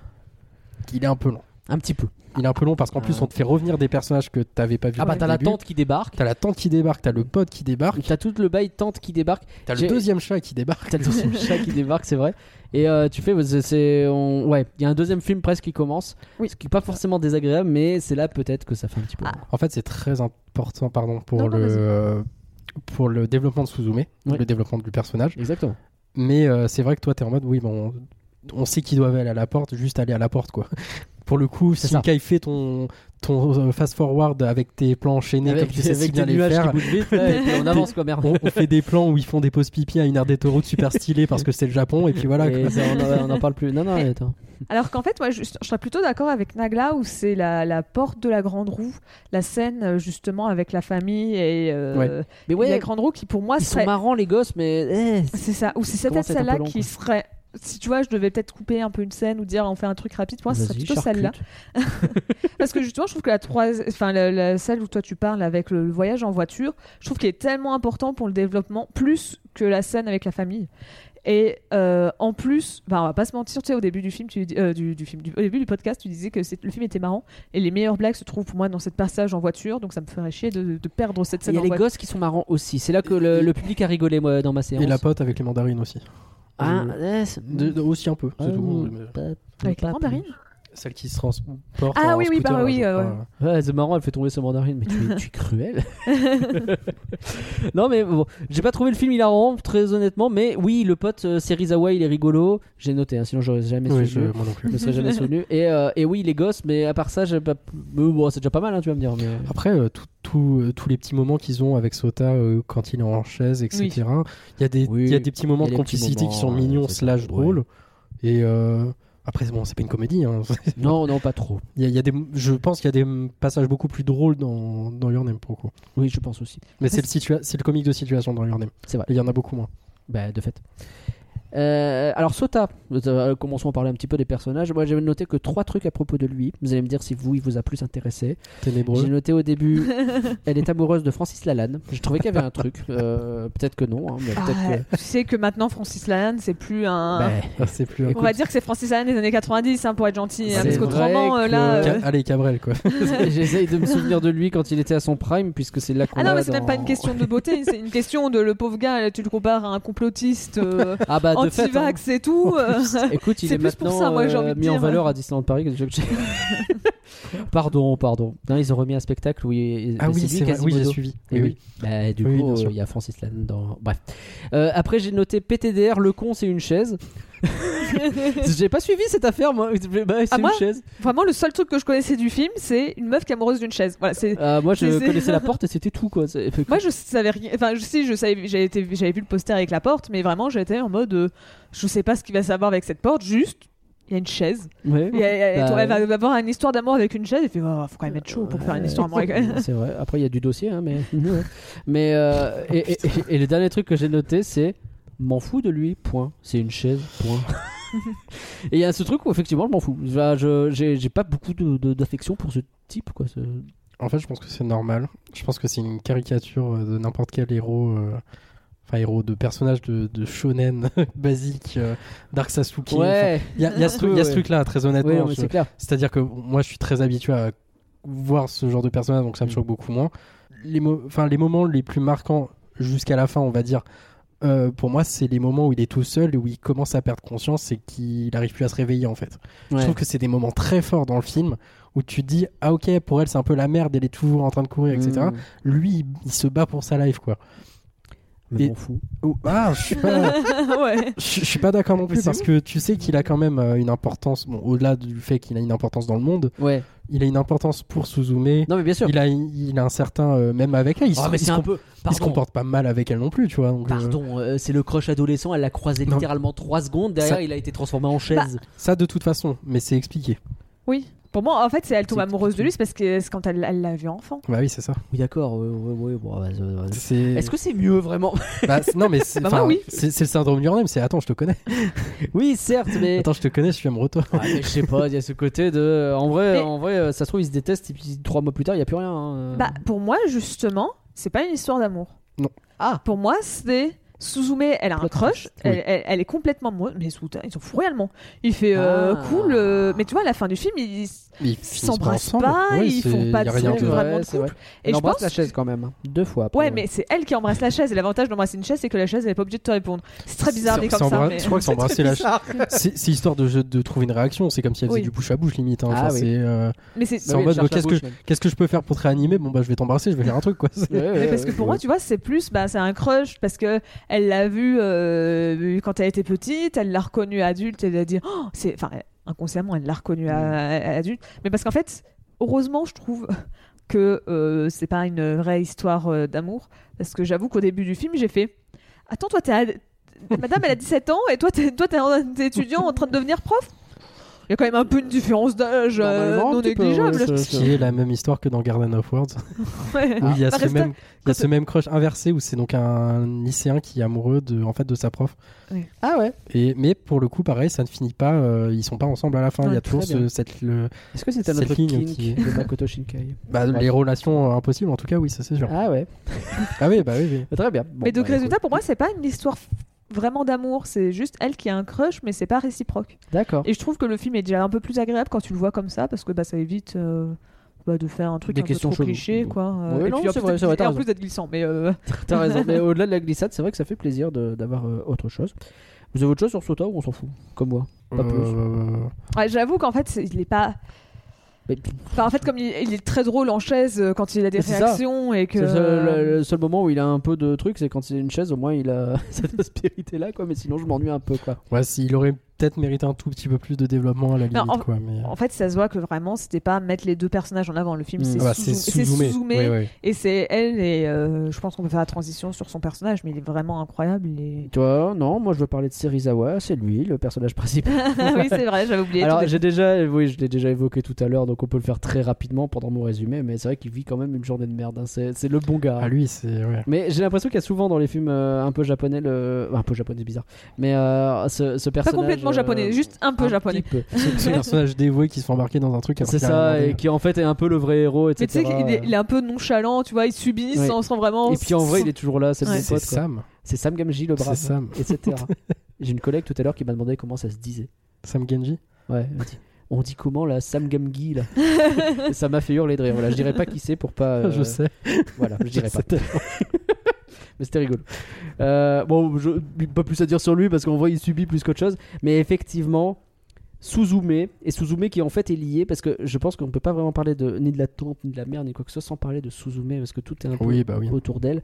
il est un peu long. Un petit peu. Il est un peu long parce qu'en plus, Ah. on te fait revenir des personnages que t'avais pas vu. Ah bah au t'as la début. tante qui débarque. T'as la tante qui débarque, t'as le pote qui débarque, T'as tout le bail tante qui débarque. t'as le J'ai- deuxième chat qui débarque. T'as le deuxième chat qui débarque, c'est vrai. Et euh, tu fais, c'est, c'est- on- ouais, il y a un deuxième film presque qui commence. Oui. Ce qui est pas forcément désagréable, mais c'est là peut-être que ça fait un petit peu. Ah. long. En fait, c'est très important, pardon, pour Non, non, le vas-y. euh, pour le développement de Suzume, Ouais. le développement du personnage. Exactement. Mais euh, c'est vrai que toi, t'es en mode, oui, bon, on sait qu'ils doivent aller à la porte, juste aller à la porte, quoi. Pour le coup, C'est si ça. Kai fait ton ton euh, fast forward avec tes plans enchaînés Avec, comme tu sais si avec bien des les nuages faire, qui bougent vite, ouais, et puis on avance quoi, merde. on, on fait des plans où ils font des pauses pipi à une aire d'autoroute super stylée parce que c'est le Japon et puis voilà. Et quoi. ça, on, en, on en parle plus. Non, non, Mais- attends. Alors qu'en fait, moi, je, je serais plutôt d'accord avec Nagla où c'est la, la porte de la Grande Roue, la scène euh, justement avec la famille et, euh, Ouais. Mais et ouais, la Grande Roue qui pour moi ils serait. sont marrants les gosses, mais eh, C'est ça. Ou c'est commence peut-être à être un peu celle-là long, qui quoi. serait. Si tu vois, je devais peut-être couper un peu une scène ou dire on fait un truc rapide. Pour moi, ce serait vas-y, plutôt celle-là. charcute. Parce que justement, je trouve que la troisième, enfin la, la- celle où toi tu parles avec le, le voyage en voiture, je trouve qu'elle est tellement important pour le développement, plus que la scène avec la famille. Et euh, en plus, bah, on va pas se mentir, tu sais, au début du film, tu, dis- euh, du, du film, du- au début du podcast, tu disais que c'est- le film était marrant et les meilleures blagues se trouvent pour moi dans cette passage en voiture, donc ça me ferait chier de, de perdre cette Il scène y a en les voiture. gosses qui sont marrants aussi. C'est là que le, le public a rigolé moi, dans ma séance. Et la pote avec les mandarines aussi. Ah, Euh, eh, c'est- de- de- aussi un peu, c'est Ah, tout. mais pas- Avec pas les mandarines. Celle qui se transporte. Ah en oui, oui, scooter, bah là, oui, je euh, crois. plus. Ouais, c'est marrant, elle fait tomber sa mandarine, mais tu es, tu es cruel. Non, mais bon, j'ai pas trouvé le film hilarant, très honnêtement, mais oui, le pote euh, Serizawa, il est rigolo. J'ai noté, hein, sinon j'aurais jamais Oui, souvenu. je- moi non plus. Je me serais jamais souvenu. Et, euh, et oui, les gosses, mais à part ça, j'ai pas... mais bon, c'est déjà pas mal, hein, tu vas me dire. Mais... Après, euh, tout- tout, euh, tous les petits moments qu'ils ont avec Sota euh, quand il est en chaise, et cetera. Il y a des, Oui. il y a des petits moments Il y a de des petits complicité qui sont moments, mignons euh, c'est slash ça, drôles. Et euh, après, bon, c'est pas une comédie. Hein. Non, non, pas trop. il, y a, il y a des, je pense qu'il y a des passages beaucoup plus drôles dans, dans Your Name, pour le coup. Oui, je pense aussi. Mais c'est le, situa- c'est le comique de situation dans Your Name. C'est vrai. Et il y en a beaucoup moins. Bah, de fait. Euh, alors Sota, euh, commençons à parler un petit peu des personnages. Moi j'avais noté que trois trucs à propos de lui. Vous allez me dire si vous il vous a plus intéressé. J'ai Ténébreux. noté au début, elle est amoureuse de Francis Lalanne. Je trouvais qu'il y avait un truc. Euh, peut-être que non. Hein, mais peut-être Ah, que... tu sais que maintenant Francis Lalanne, c'est plus un. Bah, Ah, c'est plus un On va dire que c'est Francis Lalanne des années quatre-vingt-dix hein, pour être gentil, hein, C'est parce qu'autrement vrai euh, là. que- euh, Ca- Allez, Cabrel, quoi. J'essaye de me souvenir de lui quand il était à son prime, puisque c'est là qu'on Ah non, a mais c'est dans- même pas une question de beauté, c'est une question de le pauvre gars, tu le compares à un complotiste euh, Ah bah de fait. hein. anti-vax et tout. euh, Écoute, il C'est est plus pour maintenant ça, moi, j'ai euh, envie de mis en dire. valeur à Disneyland Paris. que je- Pardon, pardon. Non, ils ont remis un spectacle où il... Ah mais oui, lui, c'est vrai. Oui, Quasimodo. j'ai suivi. Et Oui, oui. oui. Bah, du Oui, coup, bien euh, sûr. il y a Francis Lalanne dans. Bref. Euh, après, j'ai noté P T D R, le con, c'est une chaise. J'ai pas suivi cette affaire, moi. Bah, c'est Ah, une moi chaise. Vraiment, le seul truc que je connaissais du film, c'est une meuf qui est amoureuse d'une chaise. Voilà, c'est. Euh, moi, je C'est- c'est- connaissais la porte et c'était tout, quoi. C'est- Moi, je savais rien. Enfin, je, si, je savais, j'avais, été, j'avais vu le poster avec la porte, mais vraiment, j'étais en mode, euh, je sais pas ce qu'il va savoir avec cette porte. Juste, il y a une chaise. Ouais. Et elle, elle- Bah, elle va avoir une histoire d'amour avec une chaise. Et puis, oh, faut quand même être chaud pour faire une histoire d'amour avec elle. C'est vrai. Après, il y a du dossier, hein, mais. Ouais. Mais euh, et, et- et- et le dernier truc que j'ai noté, c'est m'en fous de lui. Point. C'est une chaise. Point. Et il y a ce truc où effectivement, je m'en fous. Je, je- j'ai, j'ai pas beaucoup de, de- d'affection pour ce type, quoi. Ce- En fait, je pense que c'est normal. Je pense que c'est une caricature euh, de n'importe quel héros. euh, Enfin, héros de personnage de, de shonen basique, euh, Dark Sasuke. Ouais. Il y a, il y a ce, truc- il y a ce Ouais. truc-là, très honnêtement. Ouais, non, mais je- c'est clair. C'est-à-dire que moi, je suis très habitué à voir ce genre de personnage, donc ça me Mm. choque beaucoup moins. Les, mo- enfin, les moments les plus marquants jusqu'à la fin, on va dire, euh, pour moi, c'est les moments où il est tout seul et où il commence à perdre conscience et qu'il n'arrive plus à se réveiller, en fait. Ouais. Je trouve que c'est des moments très forts dans le film où tu te dis, ah ok, pour elle, c'est un peu la merde, elle est toujours en train de courir, et cetera. Mmh. Lui, il, il se bat pour sa life, quoi. Mais Et- m'en fous. Ou- Ah, je suis pas, Ouais. je, je suis pas d'accord non plus c'est parce que tu sais qu'il a quand même euh, une importance, bon, au-delà du fait qu'il a une importance dans le monde, Ouais. il a une importance pour Suzume. Non, mais bien sûr. Il a, il a un certain, euh, même avec elle, il, Ah, se, mais il c'est se un com- peu. il se Pardon. comporte pas mal avec elle non plus, tu vois. donc, euh, Pardon, euh, c'est le crush adolescent, elle l'a croisé Non. littéralement trois secondes, derrière Ça- il a été transformé en chaise. ça, de toute façon, mais c'est expliqué. Oui. Pour moi, en fait, c'est elle tombe C'est amoureuse de lui, c'est parce que c'est quand elle, elle l'a vu enfant. Bah oui, c'est ça. Oui, d'accord, ouais, ouais, ouais, bon, bah, euh, C'est... Est-ce que c'est mieux vraiment? Bah, c'est- non, mais c'est, Bah, moi, enfin, oui. c'est, c'est le syndrome Your Name, c'est attends, je te connais. Oui, certes, mais. Attends, je te connais, je suis amoureux de toi. Ah, mais je sais pas, il y a ce côté de. En vrai, Mais- en vrai euh, ça se trouve, ils se détestent et puis trois mois plus tard, il n'y a plus rien. hein. Bah, pour moi, justement, c'est pas une histoire d'amour. Non. Ah. Pour moi, c'est. Suzume, elle a un Plot crush, twist. elle, Oui. elle, elle est complètement amoureuse, mais Suta, ils sont fous réellement. Il fait euh, Ah. cool, euh, mais tu vois, à la fin du film, ils Mais ils ils finissent s'embrassent ensemble. pas, Ouais, ils c'est- font pas y a de rien trucs de- vraiment de c'est vrai. couple. Elle Et je embrasse pense la chaise quand même, hein. Deux fois. après. Ouais, mais c'est elle qui embrasse la chaise et l'avantage d'embrasser une chaise, c'est que la chaise, elle est pas obligée de te répondre. C'est très bizarre C'est- dit c'est comme ça. embra- Mais... Je crois que c'est embrasser la chaise. C'est, c'est histoire de, de trouver une réaction. C'est comme si elle faisait Oui. du bouche à bouche limite. hein. Ah Enfin, oui. c'est, euh, mais c'est. c'est Bah en oui, mode elle cherche la qu'est-ce que, bouche, même. qu'est-ce que je peux faire pour te réanimer. Bon bah je vais t'embrasser, je vais faire un truc quoi. C'est- Ouais, ouais, Mais parce ouais, que pour ouais. moi, tu vois, c'est plus, bah, c'est un crush parce que elle l'a vu euh, quand elle était petite, elle l'a reconnu adulte, elle a dit, oh, c'est, enfin, inconsciemment, elle l'a reconnu à, à- à adulte. Mais parce qu'en fait, heureusement, je trouve que euh, c'est pas une vraie histoire euh, d'amour, parce que j'avoue qu'au début du film, j'ai fait, attends, toi, t'es, ad- madame, elle a dix-sept ans et toi, t'es, toi, t'es, en- t'es étudiant en train de devenir prof. Il y a quand même un peu une différence d'âge euh, Normalement, un non petit peu, négligeable. ouais, Ce qui est la même histoire que dans Garden of Words. Ouais. Où il y a, Bah, ce reste- même, il y a ce même crush inversé où c'est donc un lycéen qui est amoureux de, en fait, de sa prof. Ah ouais. Et, mais pour le coup, pareil, ça ne finit pas. euh, ils sont pas ensemble à la fin. Ouais, il y a toujours très bien. ce, cette, le, Est-ce que c'était Cette notre ligne kink qui- de Makoto Shinkai? bah, Ouais. les relations euh, impossibles, en tout cas, oui, ça c'est sûr. Ah ouais. Ah oui, bah oui, oui. Très bien. Bon, Mais donc, bah, résultat, écoute. pour moi, c'est pas une histoire f- vraiment d'amour, c'est juste elle qui a un crush, mais c'est pas réciproque. D'accord. Et je trouve que le film est déjà un peu plus agréable quand tu le vois comme ça, parce que bah, ça évite euh, bah, de faire un truc Des un peu questions trop cheloues. cliché, quoi. Euh, Ouais, et non, puis, en c'est plus vrai, d'être- c'est vrai, et t'as en raison. plus d'être glissant, mais euh, T'as raison. Mais au-delà de la glissade, c'est vrai que ça fait plaisir de- d'avoir euh, autre chose. Vous avez autre chose sur Sota ou on s'en fout? Comme moi. Pas plus. Euh, ouais, j'avoue qu'en fait, c'est- il est pas. Mais- Enfin, en fait, comme il, il est très drôle en chaise euh, quand il a des C'est ça. réactions et que. C'est le seul, le- le seul moment où il a un peu de truc, c'est quand c'est une chaise, au moins il a cette aspérité là, quoi. Mais sinon, je m'ennuie un peu, quoi. Ouais, s'il aurait peut-être mérité un tout petit peu plus de développement à la limite, Non, en- quoi. Mais... En fait, ça se voit que vraiment, c'était pas mettre les deux personnages en avant. Le film, Mm. c'est Ah bah, Suzu- c'est c'est Suzume. Suzume. Ouais, ouais. Et c'est elle, et euh, je pense qu'on peut faire la transition sur son personnage, mais il est vraiment incroyable. Il est... Toi, non, moi je veux parler de Serizawa, c'est lui, le personnage principal. oui, c'est vrai, j'avais oublié. Alors tout j'ai déjà, oui, je l'ai déjà évoqué tout à l'heure, donc on peut le faire très rapidement pendant mon résumé, mais c'est vrai qu'il vit quand même une journée de merde. hein. C'est, c'est le bon gars. Ah, lui, c'est. Ouais. Mais j'ai l'impression qu'il y a souvent dans les films euh, un peu japonais, le... un peu japonais, c'est bizarre, mais euh, ce, ce Pas personnage. complètement euh, japonais, juste un peu un japonais. petit peu. C'est c'est un personnage dévoué qui se fait embarquer dans un truc. alors C'est qu'il a rien ça, demandé. et qui en fait est un peu le vrai héros, Mais tu sais et cetera. qu'il est, il est un peu nonchalant, tu vois, il subit Ouais. sans, sans vraiment. Et puis en vrai, il est toujours là, c'est le Ouais. bon C'est pote. quoi. Sam. C'est Sam Gamgee, le brave, C'est Sam. et cetera. J'ai une collègue tout à l'heure qui m'a demandé comment ça se disait. Sam Genji. Ouais, elle dit, on dit comment là, Sam Gamgee là. Et ça m'a fait hurler de rire. Voilà, je dirais pas qui c'est pour pas. euh, Je sais. Voilà, je dirais Je pas. sais. Mais c'était rigolo. Euh, bon, je, pas plus à dire sur lui parce qu'en vrai, il subit plus qu'autre chose. Mais effectivement, Suzume, et Suzume qui en fait est lié parce que je pense qu'on peut pas vraiment parler de, ni de la tante, ni de la mère, ni quoi que ce soit sans parler de Suzume parce que tout est un peu Oui, bah oui. autour d'elle.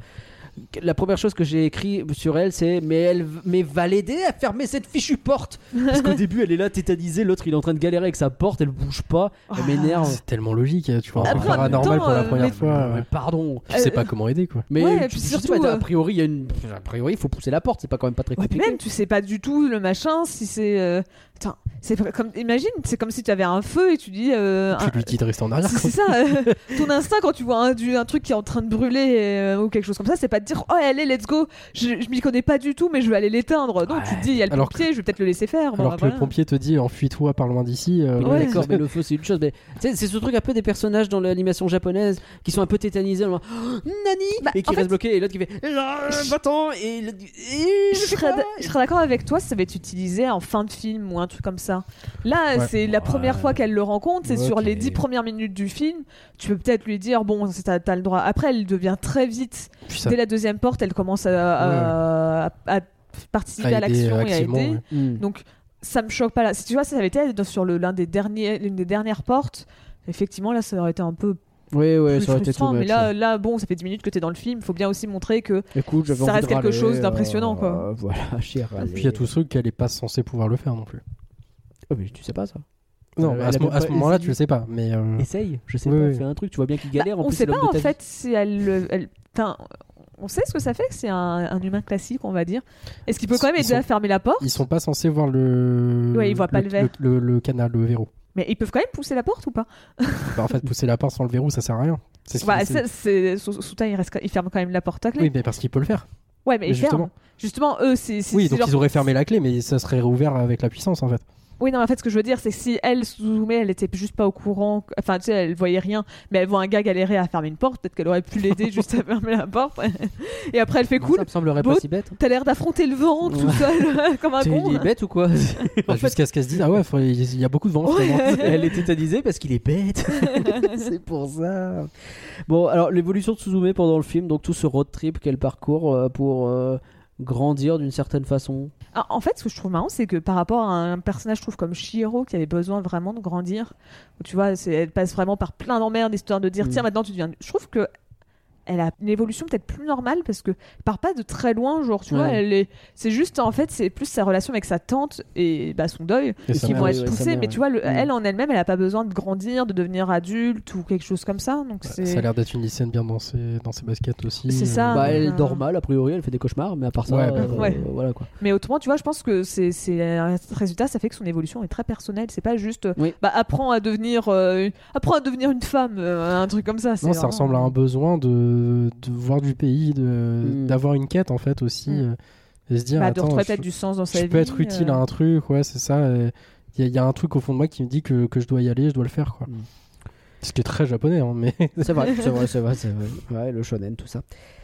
La première chose que j'ai écrit sur elle, c'est mais elle mais va l'aider à fermer cette fichue porte parce qu'au début elle est là tétanisée, l'autre il est en train de galérer avec sa porte, elle bouge pas, elle m'énerve. C'est tellement logique, tu vois un Après, truc en même paranormal temps, pour la euh, première mais- fois. Mais ouais. pardon. Tu sais pas comment aider quoi. Mais Ouais, et tu- puis je sais surtout, pas, euh, a priori il y a une a priori il faut pousser la porte, c'est pas quand même pas très Ouais, puis compliqué. même, tu sais pas du tout le machin, si c'est. euh, Attends, c'est pas comme. Imagine, c'est comme si tu avais un feu et tu dis. euh, Tu un- lui dis de rester en arrière. C'est quoi. c'est ça, euh, ton instinct quand tu vois un, du, un truc qui est en train de brûler euh, ou quelque chose comme ça, c'est pas de dire oh allez let's go, je, je m'y connais pas du tout mais je vais aller l'éteindre. Non, tu te dis il y a le Alors pompier, je vais peut-être le laisser faire. Bon, Alors bah, que voilà. le pompier te dit enfuis-toi par loin d'ici. euh, Oui, Ouais. d'accord, mais le feu c'est une chose. Mais tu sais, c'est ce truc un peu des personnages dans l'animation japonaise qui sont un peu tétanisés, en mode, Oh, Nani, Bah, et qui en restent fait- bloqués, et l'autre qui fait Ah, va-t'en, et le- et Je je sais serais, pas. d- je serais d'accord avec toi si ça va être utilisé en fin de film ou un truc comme ça. Là, Ouais. c'est la première fois qu'elle le rencontre, c'est sur Ok. les dix premières minutes du film. Tu peux peut-être lui dire, bon, c'est- t'as, t'as le droit. Après, elle devient très vite. Puis ça Dès la deuxième porte, elle commence à, à- à- à participer a à aidé l'action et à activement, aider. ouais. Hmm. Donc, ça me choque pas là. Si tu vois, ça avait été dans- sur le, l'un des derniers, l'une des dernières portes. Effectivement, là, ça aurait été un peu Oui, oui, plus ça aurait été frustrant. tout Mais much, là, ouais. là, bon, ça fait dix minutes que t'es dans le film. Il faut bien aussi montrer que Écoute, j'avais ça envie reste de quelque râler, chose d'impressionnant, quoi. euh, Voilà, chier, râler. Puis il y a tout ce truc qu'elle est pas censée pouvoir le faire non plus. Oh, mais tu sais pas ça. Non, Elle à a ce, même mo- à ce pas moment-là, essayé. tu le sais pas. Mais euh, Essaye, je sais Oui, pas, oui. fais un truc, tu vois bien qu'il Bah, galère. en on plus, sait c'est l'homme pas de en ta vie. fait si elle, le- elle- enfin, on sait ce que ça fait que c'est un, un humain classique, on va dire. Est-ce qu'il peut quand même Ils aider sont- à fermer la porte? ils sont pas censés voir le. Ouais, ils voient pas le verre. Le, le canal, le verrou. Mais ils peuvent quand même pousser la porte ou pas? Bah, en fait, pousser la porte sans le verrou, ça sert à rien. C'est ce Bah, qu'il- c'est- c'est- c'est- sous- Souta, il, reste, il ferme quand même la porte à clé. Oui, mais parce qu'il peut le faire. Ouais, mais mais il ferme. justement. Justement, eux, c'est. c'est- Oui, c'est donc genre- ils auraient fermé la clé, mais ça serait rouvert avec la puissance en fait. Oui, non, en fait, ce que je veux dire, c'est que si elle, Suzume, elle était juste pas au courant, enfin, tu sais, elle voyait rien, mais elle voit un gars galérer à fermer une porte, peut-être qu'elle aurait pu l'aider juste à fermer la porte. Et après, elle fait cool, Ça me semblerait Beau- pas si bête. t'as l'air d'affronter le vent tout seul, comme un Tu con. il est bête ou quoi? Bah, Jusqu'à ce qu'elle se dise ah ouais, faut- il y a beaucoup de vent. Ouais. finalement. Elle est tétanisée parce qu'il est bête. C'est pour ça. Bon, alors l'évolution de Suzume pendant le film, donc tout ce road trip qu'elle parcourt euh, pour euh, grandir d'une certaine façon. Ah, en fait, ce que je trouve marrant, c'est que par rapport à un personnage, je trouve, comme Chihiro, qui avait besoin vraiment de grandir, où tu vois, c'est- elle passe vraiment par plein d'emmerdes, histoire de dire, Mm. tiens, maintenant tu deviens. Je trouve que elle a une évolution peut-être plus normale parce que elle part pas de très loin, genre, tu vois, Ouais. elle est. C'est juste, en fait, c'est plus sa relation avec sa tante et bah, son deuil Et Et sa qui sa vont mère mère, être ouais, sa poussés, mère, mais ouais. tu vois, le- Mm. elle en elle-même, elle a pas besoin de grandir, de devenir adulte ou quelque chose comme ça, donc c'est. Ça a l'air d'être une lycéenne bien dans ses, dans ses baskets aussi. C'est ça. Bah, Ah, elle euh, dort mal, a priori, elle fait des cauchemars, mais à part ça, Ouais, bah, euh, ouais. voilà quoi. Mais autrement, tu vois, je pense que c'est c'est un résultat, ça fait que son évolution est très personnelle. C'est pas juste, euh, Oui. bah, apprends à devenir, euh, apprends à devenir une femme, euh, un truc comme ça. c'est Non, ça vraiment- ressemble à un besoin de, de voir du pays, de, Mm. d'avoir une quête en fait aussi. Mm. euh, et se dire, Bah, de attends, retrouver je, peut-être du sens dans sa je vie. peux être utile euh. à un truc, ouais, c'est ça. Il y, a- y a un truc au fond de moi qui me dit que, que je dois y aller, je dois le faire quoi. Mm. Ce qui est très japonais, hein, mais. C'est vrai, c'est vrai, c'est vrai, c'est vrai. Ouais, le shonen, tout ça.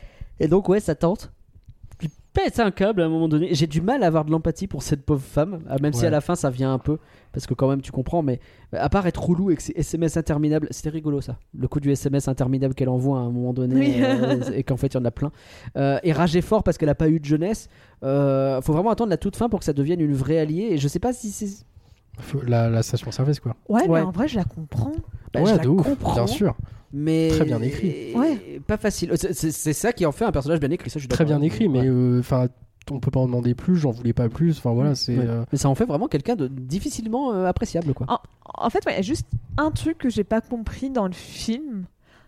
Et donc, ouais, sa tante, qui pète un câble à un moment donné. J'ai du mal à avoir de l'empathie pour cette pauvre femme, ah, même si Ouais. à la fin ça vient un peu, parce que quand même tu comprends, mais à part être relou avec ses S M S interminables, c'était rigolo ça. Le coup du S M S interminable qu'elle envoie à un moment donné, Oui. euh, et qu'en fait il y en a plein. Euh, et rager fort parce qu'elle a pas eu de jeunesse. Euh, faut vraiment attendre la toute fin pour que ça devienne une vraie alliée, et je sais pas si c'est. Faut- La, la station service quoi. Ouais, Ouais. mais en vrai, je la comprends. Bah, ouais, je la de ouf, comprends. bien sûr. Mais Très bien écrit. Ouais. Pas facile. C'est, c'est- c'est ça qui en fait un personnage bien écrit. Ça, je suis Très d'accord bien avec écrit, vous. mais Ouais. enfin, on peut pas en demander plus, j'en voulais pas plus. Enfin voilà, c'est. Ouais. euh, Mais ça en fait vraiment quelqu'un de difficilement euh, appréciable, quoi. En, en fait, ouais, il y a juste un truc que j'ai pas compris dans le film.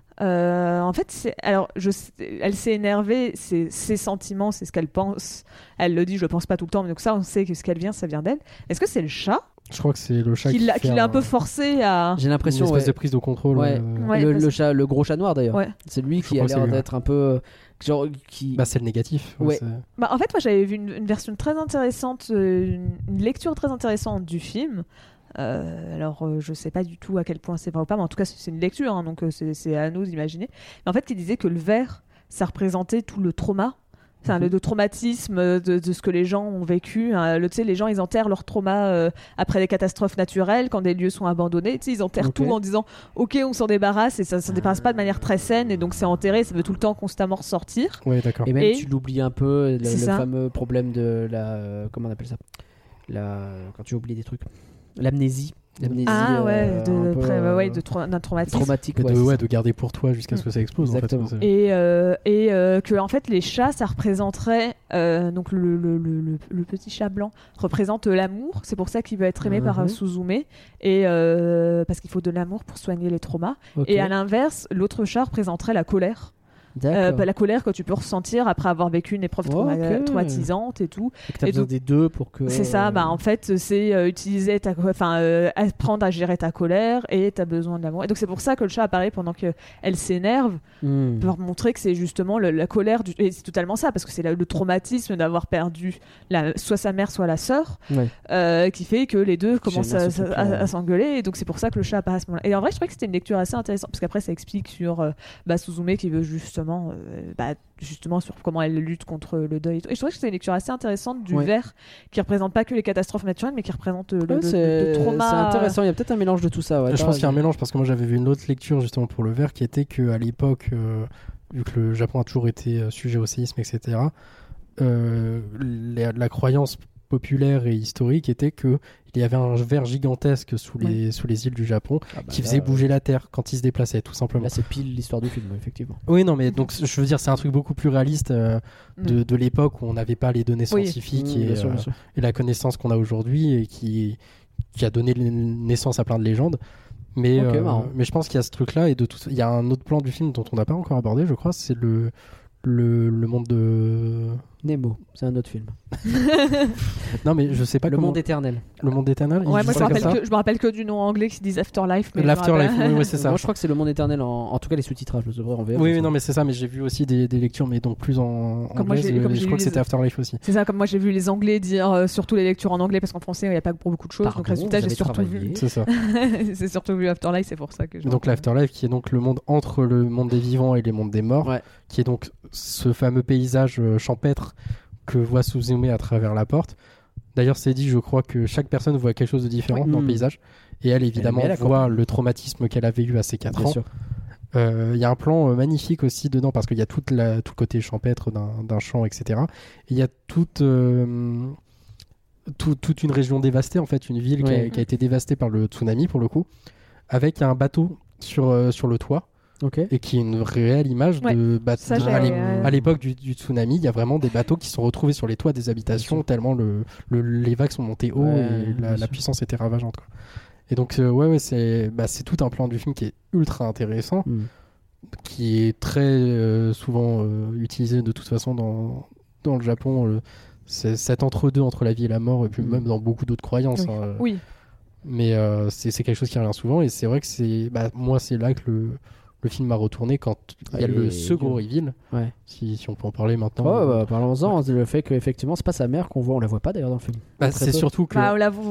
Euh, en fait, c'est alors je sais- elle s'est énervée, c'est ses sentiments, c'est ce qu'elle pense. Elle le dit, je le pense pas tout le temps, mais donc ça, on sait que ce qu'elle vient, ça vient d'elle. Est-ce que c'est le chat Je crois que c'est le chat qui qui, l'a fait qui l'a un un- peu forcé à. J'ai une l'impression. espèce Ouais. de prise de contrôle. Ouais. euh, Ouais, le, parce- le chat, le gros chat noir d'ailleurs. Ouais. C'est lui Je qui a crois que c'est l'air lui, d'être un peu euh, genre qui. Bah, c'est le négatif. Ouais. c'est- Bah, en fait, moi, j'avais vu une, une version très intéressante, euh, une, une lecture très intéressante du film. Euh, alors, euh, je sais pas du tout à quel point c'est vrai ou pas, mais en tout cas, c'est c'est une lecture, hein, donc euh, c'est c'est à nous d'imaginer. Mais en fait, qui disait que le vert, ça représentait tout le trauma. Enfin, Mhm. le, le traumatisme de, de ce que les gens ont vécu. Hein. Le, tu sais, les gens, ils enterrent leur trauma euh, après des catastrophes naturelles, quand des lieux sont abandonnés. Tu sais, ils enterrent Ok. tout en disant « Ok, on s'en débarrasse » et ça ne s'en débarrasse pas de manière très saine. Et donc, c'est enterré, ça veut tout le temps constamment ressortir. Ouais, d'accord. Et même Et- tu l'oublies un peu, le, C'est le ça. fameux problème de la. euh, Comment on appelle ça la, Quand tu oublies des trucs. l'amnésie. L'amnésie, Ah ouais, euh, de, un peu, pré- euh, ouais, de tra- d'un traumatisme. traumatique. de, ouais, c'est ouais, ça. de garder pour toi jusqu'à ce que ça explose. Exactement. En fait. Et, euh, et euh, que en fait les chats ça représenterait euh, donc le, le, le, le, le petit chat blanc représente l'amour, c'est pour ça qu'il veut être aimé Mhm. par euh, Suzume et euh, parce qu'il faut de l'amour pour soigner les traumas. Ok. Et à l'inverse l'autre chat représenterait la colère. D'accord. Euh, bah, la colère que tu peux ressentir après avoir vécu une épreuve trauma- Ok. traumatisante et tout. Et que t'as et besoin donc- des deux pour que. C'est ça, bah en fait c'est euh, utiliser ta, enfin euh, apprendre à gérer ta colère et t'as besoin de l'amour. Et donc c'est pour ça que le chat apparaît pendant que elle s'énerve Hmm. pour montrer que c'est justement le- la colère du... et c'est totalement ça parce que c'est la- le traumatisme d'avoir perdu la, soit sa mère soit la sœur Ouais. euh, qui fait que les deux commencent Génial, à, ce à- truc-là, à- à s'engueuler et donc c'est pour ça que le chat apparaît à ce moment-là. Et en vrai je trouvais que c'était une lecture assez intéressante parce qu'après ça explique sur euh, bah, Suzume qui veut justement euh, bah, justement sur comment elle lutte contre le deuil et tout. Et je trouvais que c'était une lecture assez intéressante du Ouais. ver qui représente pas que les catastrophes naturelles mais qui représente le, le- Ouais, le- c'est le trauma. c'est intéressant. Il y a peut-être un mélange de tout ça. Ouais, Je t'as pense qu'il y a un raison. mélange parce que moi j'avais vu une autre lecture justement pour le ver qui était qu'à l'époque, euh, vu que le Japon a toujours été euh, sujet au séisme, et cetera, euh, la, la croyance populaire et historique était que il y avait un ver gigantesque sous les, sous les îles du Japon Ah bah qui là, faisait bouger la terre quand il se déplaçait, tout simplement. Là, c'est pile l'histoire du film, effectivement. Oui, non, mais donc je veux dire, c'est un truc beaucoup plus réaliste euh, de, Mm. de l'époque où on n'avait pas les données Oui. scientifiques Mmh, et, bien sûr, euh, bien sûr. et la connaissance qu'on a aujourd'hui et qui, qui a donné naissance à plein de légendes. Mais, Ok, euh, marrant. mais je pense qu'il y a ce truc-là et de tout, il y a un autre plan du film dont on n'a pas encore abordé, je crois, c'est le, le, le monde de. Nemo, c'est un autre film. Non, mais je sais pas Le comment. monde éternel. Le monde éternel. Ouais, il moi dit je me, ça comme rappelle ça que, je me rappelle que du nom anglais qui disent Afterlife. Mais je me L'Afterlife, rappelle- oui, ouais, c'est ça. Moi, je crois que c'est le monde éternel. En, en tout cas, les sous-titrages, je devrais en V F. Oui, oui, non, mais c'est ça, mais j'ai vu aussi des, des lectures, mais donc plus en Comme moi, anglais. j'ai- comme Je j'ai crois lu que les- c'était Afterlife aussi. C'est ça, comme moi j'ai vu les Anglais dire euh, surtout les lectures en anglais parce qu'en français il n'y a pas pour beaucoup de choses. Pardon, donc résultat, vous j'ai avez surtout travaillé. vu. C'est ça. c'est surtout vu Afterlife, c'est pour ça que je. Donc l'Afterlife qui est donc le monde entre le monde des vivants et les mondes des morts, Ouais. qui est donc ce fameux paysage euh, champêtre que voit Suzume à travers la porte. D'ailleurs c'est dit, je crois que chaque personne voit quelque chose de différent Oui. dans le Mm. paysage et elle évidemment Elle est à la voit campagne. le traumatisme qu'elle avait eu à ses quatre Bien ans. sûr. Euh, Il y a un plan euh, magnifique aussi dedans parce qu'il y a toute la, tout le côté champêtre d'un d'un champ, et cetera. Et il y a toute, euh, tout- toute une région dévastée, en fait, une ville qui, a, Oui. qui a été dévastée par le tsunami pour le coup, avec un bateau sur, euh, sur le toit Ok. et qui est une réelle image Ouais. de bateau. Ça, j'ai- à l'é- euh, à l'époque du, du tsunami, il y a vraiment des bateaux qui se sont retrouvés sur les toits des habitations tellement le, le- les vagues sont montées haut Ouais, et bien la, la sûr. puissance était ravageante, quoi. Et donc, euh, ouais, ouais, c'est bah, c'est tout un plan du film qui est ultra intéressant, Mm. qui est très euh, souvent euh, utilisé de toute façon dans, dans le Japon. euh, c'est cet entre-deux entre la vie et la mort, et puis Mm. même dans beaucoup d'autres croyances. Oui. hein, euh. Oui. Mais euh, c'est c'est quelque chose qui revient souvent, et c'est vrai que c'est. Bah, moi, c'est là que le, le film m'a retourné quand il y a Ah, il le est ce gros dur. reveal. Ouais. Si, si on peut en parler maintenant. Oh, bah, parlons-en. Le fait qu'effectivement, c'est pas sa mère qu'on voit. On la voit pas d'ailleurs dans le film. Bah, très c'est peu. surtout que. Bah, on la voit.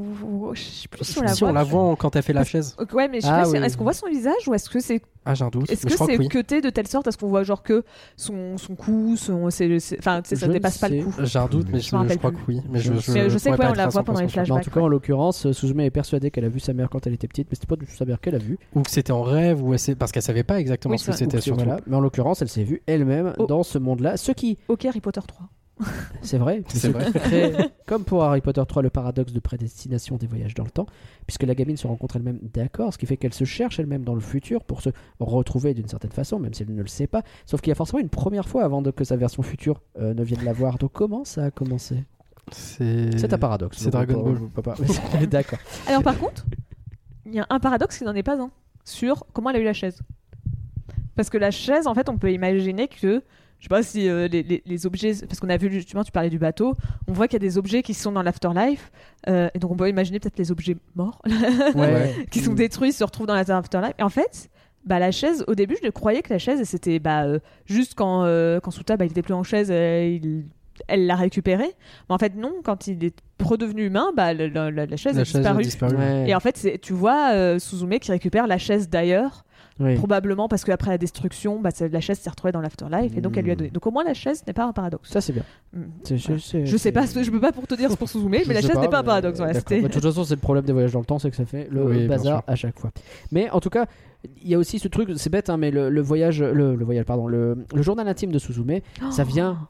Je sais plus si on la si on voit. la voit en- quand elle fait la chaise. Ok, ouais, mais je sais Ah, pas si- oui. est-ce qu'on voit son visage ou est-ce que c'est Ah, j'ai un doute. est-ce mais que je crois c'est que oui. cuté de telle sorte à ce qu'on voit genre que son, son cou, son c'est c'est- enfin tu sais ça Je dépasse ne pas le sais cou. J'ai un doute, mais Je je, me rappelle je crois plus. que oui. Mais je, Mais je sais pourrais que ouais, pas on la être à voit pendant les cent pour cent sûr. Mais en flashbacks. tout cas, en l'occurrence, euh, Suzume est persuadée qu'elle a vu sa mère quand elle était petite, mais c'était pas du tout sa mère qu'elle a vue. Ou que c'était en rêve, ou elle sait- parce qu'elle savait pas exactement Oui, ce que ça- c'était Ou que c'est- surtout. voilà. Mais en l'occurrence, elle s'est vue elle-même Oh. dans ce monde-là. Ce qui, Ok, Harry Potter trois. c'est vrai, C'est ce vrai. qui crée, comme pour Harry Potter trois, le paradoxe de prédestination des voyages dans le temps, puisque la gamine se rencontre elle-même d'accord, ce qui fait qu'elle se cherche elle-même dans le futur pour se retrouver d'une certaine façon, même si elle ne le sait pas. Sauf qu'il y a forcément une première fois avant de- que sa version future euh, ne vienne la voir. Donc comment ça a commencé C'est C'est un paradoxe. c'est Donc, Dragon on Ball. peut- on peut pas- D'accord. Alors par contre, il y a un paradoxe qui n'en est pas un sur comment elle a eu la chaise. Parce que la chaise, en fait, on peut imaginer que, je sais pas si euh, les, les- les objets, parce qu'on a vu justement, tu parlais du bateau, on voit qu'il y a des objets qui sont dans l'afterlife, euh, et donc on peut imaginer peut-être les objets morts Ouais. qui sont détruits se retrouvent dans l'afterlife. Et en fait, bah, la chaise, au début, je croyais que la chaise, c'était bah, euh, juste quand, euh, quand Suta, bah, il était plus en chaise, euh, il- elle l'a récupéré. Mais en fait, non, quand il est redevenu humain, bah, la, la- la- la chaise La a chaise a disparu. disparu. Ouais. Et en fait, c'est- tu vois euh, Suzume qui récupère la chaise d'ailleurs, Oui. probablement parce qu'après la destruction, bah, c'est- la chaise s'est retrouvée dans l'afterlife et donc elle lui a Mm. donné. Donc au moins la chaise n'est pas un paradoxe. Ça, c'est bien. Mm. C'est- c'est- c'est- Je sais c'est- pas, je peux pas pour te dire c'est pour Suzume, mais Je la sais chaise pas, n'est pas un mais- paradoxe. Voilà, d'accord. c'était- Bah, de toute façon, c'est le problème des voyages dans le temps, c'est que ça fait le Oui, bien bazar sûr. à chaque fois. Mais en tout cas, il y a aussi ce truc, c'est bête, hein, mais le, le voyage, le, le voyage, pardon, le, le journal intime de Suzume, ça vient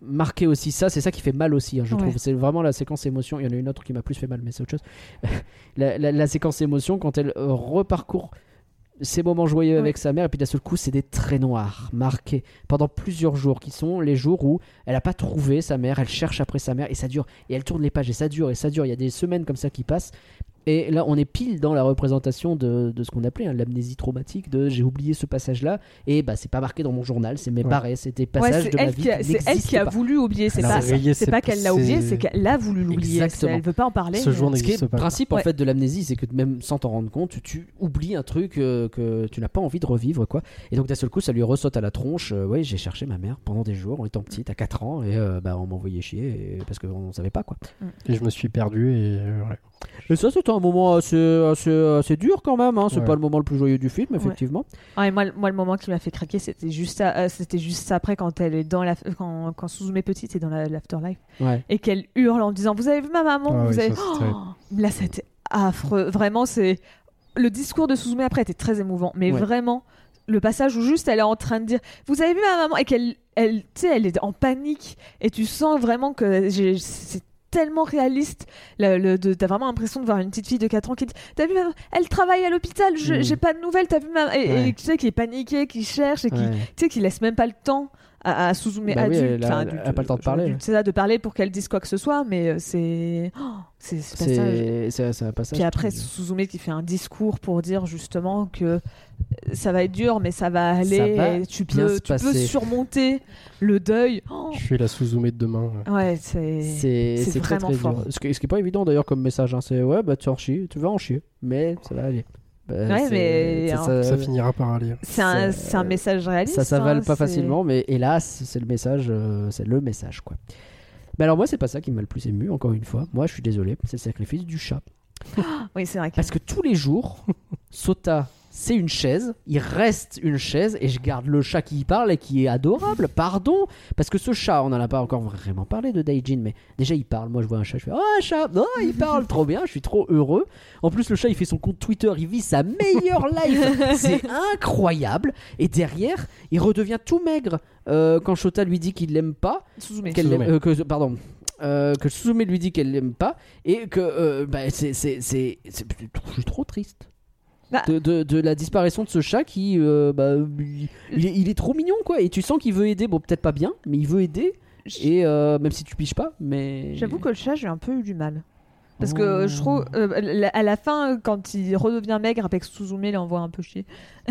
marqué aussi ça, c'est ça qui fait mal aussi, hein, je Ouais. trouve. C'est vraiment la séquence émotion. Il y en a une autre qui m'a plus fait mal, mais c'est autre chose. la, la- la séquence émotion, quand elle euh, reparcourt ces moments joyeux Ouais. avec sa mère, et puis d'un seul coup, c'est des traits noirs marqués pendant plusieurs jours, qui sont les jours où elle n'a pas trouvé sa mère, elle cherche après sa mère, et ça dure, et elle tourne les pages, et ça dure, et ça dure. Il y a des semaines comme ça qui passent. Et là, on est pile dans la représentation de, de ce qu'on appelait hein, l'amnésie traumatique, de j'ai oublié ce passage-là, et bah c'est pas marqué dans mon journal, c'est mes Ouais. barrés, c'est des Ouais, passages c'est de ma elle vie qui a, qui c'est elle qui n'existent a pas. voulu oublier. C'est Elle a pas, rayé c'est ses- pas qu'elle l'a oublié, ses- c'est qu'elle a voulu l'oublier. Exactement. Elle veut pas en parler. Ce mais- jour Ce qui est n'existe le pas. principe en Ouais. fait de l'amnésie, c'est que même sans t'en rendre compte, tu oublies un truc euh, que tu n'as pas envie de revivre, quoi. Et donc d'un seul coup, ça lui ressaute à la tronche. Euh, ouais, j'ai cherché ma mère pendant des jours, en étant petite, à quatre ans, et euh, bah on m'envoyait chier et- parce qu'on savait pas, quoi. Et je me suis perdu et euh, ouais. Et ça, c'était un moment assez, assez, assez dur quand même. Hein. C'est Ouais. pas le moment le plus joyeux du film, effectivement. Ouais, moi, le- moi, le moment qui m'a fait craquer, c'était juste, à- euh, c'était juste après quand elle est dans la, quand, quand Suzume est petite et dans la- l'afterlife Ouais. et qu'elle hurle en disant vous avez vu ma maman, Ah vous oui, avez. ça, c'est terrible. Oh là, c'était affreux. Vraiment, c'est le discours de Suzume après était très émouvant, mais Ouais. vraiment le passage où juste elle est en train de dire vous avez vu ma maman et qu'elle, elle, tu sais, elle est en panique et tu sens vraiment que j'ai, c'est tellement réaliste. Le, le- de- t'as vraiment l'impression de voir une petite fille de quatre ans qui dit t'as vu maman, elle travaille à l'hôpital, je- Mm. j'ai pas de nouvelles, t'as vu maman, et, Ouais. et tu sais qui est paniqué, qui cherche et qui, Ouais. tu sais, qui laisse même pas le temps à, à Suzume Bah oui, adulte, elle a- enfin, elle a adulte, pas le temps de euh, parler, adulte, ouais. c'est ça, de parler pour qu'elle dise quoi que ce soit, mais euh, c'est oh, c'est ce passage. C'est c'est- c'est un passage. Puis après qui- Suzume qui fait un discours pour dire justement que ça va être dur mais ça va aller, Ça va et tu bien peux se tu peux passer. surmonter le deuil. Oh, Je suis la Suzume de demain. ouais. ouais, c'est C'est c'est c'est très vraiment très fort. dur. Ce qui, ce qui est pas évident d'ailleurs comme message. Hein. C'est ouais, bah tu en chies, tu vas en chier, mais ça va aller. Bah, Ouais, c'est- mais, c'est- hein, ça, Ça finira par aller. c'est un, ça- c'est un message réaliste. ça s'avale hein, pas c'est- facilement, mais hélas, c'est le message, euh, c'est le message quoi. Mais alors moi, c'est pas ça qui m'a le plus ému. Encore une fois, moi, je suis désolé, c'est le sacrifice du chat. Oui, c'est vrai. que- Parce que tous les jours, Sota, c'est une chaise, il reste une chaise, et je garde le chat qui y parle et qui est adorable, pardon. Parce que ce chat, on n'en a pas encore vraiment parlé de Daijin, mais déjà il parle. Moi je vois un chat, je fais oh un chat, oh il parle, trop bien, je suis trop heureux. En plus, le chat il fait son compte Twitter, il vit sa meilleure life, c'est incroyable. Et derrière, il redevient tout maigre euh, quand Shota lui dit qu'il l'aime pas. Suzume. Qu'elle Suzume. l'aime- euh, que, pardon. Euh, que Suzume lui dit qu'elle l'aime pas et que euh, bah, c'est, c'est, c'est, c'est- je suis trop triste Bah. de, de, de la disparition de ce chat qui euh, bah, il, il est, il est trop mignon quoi, et tu sens qu'il veut aider, bon peut-être pas bien mais il veut aider, et euh, même si tu piges pas, mais J'avoue que le chat, j'ai un peu eu du mal. Parce Oh. que je trouve, euh, la- à la fin, quand il redevient maigre avec Suzume, il envoie un peu chier.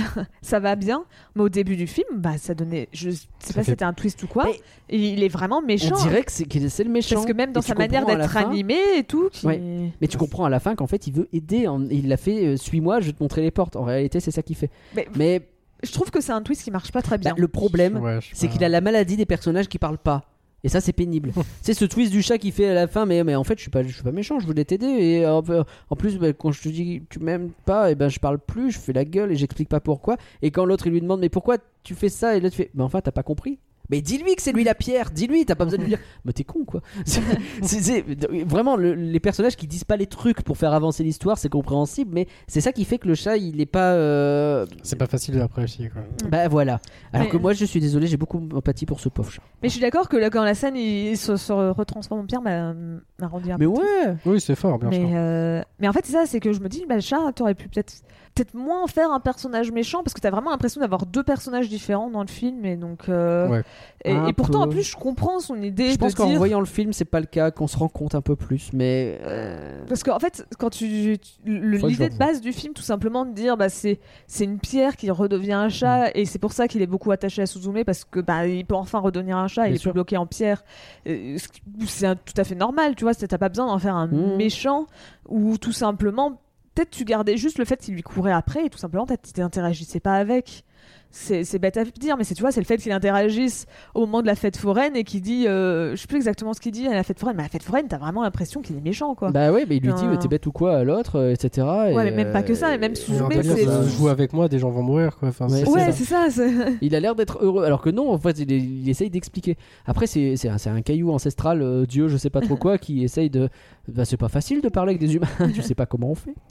Ça va bien, mais au début du film, bah, ça donnait. Je sais pas fait- si c'était un twist ou quoi. Mais- Et il est vraiment méchant. on dirait que c'est, que c'est le méchant, Parce que même dans Et sa tu manière comprends à la d'être fin- animé et tout. Qui... Ouais. mais tu comprends à la fin qu'en fait il veut aider, en- il l'a fait euh, suis-moi, je vais te montrer les portes, en réalité c'est ça qu'il fait, Mais, mais je trouve que c'est un twist qui marche pas très bien. bah, le problème Ouais, je sais c'est pas. qu'il a la maladie des personnages qui parlent pas. Et ça c'est pénible. C'est ce twist du chat qui fait à la fin, mais, mais en fait je suis pas, je suis pas méchant, je voulais t'aider. Et en, en plus bah, quand je te dis tu m'aimes pas, et ben je parle plus, je fais la gueule et j'explique pas pourquoi. Et quand l'autre il lui demande mais pourquoi tu fais ça, et là tu fais mais enfin t'as pas compris. Mais dis-lui que c'est lui la pierre, dis-lui, t'as pas besoin de lui dire mais t'es con quoi. C'est, c'est- c'est- vraiment le- les personnages qui disent pas les trucs pour faire avancer l'histoire, c'est compréhensible, mais c'est ça qui fait que le chat il est pas euh, C'est pas facile d'apprécier quoi. bah voilà. Alors Mais- que moi je suis désolé, j'ai beaucoup d'empathie pour ce pauvre chat. Mais je suis d'accord que là, quand la scène il se, se retransforme en pierre, m'a m'a rendu un Mais peu ouais. Oui, c'est fort, bien mais, sûr. euh, mais en fait, c'est ça, c'est que je me dis, bah, le chat, t'aurais pu peut-être peut-être moins faire un personnage méchant parce que t'as vraiment l'impression d'avoir deux personnages différents dans le film. Et donc. euh, Ouais. Et, Un et pourtant, en peu. plus, je comprends son idée Je pense de qu'en dire. voyant le film, c'est pas le cas, qu'on se rend compte un peu plus, mais euh, Parce qu'en fait, quand tu, tu- le- Faut que je l'idée de revoie. base du film, tout simplement de dire, bah c'est c'est une pierre qui redevient un chat, Mm. et c'est pour ça qu'il est beaucoup attaché à Suzume parce que bah il peut enfin redevenir un chat, Bien il est sûr. plus bloqué en pierre. Euh, ce qui- C'est un- tout à fait normal, tu vois. c'est- T'as pas besoin d'en faire un Mm. méchant ou tout simplement. Peut-être tu gardais juste le fait qu'il lui courait après et tout simplement peut-être tu t'interagissais pas avec. C'est c'est bête à dire, mais c'est tu vois, c'est le fait qu'il interagisse au moment de la fête foraine et qu'il dit, euh, je sais plus exactement ce qu'il dit à la fête foraine, mais à la fête foraine, t'as vraiment l'impression qu'il est méchant, quoi. bah ouais, mais il lui dit Euh. mais t'es bête ou quoi à l'autre, euh, et cetera. Ouais, et, mais même pas que ça, mais même euh, Suzume, Genre, mais délire, c'est- ça, joue avec moi, des gens vont mourir quoi. Enfin, Ouais, c'est- Ouais, ça. c'est ça. c'est- Il a l'air d'être heureux, alors que non, en fait, il, est- il essaye d'expliquer. Après, c'est, c'est, un, c'est un caillou ancestral, euh, Dieu, je sais pas trop quoi, qui essaye de. Bah, c'est pas facile de parler avec des humains, tu sais pas comment on fait.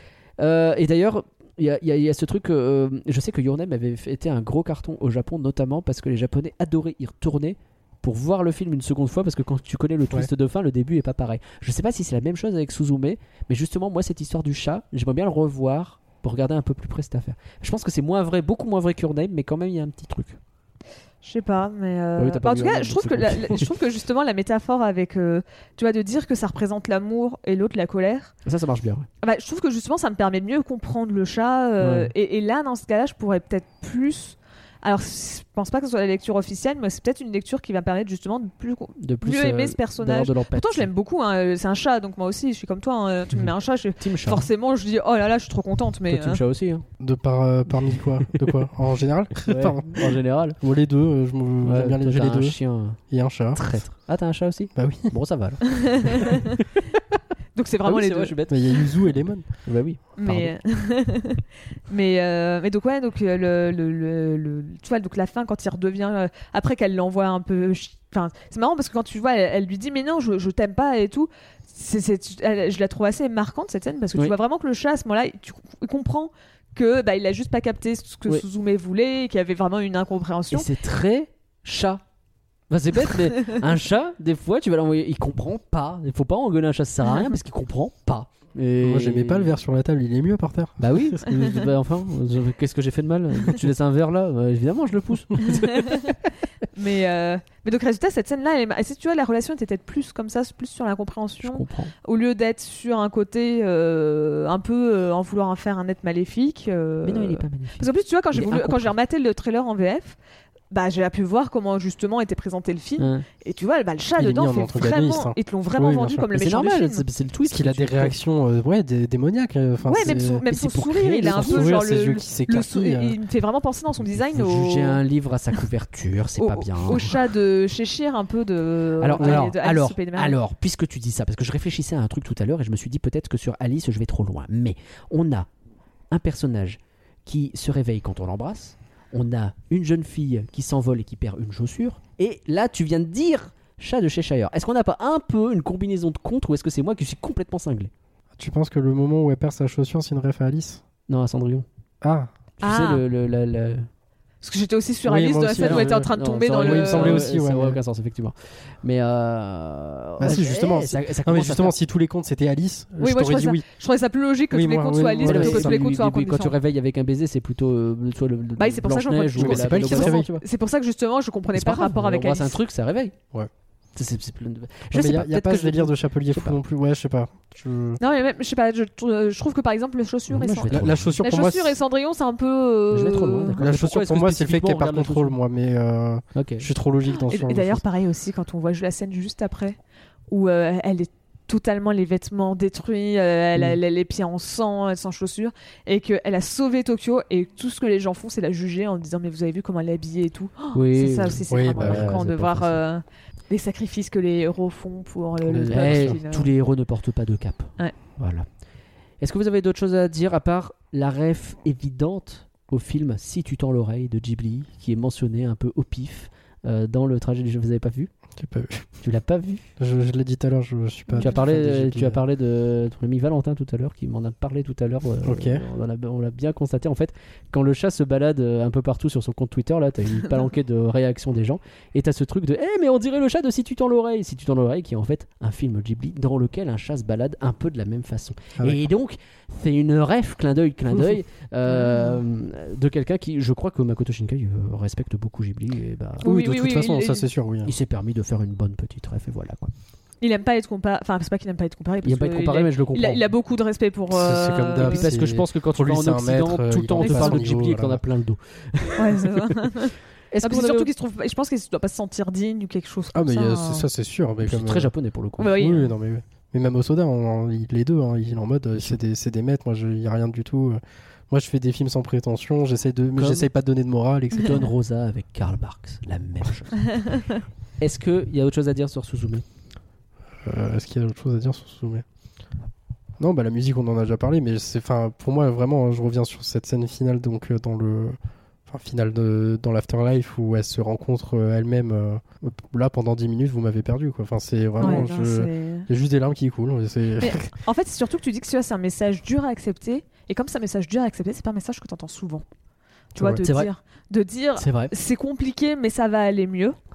Euh, et d'ailleurs, il y a, il y a- il y a ce truc, euh, je sais que Your Name avait fait- été un gros carton au Japon, notamment parce que les Japonais adoraient y retourner pour voir le film une seconde fois parce que quand tu connais le twist Ouais. de fin, le début est pas pareil. Je sais pas si c'est la même chose avec Suzume, mais justement, moi, cette histoire du chat, j'aimerais bien le revoir pour regarder un peu plus près cette affaire. Je pense que c'est moins vrai, beaucoup moins vrai que Your Name, mais quand même, il y a un petit truc. Je sais pas, mais euh, Oui, t'as pas bah, en vu tout cas, Your je Name, trouve c'est que bon. la- la- je trouve que justement la métaphore avec, euh, tu vois, de dire que ça représente l'amour et l'autre la colère. Ça, ça marche bien. Ouais. Bah, je trouve que justement ça me permet de mieux comprendre le chat. euh, Ouais. et, et là, dans ce cas-là, je pourrais peut-être plus. Alors, je pense pas que ce soit la lecture officielle, mais c'est peut-être une lecture qui va me permettre justement de plus, De plus, mieux aimer euh, ce d'avoir personnage. de l'empathie. Pourtant, je l'aime beaucoup. Hein. C'est un chat, donc moi aussi, je suis comme toi. Hein. Tu me mets un chat, je... Team chat. forcément, je dis oh là là, je suis trop contente. Mais Toi, Team euh, chat aussi. Hein. De par, euh, parmi quoi De quoi En général Ouais, Pardon. en général. Moi, les deux, euh, je me- Ouais, j'aime bien les, toi, j'ai t'as les un deux. chien Et un chat. traître. Ah, t'as un chat aussi? Bah oui. Bon, ça va. Alors. donc c'est Ah vraiment oui, les c'est deux. vrai, je suis bête. Mais il y a Yuzu et Lemon. Bah oui. Mais, mais, euh, mais donc ouais, donc euh, le, le, le, le- tu vois, donc la fin quand il redevient euh, après qu'elle l'envoie un peu, chi- enfin c'est marrant parce que quand tu vois, elle, elle lui dit mais non, je, je t'aime pas et tout. C'est, c'est, elle- je la trouve assez marquante cette scène parce que Oui. tu vois vraiment que le chat à ce moment-là, tu il comprend que bah, il a juste pas capté ce que Oui. Suzume voulait, et qu'il y avait vraiment une Et incompréhension. c'est très chat. Enfin, c'est bête, mais un chat, des fois, tu vas l'envoyer, il comprend pas. Il faut pas engueuler un chat, ça sert à rien parce qu'il comprend pas. Et... Moi, j'aimais pas le verre sur la table, il est mieux par terre. Bah oui, parce que, bah, enfin, je- qu'est-ce que j'ai fait de mal? Tu laisses un verre là, bah, évidemment, je le pousse. mais, euh, mais donc résultat, cette scène-là, elle est ma- si tu vois, la relation était peut-être plus comme ça, plus sur Je l'incompréhension. comprends. Au lieu d'être sur un côté euh, un peu euh, en vouloir en faire un être maléfique. euh, Mais non, il est pas magnifique. Parce qu'en plus, tu vois, quand j'ai, Il est voulu- quand incompris. j'ai rematé le trailer en V F, bah, j'ai pu voir comment justement était présenté le film. Hein. Et tu vois, bah, le chat Il est dedans mis en fait antagoniste, vraiment. hein. Ils te l'ont vraiment Oui, bien vendu sûr. comme le Mais c'est méchant normal, du film. c'est, c'est le twist. Parce qu'il a que des tu fais. réactions euh, ouais, dé- démoniaques. euh, Enfin, Ouais, c'est- même son, même mais son c'est pour sourire, créer il a un son peu sourire, genre ses le, yeux qui le s'écarquillent, sou- euh. il me fait vraiment penser dans son design Il faut au, juger un livre à sa couverture, c'est au, pas bien. au chat de Cheshire, un peu de. Alors, de- alors, de Alice alors, au Pays des Merveilles. alors, puisque tu dis ça, parce que je réfléchissais à un truc tout à l'heure et je me suis dit peut-être que sur Alice je vais trop loin. Mais on a un personnage qui se réveille quand on l'embrasse, on a une jeune fille qui s'envole et qui perd une chaussure, et là tu viens de dire chat de Cheshire. Est-ce qu'on n'a pas un peu une combinaison de contres ou est-ce que c'est moi qui suis complètement cinglé? Tu penses que le moment où elle perd sa chaussure, c'est une ref à Alice? Non, à Cendrillon. Ah, Tu Ah. sais, le, le- la- la- Parce que j'étais aussi sur Oui, Alice moi de la aussi, scène où alors, elle était en train de Non, tomber ça dans aurait- le. il me semblait aussi, Ça ouais, aurait mais- aucun sens, effectivement. Mais euh... Bah si, ok, justement, ça- ça non mais commence à justement, faire- si tous les contes c'était Alice, Oui, je moi, je t'aurais trouve dit ça- oui. Je trouvais ça plus logique que Oui, tous les moi, contes oui, soient Alice voilà, plutôt que c'est tous les du- contes du- soient un du- conte Quand tu différent. réveilles avec un baiser, c'est plutôt euh, le- soit le, le Bah oui, c'est pour ça que je Blanche-Neige crois- ou mais la c'est pas Belle elle qui au se Bois, réveille. tu vois. C'est pour ça que justement, je comprenais C'est pas pas le rapport grave, avec on embrasse Alice. un truc, ça réveille. Ouais. C'est- c'est- c'est plein de- Non, Je mais sais il y a, pas, y a peut-être pas que ce délire je- de chapelier je sais fou pas. non plus. Ouais, je sais pas. Je- Non, mais même, je sais pas, je, trou- je trouve que par exemple, les chaussures Moi, et je Cend- vais La, trop la loin. chaussure la pour moi, chaussure et c'est- Cendrillon, c'est un peu. euh, Je vais trop loin, d'accord. la Pourquoi chaussure est-ce pour que moi, c'est le fait qu'elle spécifiquement, perd on regarde la contrôle, chaussure moi, mais euh, Ok. je suis trop logique dans ce Et, genre et de d'ailleurs, choses. pareil aussi, quand on voit la scène juste après, où euh, elle est totalement les vêtements détruits, euh, elle, a, Mm. elle a les pieds en sang, elle est sans chaussures, et qu'elle a sauvé Tokyo, et tout ce que les gens font, c'est la juger en disant mais vous avez vu comment elle est habillée et tout. Oh, Oui. c'est ça aussi, c'est Oui, vraiment bah, marquant c'est de pas voir facile. euh, les sacrifices que les héros font pour le, le Eh, peuple. qui, tous les héros ne portent pas de cap. Ouais. Voilà. Est-ce que vous avez d'autres choses à dire à part la ref évidente au film Si tu tends l'oreille de Ghibli, qui est mentionné un peu au pif euh, dans le trajet du jeu? Vous avez pas vu? J'ai pas vu. Tu l'as pas vu? Je, je l'ai dit tout à l'heure, je, je suis pas. Tu as fan parlé, des Ghibli. tu as parlé de ton ami Valentin tout à l'heure, qui m'en a parlé tout à l'heure. euh, Ok. On l'a, on l'a bien constaté. En fait, quand le chat se balade euh, un peu partout sur son compte Twitter, là, t'as une palanquée de réactions des gens, et t'as ce truc de, eh mais on dirait le chat de Si tu tends l'oreille, Si tu tends l'oreille, qui est en fait un film Ghibli dans lequel un chat se balade un peu de la même façon. Ah ouais. Et donc, c'est une ref, clin d'œil, clin d'œil, euh, de quelqu'un qui, je crois que Makoto Shinkai euh, respecte beaucoup Ghibli. Et bah, Oui, Oui, de oui, toute oui, façon, il- ça il- c'est sûr, oui. il s'est permis de faire une bonne petite ref, et voilà quoi. Il aime pas être comparé, enfin c'est pas qu'il aime pas être comparé, Il parce aime pas être que comparé, il a- mais je le comprends. il a, il a beaucoup de respect pour. C'est- c'est euh, comme d'hab. Et puis parce que je c'est- pense que quand tu pour vas lui, en c'est un Occident, maître, tout le il temps on est te pas parle à de son Ghibli niveau, et que t'en voilà. as plein le dos. Ouais, c'est ça. Est-ce Ah, que puis vous surtout avez- qu'il se trouve, je pense qu'il doit pas se sentir digne ou quelque chose Ah, comme mais ça. il y a- hein. c'est- ça c'est sûr. Mais C'est comme, très euh, japonais pour le coup. Bah oui. Oui, non, mais, mais même Osoda, on- on- il- les deux, hein, il est en mode, euh, c'est des, c'est des maîtres, moi, il n'y a rien du tout. euh. Moi, je fais des films sans prétention, j'essaie de, mais Comme- j'essaie pas de donner de morale, et cetera. Don Rosa avec Karl Marx, la même chose. Est-ce qu'il y a autre chose à dire sur Suzume? Euh, Est-ce qu'il y a autre chose à dire sur Suzume? Non, bah la musique, on en a déjà parlé, mais c'est, enfin, pour moi, vraiment, hein, je reviens sur cette scène finale, donc euh, dans le, enfin, finale de, dans l'Afterlife où elle se rencontre euh, elle-même. euh, là, pendant dix minutes, vous m'avez perdu, quoi. Enfin, c'est vraiment, Ouais, non, je... c'est- il y a juste des larmes qui coulent. C'est... Mais en fait, c'est surtout que tu dis que celui-là, c'est un message dur à accepter. Et comme c'est un message dur à accepter, c'est pas un message que tu entends souvent. Tu vois, Ouais. de C'est vrai. dire, de dire C'est vrai. c'est compliqué, mais ça va aller mieux.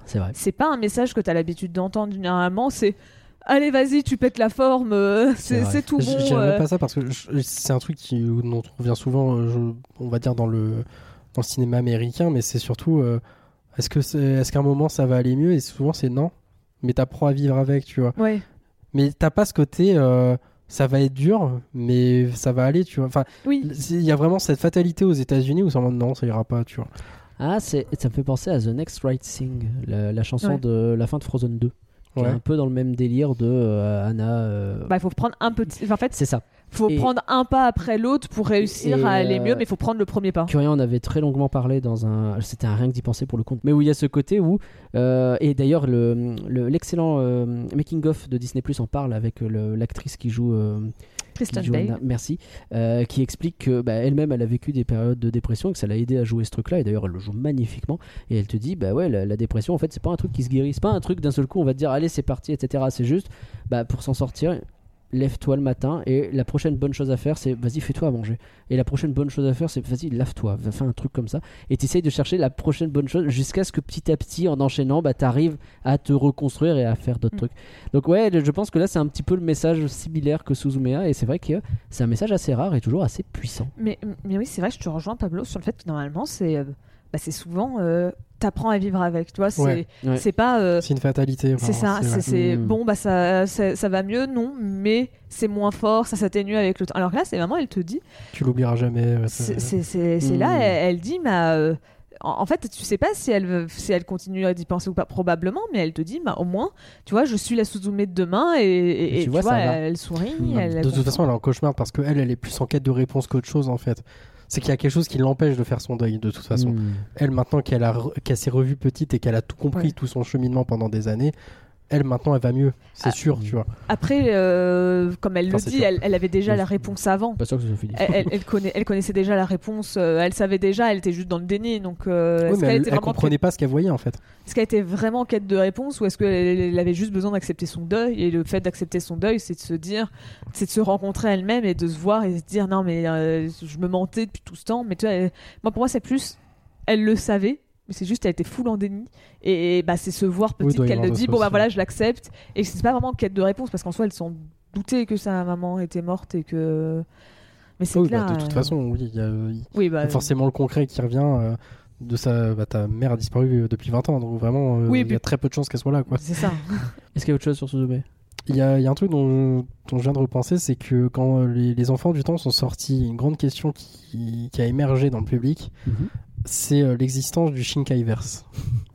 c'est vrai. C'est pas un message que t'as l'habitude d'entendre généralement. C'est allez, vas-y, tu pètes la forme. euh, C'est c'est, vrai. c'est tout Je bon. je dirais euh. même pas ça parce que je- c'est un truc qui, dont on revient souvent, euh, je- on va dire, dans le, dans le cinéma américain, mais c'est surtout euh, est-ce, que c'est, est-ce qu'à un moment ça va aller mieux? Et souvent c'est non, mais t'apprends à vivre avec, tu vois. Ouais. Mais t'as pas ce côté euh, ça va être dur, mais ça va aller, tu vois. Enfin, Oui. il y a vraiment cette fatalité aux États-Unis où c'est en mode non, ça ira pas, tu vois. Ah, c'est... ça me fait penser à The Next Right Thing, la, la chanson Ouais. de la fin de Frozen deux. Qui est Ouais. un peu dans le même délire de euh, Anna. euh, Bah, il faut prendre un petit. enfin, en fait, C'est ça. faut Et- prendre un pas après l'autre pour réussir Et, à aller euh, mieux, mais il faut prendre le premier pas. Curien en avait très longuement parlé dans un. C'était un rien que d'y penser pour le compte. Mais où il y a ce côté où. euh, et d'ailleurs, le, le- l'excellent euh, making-of de Disney Plus en parle avec le- l'actrice qui joue. euh, Kristen qui joue Bale. Anna- merci. euh, qui explique que bah, elle-même, elle a vécu des périodes de dépression et que ça l'a aidé à jouer ce truc-là. Et d'ailleurs, elle le joue magnifiquement. Et elle te dit, bah ouais, la, la dépression, en fait, c'est pas un truc qui se guérit. C'est pas un truc d'un seul coup, on va te dire, allez, c'est parti, et cetera. C'est juste, bah, pour s'en sortir. Lève-toi le matin et la prochaine bonne chose à faire c'est vas-y fais-toi à manger et la prochaine bonne chose à faire c'est vas-y lave-toi, va faire un truc comme ça et t'essayes de chercher la prochaine bonne chose jusqu'à ce que petit à petit en enchaînant bah t'arrives à te reconstruire et à faire d'autres Mm. trucs. Donc ouais, je pense que là c'est un petit peu le message similaire que Suzumiya et c'est vrai que c'est un message assez rare et toujours assez puissant. Mais, mais oui, c'est vrai que je te rejoins, Pablo, sur le fait que normalement, c'est, euh, bah, c'est souvent euh, t'apprends à vivre avec. Tu vois, c'est, Ouais. Ouais. c'est pas. euh, C'est une fatalité. c'est vraiment, ça, c'est c'est, vrai. c'est- Mm. bon, bah ça, ça, ça va mieux, non, mais c'est moins fort, ça s'atténue avec le temps. Alors que là, c'est vraiment, elle te dit, Tu l'oublieras jamais. ouais, c'est, c'est- c'est, c'est, c'est Mm. là, elle, elle dit, bah, euh, en, en fait, tu sais pas si elle, veut- si elle continue à y penser ou pas, probablement, mais elle te dit, bah, au moins, tu vois, je suis la Suzume de demain et, et- Et et tu vois, ça va. elle sourit. Mm. Elle, elle De toute comprend. façon, elle est en cauchemar parce qu'elle, elle est plus en quête de réponse qu'autre chose en fait. C'est qu'il y a quelque chose qui l'empêche de faire son deuil de toute façon. Mm. Elle, maintenant qu'elle, a re- qu'elle s'est revue petite et qu'elle a tout compris, Ouais. tout son cheminement pendant des années, elle, maintenant, elle va mieux. C'est Ah. sûr, tu vois. Après, euh, comme elle Enfin, le c'est dit, sûr. elle, elle avait déjà Oui. la réponse avant. Pas sûr que ce soit fini. elle, elle- elle connaît, elle connaissait déjà la réponse, euh, elle savait déjà, elle était juste dans le déni. Donc, euh, Oui, est-ce mais qu'elle elle, était elle vraiment comprenait pas ce qu'elle voyait en fait. est-ce qu'elle était vraiment en quête de réponse ou est-ce qu'elle elle avait juste besoin d'accepter son deuil? Et le fait d'accepter son deuil, c'est de se dire, c'est de se rencontrer elle-même et de se voir et se dire non mais euh, je me mentais depuis tout ce temps. Mais tu vois, elle- moi pour moi c'est plus, elle le savait. Mais c'est juste, elle était full en déni. Et, bah, c'est se voir Oui, petite doit y qu'elle avoir le de dit, ça bon bah aussi. voilà, je l'accepte. Et c'est pas vraiment en quête de réponse parce qu'en soi, elle s'en doutait que sa maman était morte et que. Mais c'est Oui, que là, bah, de toute euh, façon, oui, il y a, il y Oui, a bah. forcément le concret qui revient euh, de sa. Bah, ta mère a disparu euh, depuis vingt ans, donc vraiment, euh, Oui, il y puis- a très peu de chances qu'elle soit là, quoi. C'est ça. Est-ce qu'il y a autre chose sur Suzume? Il y a, il y a un truc dont, dont je viens de repenser, c'est que quand euh, les, les enfants du temps sont sortis, une grande question qui, qui a émergé dans le public, c'est euh, l'existence du Shinkaiverse.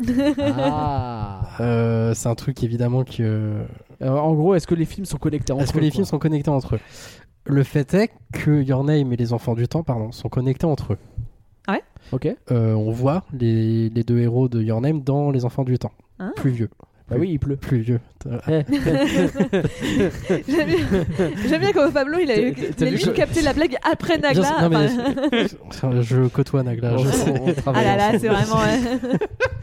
Ah. Euh, c'est un truc évidemment que. Euh, en gros, est-ce que les films sont connectés entre Est-ce que eux, les quoi films sont connectés entre eux? Le fait est que Your Name et les enfants du temps, pardon, sont connectés entre eux. Ok. Euh, on voit les, les deux héros de Your Name dans les enfants du temps. Ah. Plus vieux. Bah oui, il pleut. Plus vieux. Euh, Eh. J'aime bien, j'aime bien comme Pablo, il a, T'as- il t'as a vu limite que- capté la blague après Nagla. Je sais- non, mais- Enfin, je côtoie Nagla. je On- sais. on travaille ah là là, ensemble. c'est vraiment. ouais.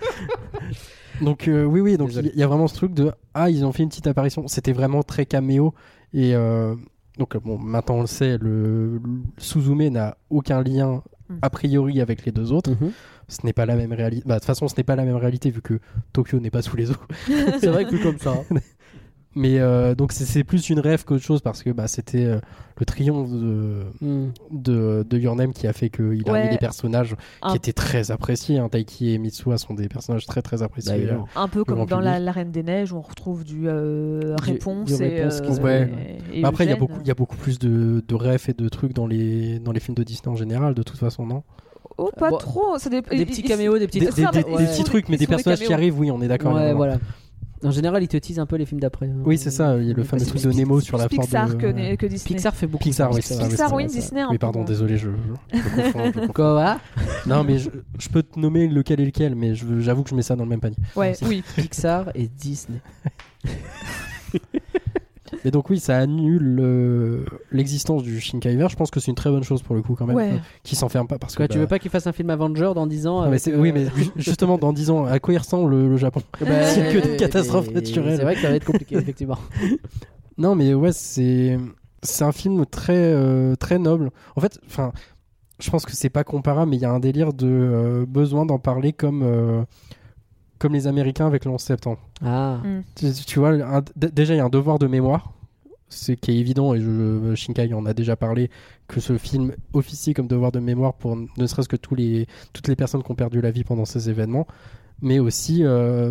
Donc euh, oui, oui, donc Désolé. il y a vraiment ce truc de ah, ils ont fait une petite apparition. C'était vraiment très caméo et euh, donc euh, bon, maintenant on le sait, le, le Suzume n'a aucun lien Mm. a priori avec les deux autres. Mhm. Ce n'est pas la même réalité. Bah, de toute façon, ce n'est pas la même réalité vu que Tokyo n'est pas sous les eaux. C'est vrai que vu comme ça. Mais euh, donc c'est, c'est plus une rêve qu'autre chose parce que bah, c'était euh, le triomphe de, Hmm. de, de Your Name qui a fait qu'il a Ouais. mis des personnages Un- qui étaient très appréciés. Hein. Taiki et Mitsuha sont des personnages très très appréciés. Bah, évidemment. Un peu comme grand dans la, public. la Reine des Neiges où on retrouve du euh, Du- réponse du et, réponse qui euh, se- Ouais. et- et Après, il y a Eugène. beaucoup, il y a beaucoup plus de, de refs et de trucs dans les, dans les films de Disney en général, de toute façon, non? Oh, pas Bon, trop. Ça dépend- Des ils- petits ils- caméos, des petits. Des, Des- des- ça, des- mais des ils petits sont- trucs, mais ils des sont des personnages qui caméos. arrivent, oui, on est d'accord. Ouais, évidemment. voilà. En général, ils te teasent un peu les films d'après. hein. Oui, c'est ça, il y a le fameux C'est truc plus de Nemo Pi- sur la plus porte Pixar de... que, que Disney. Pixar fait beaucoup. Pixar, ça, oui, c'est c'est vrai, Pixar, c'est oui, vrai, ça. Disney. un Oui, peu pardon, moins. désolé, je, je, je confonds, je confonds. Quoi? Non, mais je, je peux te nommer lequel est lequel, mais je- j'avoue que je mets ça dans le même panier. Ouais, C'est oui. Pixar et Disney. Et donc oui, ça annule euh, l'existence du Shinkaiver. Je pense que c'est une très bonne chose pour le coup quand même, Ouais. qui s'enferme pas parce que Quoi, tu bah, veux pas qu'il fasse un film Avenger dans dix ans non, mais avec, c'est- euh, Oui, mais ju- justement dans dix ans, à quoi il ressemble le, le Japon? bah, C'est que des mais- catastrophes mais naturelles. C'est vrai que ça va être compliqué, effectivement. Non, mais ouais, c'est c'est un film très euh, très noble. En fait, enfin, je pense que c'est pas comparable, mais il y a un délire de euh, besoin d'en parler comme euh, comme les Américains avec le onze septembre. Ah. Mm. Tu, tu vois, un- d- déjà il y a un devoir de mémoire, c'est qui est évident, et je, Shinkai en a déjà parlé, que ce film officie comme devoir de mémoire pour ne serait-ce que tous les, toutes les personnes qui ont perdu la vie pendant ces événements, mais aussi euh,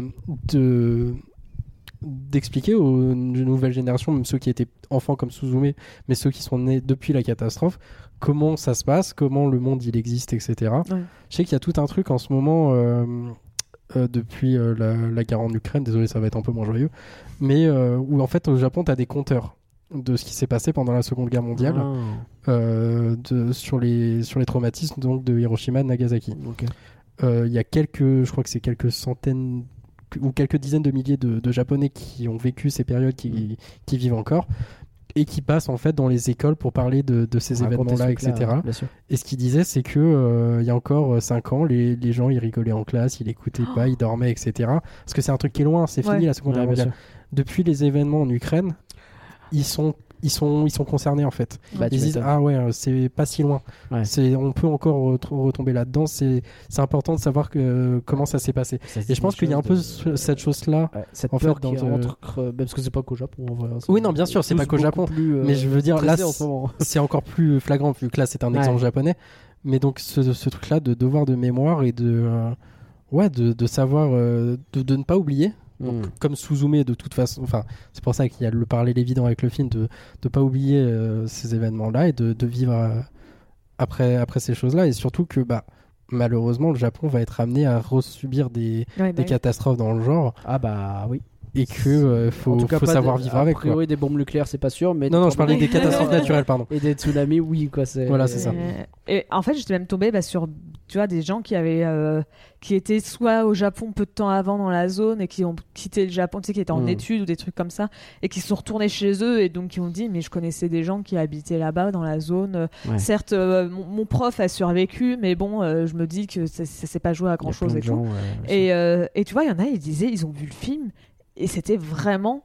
de, d'expliquer aux nouvelles générations, même ceux qui étaient enfants comme Suzume, mais ceux qui sont nés depuis la catastrophe, comment ça se passe, comment le monde il existe, et cetera. Ouais. Je sais qu'il y a tout un truc en ce moment... Euh, Euh, depuis euh, la, la guerre en Ukraine, désolé ça va être un peu moins joyeux, mais euh, où en fait au Japon tu as des compteurs de ce qui s'est passé pendant la Seconde Guerre mondiale Ah. euh, de, sur, les, sur les traumatismes donc, de Hiroshima et de Nagasaki. Ok. Euh, Il y a quelques, je crois que c'est quelques centaines ou quelques dizaines de milliers de, de Japonais qui ont vécu ces périodes, qui, qui vivent encore et qui passent en fait dans les écoles pour parler de, de ces Raconter événements-là, ce truc-là, et cetera. bien sûr. Et ce qu'il disait, c'est que euh, il y a encore cinq ans, les, les gens ils rigolaient en classe, ils écoutaient pas, ils dormaient, et cetera. Parce que c'est un truc qui est loin, c'est Ouais. fini la Seconde Ouais, Guerre bien mondiale. sûr. Depuis les événements en Ukraine, ils sont ils sont ils sont concernés en fait. Bah, tu Ils disent m'étonnes. ah ouais, euh, c'est pas si loin. Ouais. C'est on peut encore ret- retomber là-dedans. C'est c'est important de savoir que comment ça s'est passé. Ça, c'est Et je pense une qu'il y a un peu chose ce- de- cette chose-là. Ouais, cette en peur fait, dans qui le- entre, euh, parce que c'est pas qu'au Japon en vrai. hein, Oui, non, bien sûr, c'est tous pas qu'au beaucoup Japon. plus, euh, Mais je veux dire, là, pressés en ce moment. c'est encore plus flagrant vu que là c'est un Ouais. exemple japonais. Mais donc ce, ce truc-là de devoir de mémoire et de euh, ouais de, de savoir euh, de, de ne pas oublier. Mm. Comme Suzume de toute façon, enfin c'est pour ça qu'il y a le parallèle évident avec le film de ne pas oublier euh, ces événements-là et de, de vivre euh, après, après ces choses-là, et surtout que bah, malheureusement le Japon va être amené à resubir des, Ouais, bah des oui. catastrophes dans le genre, Ah bah oui. et que euh, faut, En tout cas, faut pas savoir de- vivre a avec, quoi. priori, des bombes nucléaires, c'est pas sûr, mais Non, non, des je parlais des tornades- catastrophes naturelles, pardon. Et des tsunamis, oui, quoi. C'est... Voilà, c'est ça. Euh, Et en fait, j'étais même tombée bah, sur tu vois, des gens qui, avaient, euh, qui étaient soit au Japon peu de temps avant dans la zone et qui ont quitté le Japon, tu sais, qui étaient en Mm. études ou des trucs comme ça, et qui sont retournés chez eux et donc qui ont dit mais je connaissais des gens qui habitaient là-bas dans la zone. Ouais. Certes, euh, mon, mon prof a survécu, mais bon, euh, je me dis que ça ça s'est pas joué à Il y a grand-chose plein et de tout. gens, ouais, Et, euh, et tu vois, il y en a, ils disaient, ils ont vu le film et c'était vraiment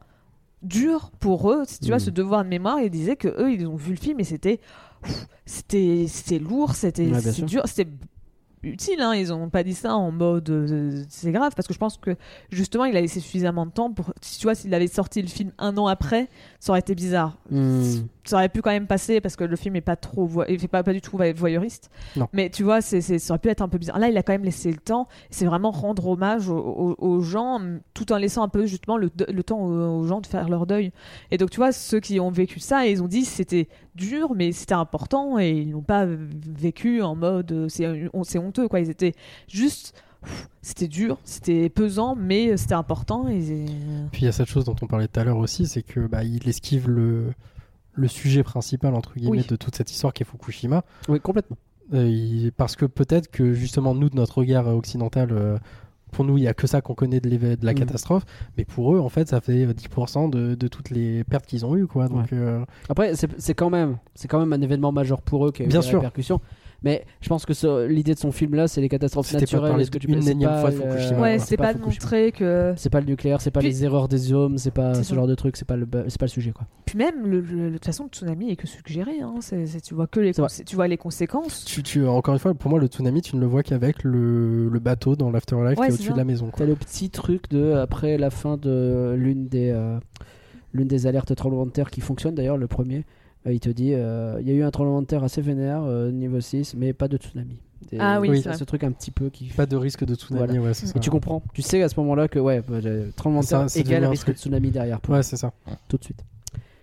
dur pour eux. Tu vois, Mm. ce devoir de mémoire, ils disaient que eux, ils ont vu le film et c'était, pff, c'était, c'était lourd, c'était, Ouais, bien c'est sûr. dur, c'était utile. Hein. Ils ont pas dit ça en mode euh, c'est grave parce que je pense que justement, il a laissé suffisamment de temps pour, tu vois, s'il avait sorti le film un an après, ça aurait été bizarre. Mm. Ça aurait pu quand même passer parce que le film est pas trop vo- il fait pas, pas du tout voy- voyeuriste, Non. mais tu vois c'est, c'est, ça aurait pu être un peu bizarre. Là il a quand même laissé le temps, c'est vraiment rendre hommage aux, aux- aux gens tout en laissant un peu justement le, de- le temps aux, aux gens de faire leur deuil. Et donc tu vois, ceux qui ont vécu ça, ils ont dit c'était dur mais c'était important et ils n'ont pas vécu en mode euh, c'est, on- c'est honteux quoi. Ils étaient juste pff, c'était dur, c'était pesant mais c'était important et Puis il y a cette chose dont on parlait tout à l'heure aussi, c'est que bah, il esquive le, le sujet principal entre guillemets Oui. de toute cette histoire qui est Fukushima. Oui, complètement. Euh, il- parce que peut-être que justement nous de notre regard euh, occidental, euh, pour nous il y a que ça qu'on connaît de, l'éve- de la Mm. catastrophe, mais pour eux en fait ça fait euh, dix pour cent de, de toutes les pertes qu'ils ont eues, quoi. Donc euh, Après, c'est, c'est quand même, c'est quand même un événement majeur pour eux qui a eu Bien des sûr. répercussions. Mais je pense que ce- l'idée de son film là, c'est les catastrophes C'était pas de naturelles. parler Est-ce que tu une peux- c'est énième pas fois de le- Fukushima, ouais, quoi. c'est pas de Fukushima. montrer que C'est pas le nucléaire, c'est pas Puis- les erreurs des hommes, c'est pas C'est ce ça. genre de truc, c'est pas le, c'est pas le sujet quoi. Puis même, le, le- de toute façon, le tsunami est que suggéré. Hein. C'est, c'est- tu vois que les, C'est vrai. consé- tu vois les conséquences. tu, tu, encore une fois, pour moi le tsunami tu ne le vois qu'avec le, le bateau dans l'afterlife Ouais, qui est c'est au-dessus ça. de la maison, T'as quoi. le petit truc de après la fin de l'une des euh, l'une des alertes tremblement de terre qui fonctionne d'ailleurs le premier. euh, il te dit euh, il y a eu un tremblement de terre assez vénère euh, niveau six mais pas de tsunami. Et- Ah oui, Oui. c'est c'est vrai. ce truc un petit peu qui Pas de risque de tsunami, ouais, c'est ça. et tu comprends, tu sais à ce moment-là que ouais, bah, le tremblement de Ça, terre ça égale devient un risque truc. de tsunami derrière pour Ouais, c'est ça. tout de suite.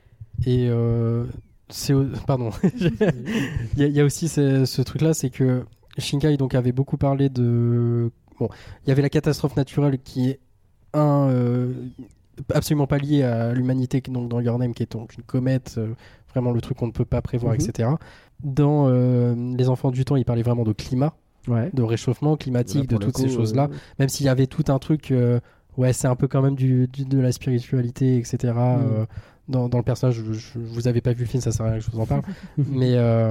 Et euh, c'est au- pardon, il y, a- il y a aussi ce, ce truc-là, c'est que Shinkai donc avait beaucoup parlé de bon, il y avait la catastrophe naturelle qui est un euh, absolument pas liée à l'humanité, qui- donc dans Your Name, qui est donc une comète, euh, vraiment le truc qu'on ne peut pas prévoir, Mhm. et cetera. Dans euh, Les Enfants du Temps, il parlait vraiment de climat, Ouais. de réchauffement climatique, Là, de pour le toutes coup, ces choses-là. euh, Même s'il y avait tout un truc, euh, ouais, c'est un peu quand même du, du- de la spiritualité, et cetera. Mm. euh, dans, dans le personnage, je, je- vous avez pas vu le film, ça sert à rien que je vous en parle, mais euh,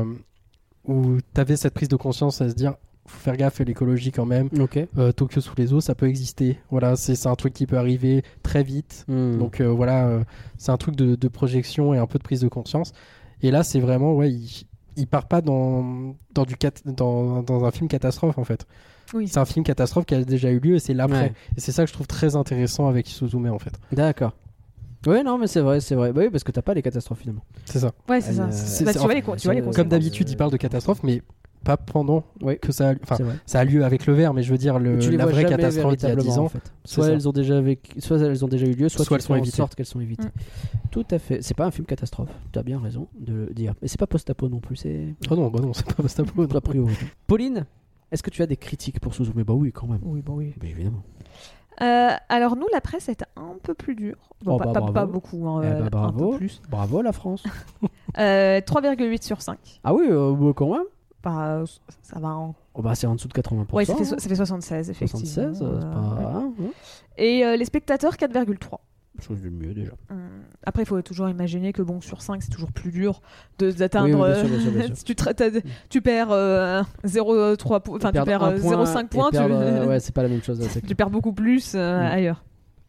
où t'avais cette prise de conscience à se dire, faut faire gaffe à l'écologie quand même. Ok. Euh, Tokyo sous les eaux, ça peut exister. Voilà, c'est c'est un truc qui peut arriver très vite. Hmm. Donc euh, voilà, euh, c'est un truc de, de projection et un peu de prise de conscience. Et là, c'est vraiment, ouais, il, il part pas dans, dans, du cat- dans, dans un film catastrophe en fait. Oui. C'est un film catastrophe qui a déjà eu lieu et c'est l'après. Ouais. Et c'est ça que je trouve très intéressant avec Suzume en fait. D'accord. Oui, non, mais c'est vrai, c'est vrai. Bah oui, parce que t'as pas les catastrophes finalement. C'est ça. Ouais, c'est Elle, ça. euh, Bah, c'est- tu c'est- vois les, co- tu vois les euh, conséquences. Comme d'habitude, il parle de catastrophe, mais pas pendant Oui, que ça a, enfin, c'est vrai. ça a lieu avec le verre, mais je veux dire le, tu les la vois vraie jamais catastrophe d'il y a dix véritablement, ans. en fait. c'est Soit ça. elles ont déjà avec... soit elles ont déjà eu lieu, soit, Soit tu elles sont fais en évitées. sorte qu'elles sont évitées. Mm. Tout à fait. C'est pas un film catastrophe. Tu as bien raison de le dire. Mais c'est pas post-apo non plus. C'est Oh non, bah non, c'est pas Postapo. a priori. Pauline, est-ce que tu as des critiques pour Suzume? Bah oui, quand même. Oui, bon, oui. Mais évidemment. Euh, alors nous, la presse est un peu plus dure. Bon, Oh, pas, bah, pas- bravo. pas beaucoup, hein, Eh euh, bah, bravo. un peu plus. Bravo la France. Euh, trois virgule huit sur cinq. Ah oui, euh, bah, quand même. Bah, ça va en... Oh, bah, c'est en dessous de quatre-vingts pour cent. Ouais, ça fait, hein. so- ça fait soixante-seize, effectivement. soixante-seize, euh, c'est Euh, pas. ouais. hein, hein. Et euh, les spectateurs, quatre virgule trois. Chose de mieux déjà. Hum, Après, il faut toujours imaginer que bon, sur cinq, c'est toujours plus dur de, d'atteindre. Oui, oui, bien sûr, euh, bien sûr, bien sûr. si tu, tra- t'as- tu perds euh, zéro virgule trois points, enfin tu Perdre perds un euh, point zéro virgule cinq et points, tu... perdre, euh, ouais, c'est pas la même chose. là, c'est tu clair. perds beaucoup plus euh, Mm. ailleurs.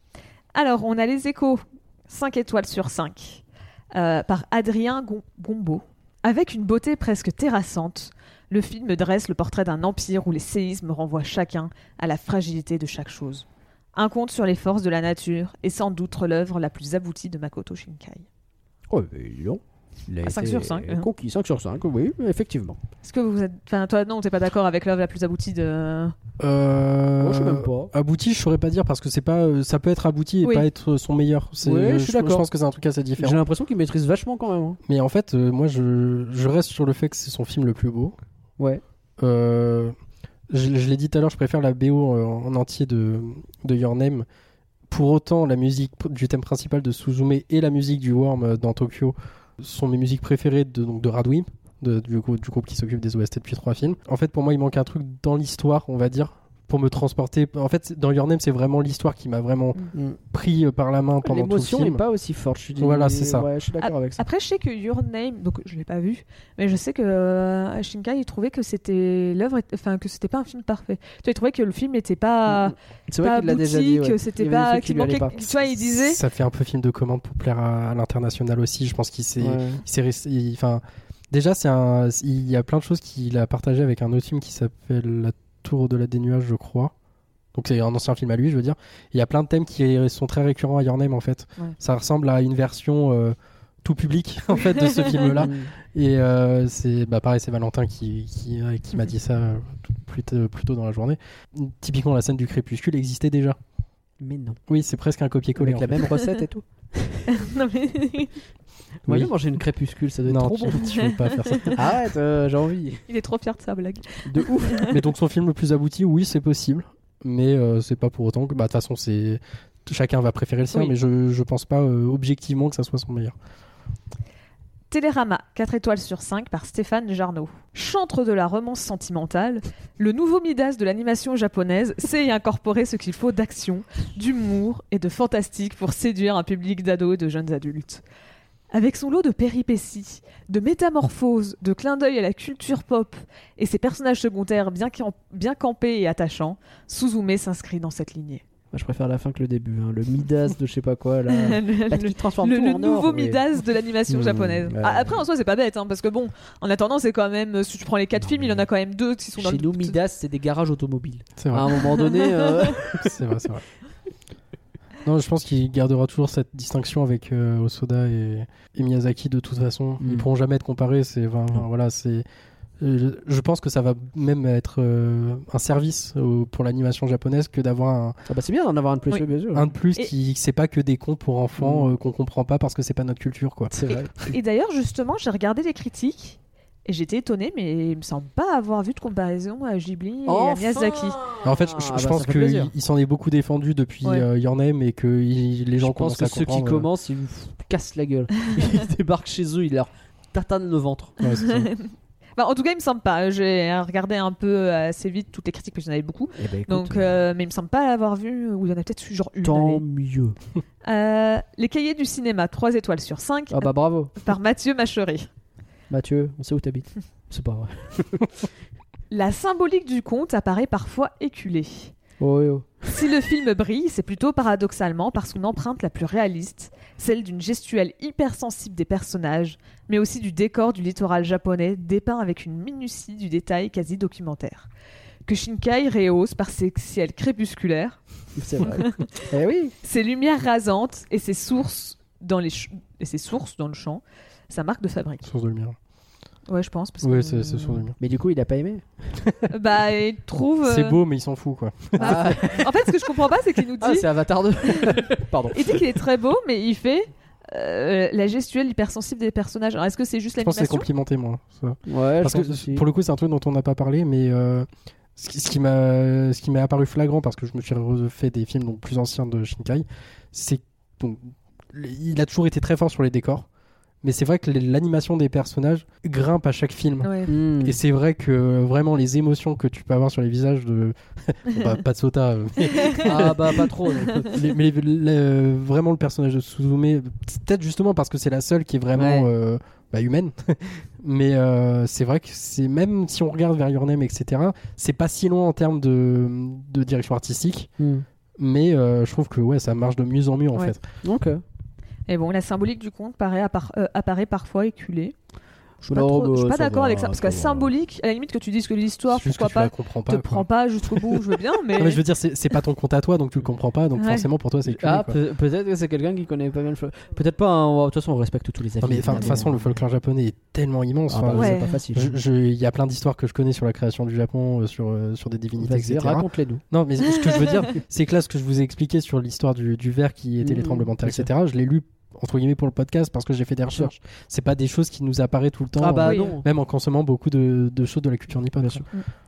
Alors, on a les échos, cinq étoiles sur cinq, euh, par Adrien Gon- Gombeau. Avec une beauté presque terrassante, le film dresse le portrait d'un empire où les séismes renvoient chacun à la fragilité de chaque chose. Un conte sur les forces de la nature est sans doute l'œuvre la plus aboutie de Makoto Shinkai. Oh, mais non. Il a Ah, cinq été sur cinq, hein. conquis. cinq sur cinq, oui, effectivement. Est-ce que vous êtes... Enfin, toi, non, t'es pas d'accord avec l'œuvre la plus aboutie de... Euh... Moi, je sais même pas. Abouti, je saurais pas dire parce que c'est pas, euh, ça peut être abouti et Oui. pas être son meilleur. C'est- Oui, je je, suis je d'accord. pense que c'est un truc assez différent. J'ai l'impression qu'il maîtrise vachement quand même. hein. Mais en fait, euh, moi, je, je reste sur le fait que c'est son film le plus beau. Ouais. Euh, je je l'ai dit tout à l'heure, je préfère la B O euh, en entier de, de Your Name. Pour autant, la musique p- du thème principal de Suzume et la musique du Worm euh, dans Tokyo sont mes musiques préférées de, donc de Radwimp, de- du, grou- du groupe qui s'occupe des O S T depuis trois films. En fait, pour moi, il manque un truc dans l'histoire, on va dire, pour me transporter. En fait, dans Your Name, c'est vraiment l'histoire qui m'a vraiment Mm. pris euh, par la main pendant tout le L'émotion film. n'est pas aussi forte. Je suis Voilà, c'est ça. Ouais, je suis d'accord avec ça. Après, je sais que Your Name, donc je l'ai pas vu, mais je sais que euh, Shinkai, il trouvait que c'était l'œuvre, est- enfin que c'était pas un film parfait. Tu vois, il trouvait que le film était pas, C'est pas vrai qu'il l'a déjà dit. abouti, ouais. que c'était Il y avait des pas, trucs qui qu'il lui allaient manquait. pas. Tu vois, il disait. Ça fait un peu film de commande pour plaire à, à l'international aussi. Je pense qu'il s'est, Ouais. il s'est resté- il- enfin, déjà, c'est un, il y a plein de choses qu'il a partagé avec un autre film qui s'appelle La Tour au-delà des nuages, je crois. Donc c'est un ancien film à lui, je veux dire. Il y a plein de thèmes qui sont très récurrents à Your Name en fait. Ouais. Ça ressemble à une version euh, tout public en fait de ce film-là. Mm. Et euh, c'est, bah pareil, c'est Valentin qui, qui, euh, qui m'a dit ça euh, tout- plus, t- plus tôt dans la journée. Typiquement, la scène du crépuscule existait déjà. Mais non. Oui, c'est presque un copier-coller. Avec en la fait. même recette et tout. Non mais. Moi, Oui. j'ai mangé une crépuscule, ça doit être Non, trop tu, bon. tu veux pas faire ça. Arrête, euh, j'ai envie. Il est trop fier de sa blague. De ouf. Mais donc son film le plus abouti, oui, c'est possible. Mais euh, c'est pas pour autant que, bah, de toute façon, c'est chacun va préférer le sien, Oui. mais je, je pense pas euh, objectivement que ça soit son meilleur. Télérama, quatre étoiles sur cinq par Stéphane Jarnot. Chantre de la romance sentimentale, le nouveau Midas de l'animation japonaise sait y incorporer ce qu'il faut d'action, d'humour et de fantastique pour séduire un public d'ados et de jeunes adultes. Avec son lot de péripéties, de métamorphoses, de clins d'œil à la culture pop et ses personnages secondaires bien, camp- bien campés et attachants, Suzume s'inscrit dans cette lignée. Moi, je préfère la fin que le début. hein. Le Midas de je sais pas quoi là. le, Parce qu'il transforme le- tout le en nouveau or, mais- Midas de l'animation Mmh, japonaise. ouais. Ah, après, en soi, c'est pas bête, hein, parce que bon, en attendant, c'est quand même. Si tu prends les quatre Non, films, il y en mais- a quand même deux qui sont dans Chez le. nous, Midas, c'est des garages automobiles. C'est À vrai. un moment donné. euh, c'est vrai, c'est vrai. Non, je pense qu'il gardera toujours cette distinction avec euh, Osoda et, et Miyazaki de toute façon. Mm. Ils pourront jamais être comparés. C'est, enfin, voilà, c'est. euh, je pense que ça va même être euh, un service au- pour l'animation japonaise que d'avoir un, Ah bah c'est bien d'en avoir un de plus, Oui. bien sûr. un de plus Et- qui c'est pas que des contes pour enfants Mm. euh, qu'on comprend pas parce que c'est pas notre culture quoi. C'est vrai. Et d'ailleurs, justement, j'ai regardé les critiques et j'étais étonnée, mais il me semble pas avoir vu de comparaison à Ghibli et à Miyazaki. En fait, je, je Ah, bah, pense ça fait plaisir. qu'il il s'en est beaucoup défendu depuis Ouais. euh, Your Name et que il- les gens je pense commencent que à ceux qui comprendre. euh, commencent, ils vous cassent la gueule. Ils débarquent chez eux, ils leur tatanent le ventre. Ouais, c'est ça. Bah, en tout cas, il me semble pas. J'ai regardé un peu assez vite toutes les critiques, parce qu'il y en avait beaucoup. Eh ben, écoute, Donc, euh, mais il me semble pas l'avoir vu, ou il y en a peut-être genre une. tant allez. mieux. Euh, les cahiers du cinéma, trois étoiles sur cinq, Ah bah bravo. par Mathieu Machery. Mathieu, on sait où t'habites. C'est pas vrai. La symbolique du conte apparaît parfois éculée. Oh, oh. Si le film brille, c'est plutôt paradoxalement par son empreinte la plus réaliste, celle d'une gestuelle hypersensible des personnages, mais aussi du décor du littoral japonais dépeint avec une minutie du détail quasi documentaire. que Shinkai rehausse par ses ciels crépusculaires, C'est vrai. Eh oui. ses lumières rasantes et ses sources dans les ch- et ses sources dans le champ, sa marque de fabrique. Source de lumière. Ouais, je pense. Parce Oui, que, c'est c'est source de lumière. Mais du coup, il a pas aimé. Bah, il trouve. euh, C'est beau, mais il s'en fout, quoi. Ah, En fait, ce que je comprends pas, c'est qu'il nous dit. ah, c'est Avatar deux. Pardon. Il dit qu'il est très beau, mais il fait euh, la gestuelle hypersensible des personnages. Alors, est-ce que c'est juste Je pense que c'est l'animation? complimenté, moi. Ça. Ouais, Parce je pense que aussi. pour le coup, c'est un truc dont on n'a pas parlé, mais euh, ce qui, ce qui m'a, ce qui m'est apparu flagrant parce que je me suis refait des films donc plus anciens de Shinkai, c'est donc il a toujours été très fort sur les décors, mais c'est vrai que l'animation des personnages grimpe à chaque film. Ouais. Hmm. Et c'est vrai que vraiment les émotions que tu peux avoir sur les visages de bon, bah, pas de Sota, euh, mais, Ah bah pas trop. donc. les- mais les- les- vraiment le personnage de Suzume, peut-être justement parce que c'est la seule qui est vraiment Ouais. euh, bah, humaine. Mais euh, c'est vrai que c'est même si on regarde vers Your Name, et cetera, c'est pas si loin en termes de, de direction artistique. Hmm. Mais euh, je trouve que ouais, ça marche de mieux en mieux en Ouais. fait. Ok. Et bon, la symbolique du conte paraît, appar- euh, apparaît parfois éculée. Je suis pas, Non, trop- je suis bah, pas ça d'accord va, avec ça, parce que ça la va. symbolique, à la limite que tu dises que l'histoire, C'est juste pourquoi que tu la pas, comprends te pas. quoi. prends pas jusqu'au bout, je veux bien, mais. Non, mais je veux dire, c'est c'est pas ton compte à toi, donc tu le comprends pas, donc Ouais. forcément pour toi c'est culé, Ah, quoi. peut- peut-être que c'est quelqu'un qui connaît pas bien le folklore. Peut-être pas. hein, on va- De toute façon, on respecte tous les avis. Non, mais enfin, de toute façon, le folklore japonais est tellement immense. Ah, bah, Enfin, ouais. c'est pas facile. je- je- Il y a plein d'histoires que je connais sur la création du Japon, euh, sur, euh, sur des divinités, Vas-y, et cetera. raconte-les nous. Non, mais ce que je veux dire, c'est que là, ce que je vous ai expliqué sur l'histoire du, du verre qui était les Mmh, tremblements de terre, bien sûr. et cetera, je l'ai lu entre guillemets pour le podcast parce que j'ai fait des sûr. recherches. C'est pas des choses qui nous apparaissent tout le temps, Ah bah euh, Oui. non. même en consommant beaucoup de, de choses de la culture nippone. Bien sûr.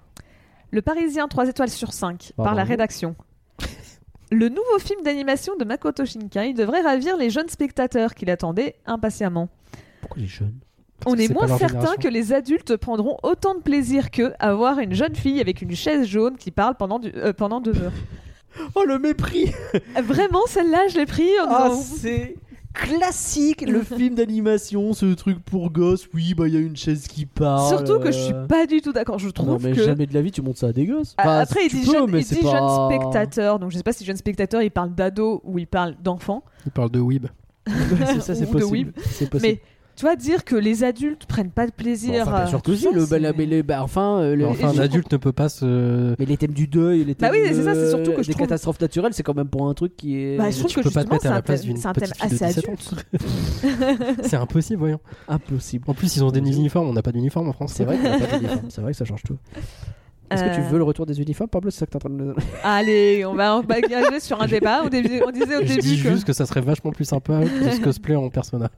Le Parisien trois étoiles sur cinq Bah, par la bravo. rédaction. Le nouveau film d'animation de Makoto Shinkai devrait ravir les jeunes spectateurs qui l'attendaient impatiemment. Pourquoi les jeunes? On que est c'est moins pas leur certain génération. que les adultes prendront autant de plaisir qu'eux à voir une jeune fille avec une chaise jaune qui parle pendant, du- euh, pendant deux heures. Oh le mépris. Vraiment, celle-là, je l'ai pris en Ah, disant, c'est classique le film d'animation, ce truc pour gosses. Oui, bah il y a une chaise qui parle. Surtout que je suis euh. pas du tout d'accord. Je trouve Non mais que. jamais de la vie tu montes ça à des gosses. Ah, Enfin, Après, il tu dit, peux, jeune, mais il c'est dit pas... jeune spectateur, donc je sais pas si jeune spectateur il parle d'ado ou il parle d'enfant. Il parle de Weeb. c'est ça, c'est Ou de possible. weeb. C'est possible. Mais tu vois, dire que les adultes prennent pas de plaisir. Bon, enfin, bien à sûr que tout si, ça, le, bah, c'est- la- mais les- bah, enfin, euh, le- Enfin, et un je- adulte ne peut pas se. mais les thèmes du deuil, les thèmes Bah oui, c'est ça, c'est surtout que euh, je des trouve- catastrophes naturelles, c'est quand même pour un truc qui est Bah, je trouve tu que peux pas te justement, mettre à c'est la un place thème- d'une c'est un thème petite fille de assez dix-sept ans. adulte. C'est impossible, voyons. impossible. En plus, ils ont des uniformes, on n'a pas d'uniforme en France. C'est vrai qu'on a pas d'uniforme, c'est vrai que ça change tout. Est-ce que tu Euh, veux le retour des uniformes, Pablo? C'est ça que t'es en train de... Allez, on va engager sur un débat. On, dé- on disait au Je début dis que. juste que ça serait vachement plus sympa que ce cosplay en persona.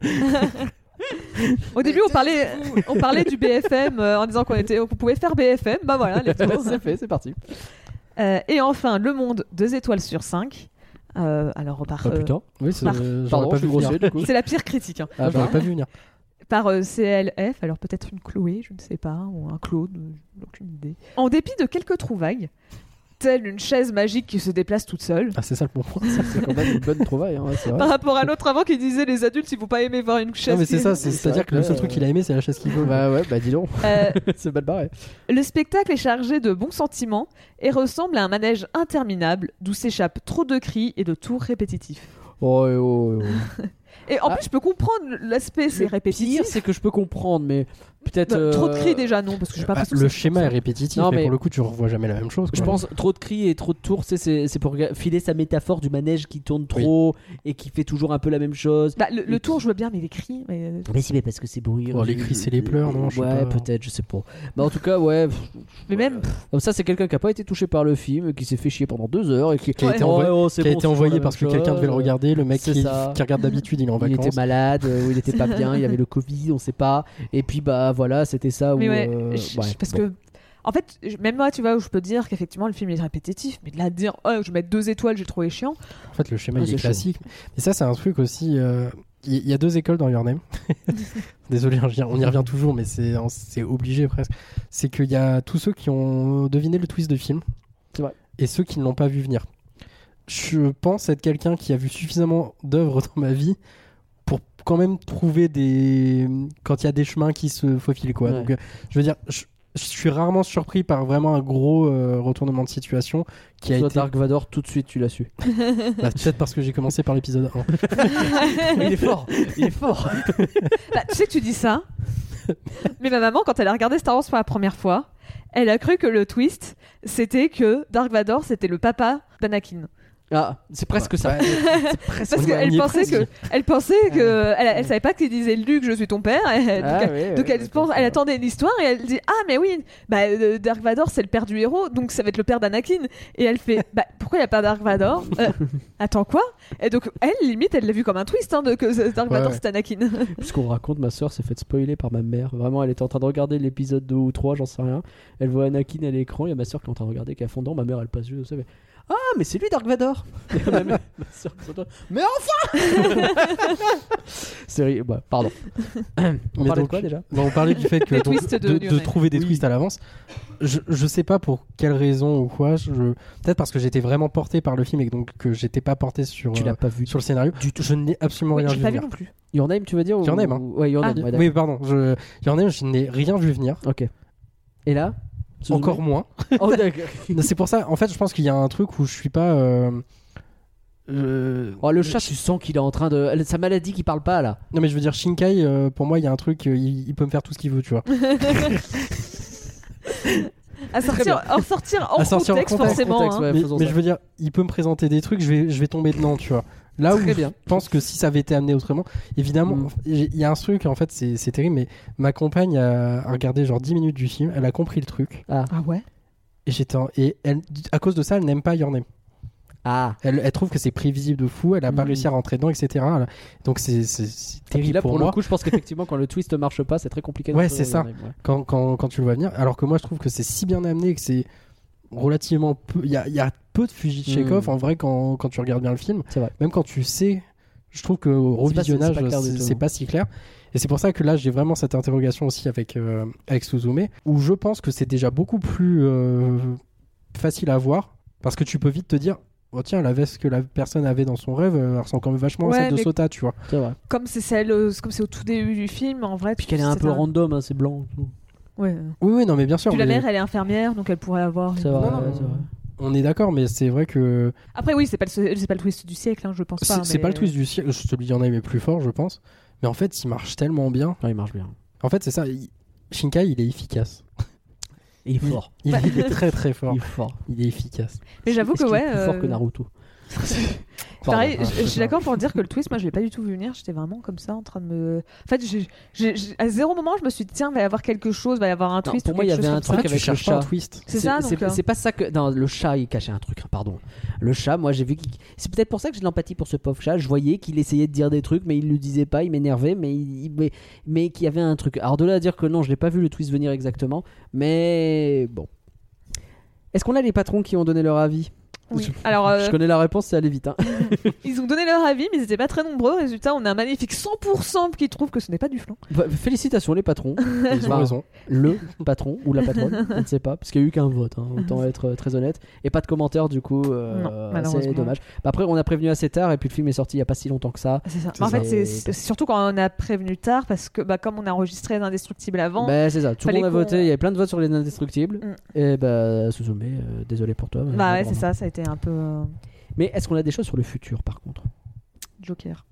Au début, on parlait, on parlait du B F M euh, en disant qu'on était, qu'on pouvait faire B F M. Bah voilà, let's go. c'est fait, c'est parti. Euh, et enfin, Le Monde, deux étoiles sur cinq. Euh, alors, par, Oh euh, putain. Oui, c'est- Par- j'aurais Pardon, pas je suis vu venir. grossier du coup. c'est la pire critique. hein. Ah, j'aurais pas vu venir. Par euh, C L F, alors peut-être une Chloé, je ne sais pas, ou un Claude, euh, j'ai aucune idée. En dépit de quelques trouvailles, telle une chaise magique qui se déplace toute seule. Ah, c'est ça le bon point. C'est quand même une bonne trouvaille, hein, ouais, c'est Par vrai. rapport à l'autre avant qui disait les adultes, si vous pas aimé voir une chaise. Non, mais c'est qui- ça, c'est- C'est c'est-à-dire vrai que le que, seul euh, truc qu'il a aimé, c'est la chaise qu'il veut. Bah ouais, bah dis donc. Euh, C'est mal barré. le spectacle est chargé de bons sentiments et ressemble à un manège interminable d'où s'échappent trop de cris et de tours répétitifs. Oh, oh, oh, oh. Et en Ah. plus, je peux comprendre l'aspect, c'est Le répétitif. pire, c'est que je peux comprendre, mais peut-être. Bah, Trop de euh, cris déjà, non, parce que j'ai pas Bah, l'impression que le c'est schéma comme est ça. répétitif, Non, mais, mais- pour le coup, tu revois jamais la même chose. Je quoi. pense trop de cris et trop de tours, c'est, c'est, c'est pour filer sa métaphore du manège qui tourne trop et qui fait toujours un peu la même chose. Bah, le, le tour, je veux bien, mais les cris. Mais... Mais si, mais parce que c'est bruyant. Oh, les cris, c'est les pleurs, non, je sais Ouais, pas. peut-être, je sais pas. Bah, en tout cas, ouais. pff, mais même. Comme ça, c'est quelqu'un qui a pas été touché par le film, qui s'est fait chier pendant deux heures et qui, Qui a été Oh, envoyé- oh, c'est Qui a bon, été c'est envoyé toujours la parce que même quelqu'un chose. devait le regarder. Le mec C'est qui, ça. qui regarde d'habitude, il est en Il vacances. était malade, euh, ou il était pas bien, il avait le Covid, on sait pas. Et puis bah voilà, c'était ça. Mais où, ouais, euh, je- ouais, parce bon. que. En fait, je- même moi, tu vois, où je peux dire qu'effectivement le film est répétitif, mais de là de dire, oh, je vais mettre deux étoiles, j'ai trouvé chiant. En fait, le schéma Ah, il est, c'est chaud. classique. Et ça, c'est un truc aussi. euh, Il y, y a deux écoles dans Your Name. Désolé, on y- on y revient toujours, mais c'est c'est obligé presque. C'est qu'il y a tous ceux qui ont deviné le twist de film. C'est vrai. Et ceux qui ne l'ont pas vu venir. Je pense être quelqu'un qui a vu suffisamment d'œuvres dans ma vie pour quand même trouver des. Quand il y a des chemins qui se faufilent, quoi. Ouais. Donc, euh, je veux dire. Je... Je suis rarement surpris par vraiment un gros euh, retournement de situation qui a Toi, été. Dark Vador, tout de suite, tu l'as su. Bah, peut-être parce que j'ai commencé par l'épisode un. il est fort, il est fort. Bah, tu sais que tu dis ça, mais ma maman, quand elle a regardé Star Wars pour la première fois, elle a cru que le twist, c'était que Dark Vador, c'était le papa d'Anakin. Ah, c'est presque ça. Ouais, C'est presque Parce On y qu'elle est pensait presque. que, elle pensait que, elle, elle savait pas qu'il disait Luke, je suis ton père. Et Ah, donc, elle, ouais, donc ouais, elle d'accord. pense, elle attendait l'histoire et elle dit ah mais oui, bah euh, Dark Vador c'est le père du héros, donc ça va être le père d'Anakin. Et elle fait bah pourquoi il y a pas Dark Vador euh, Attends quoi Et donc elle limite elle l'a vu comme un twist hein, de que Dark Ouais, Vador ouais. c'est Anakin. Puisqu'on raconte, ma soeur s'est fait spoiler par ma mère. Vraiment, elle était en train de regarder l'épisode deux ou trois, j'en sais rien. Elle voit Anakin à l'écran, il y a ma soeur qui est en train de regarder, qui est à fond dedans. Ma mère, elle passe juste, vous savez. Ah, mais c'est lui Dark Vador. Et ma, mère- ma soeur qui s'entend, mais enfin. C'est ri- bah, pardon. On Mais parlait de donc, quoi déjà bah, on parlait du fait que Des donc, twists de de, New de York. trouver des Oui. twists à l'avance. Je, je sais pas pour quelle raison ou quoi. Je... Peut-être parce que j'étais vraiment porté par le film et que donc que j'étais pas porté sur, Tu euh, l'as pas vu sur le scénario. du tout. Je n'ai absolument Oui, rien j'ai vu pas vu venir. non plus. Your Name, tu veux dire ou... Your Name, hein. Ouais, Your Name. Ah. ouais, d'accord. Oui, pardon. Je... Your Name, je n'ai rien vu venir. Ok. Et là Suzume Encore moins. Oh, d'accord. C'est pour ça. En fait, je pense qu'il y a un truc où je suis pas. euh, euh, Oh, le chat, tu sens qu'il est en train de. Sa maladie qui parle pas là. Non, mais je veux dire, Shinkai, euh, pour moi, il y a un truc. euh, il, il peut me faire tout ce qu'il veut, tu vois. À sortir, à sortir en À sortir en contexte contexte, forcément. contexte, hein. ouais. mais, faisons mais ça. je veux dire, il peut me présenter des trucs, je vais, je vais tomber dedans, tu vois. Là où Très je bien. pense que si ça avait été amené autrement, évidemment, Mm. j'ai- il y a un truc, en fait, c'est c'est terrible, mais ma compagne a, a regardé genre dix minutes du film, elle a compris le truc, Ah ouais. et, j'étais en- et elle, à cause de ça, elle n'aime pas Your Name. Ah. Elle, elle trouve que c'est prévisible de fou, elle a pas Mm. réussi à rentrer dedans, et cetera. Elle- Donc c'est c'est- c'est Et puis terrible là, pour, pour, moi le coup, je pense qu'effectivement, quand le twist marche pas, c'est très compliqué. de Ouais, rentrer c'est dans ça. Your Name, ouais. quand, quand, quand tu le vois venir, alors que moi je trouve que c'est si bien amené, que c'est relativement peu. Il y a, il y a peu de Fujitchekov Mm. en vrai quand, quand tu regardes bien le film. C'est vrai. Même quand tu sais, je trouve qu'au C'est pas- revisionnage, c'est pas clair du c'est tout, c'est hein. pas si clair. Et c'est pour ça que là, j'ai vraiment cette interrogation aussi avec, euh, avec Suzume, où je pense que c'est déjà beaucoup plus euh, facile à voir, parce que tu peux vite te dire, oh tiens, la veste que la personne avait dans son rêve, euh, elle ressemble quand même vachement Ouais, à celle de mais- Sota, tu vois. C'est vrai. Comme c'est celle, euh, comme c'est au tout début du film, en vrai. Puis qu'elle est un c'est peu random, hein, c'est blanc. Ouais. Oui, oui, non, mais bien sûr. Puis la mais mère, elle est infirmière, donc elle pourrait avoir. C'est une- vrai, Non, non, c'est vrai. on est d'accord, mais c'est vrai que Après oui, c'est pas le, c'est pas le twist du siècle, hein, je pense pas. c'est c'est mais- pas le twist du siècle. Celui d'Y en a mais plus fort, je pense. Mais en fait, il marche tellement bien. Ouais, il marche bien. En fait, c'est ça. il- Shinkai, il est efficace. Et il est fort. Il, il est très très fort. Il est fort. Il est efficace. Mais j'avoue Est-ce que qu'il est ouais. plus fort euh, que Naruto. Pareil, Pardon, je je suis d'accord pour dire que le twist, moi, je l'ai pas du tout vu venir. J'étais vraiment comme ça, en train de me. En fait, j'ai- j'ai- j'ai- à zéro moment, je me suis dit tiens, il va y avoir quelque chose, il va y avoir un Non, twist. pour ou moi, il y quelque avait chose un comme ça. truc Tu avec le cherches pas un chat. twist. C'est ça, donc. c'est- euh, c'est pas ça que. Non, le chat, il cachait un truc, hein, pardon. Le chat, moi, j'ai vu qu'il. C'est peut-être pour ça que j'ai de l'empathie pour ce pauvre chat. Je voyais qu'il essayait de dire des trucs, mais il le disait pas, il m'énervait, mais, il... mais... mais qu'il y avait un truc. Alors, de là à dire que non, je l'ai pas vu le twist venir exactement, mais bon. Est-ce qu'on a les patrons qui ont donné leur avis? Oui. Alors, euh, Je connais la réponse, c'est aller vite. Hein. ils ont donné leur avis, mais ils n'étaient pas très nombreux. Résultat, on a un magnifique cent pour cent qui trouvent que ce n'est pas du flan. Bah, félicitations, les patrons. Ils ont Bah, raison. Le patron ou la patronne, je ne sais pas, parce qu'il n'y a eu qu'un vote, hein, autant être euh, très honnête. Et pas de commentaires, du coup, euh, Non, c'est malheureusement. dommage. Bah, après, on a prévenu assez tard, et puis le film est sorti il n'y a pas si longtemps que ça. C'est ça. C'est Mais en ça. fait, c'est- Et- c'est surtout quand on a prévenu tard, parce que bah, comme on a enregistré l'Indestructible avant. Bah, c'est ça, tout le fallait monde a qu'on- voté, il y avait plein de votes sur les indestructibles. Mm. Et bah, Suzume, euh, désolé pour toi. mais Bah ouais, vraiment. c'est ça, ça a été un peu euh, Mais est-ce qu'on a des choses sur le futur, par contre? Joker.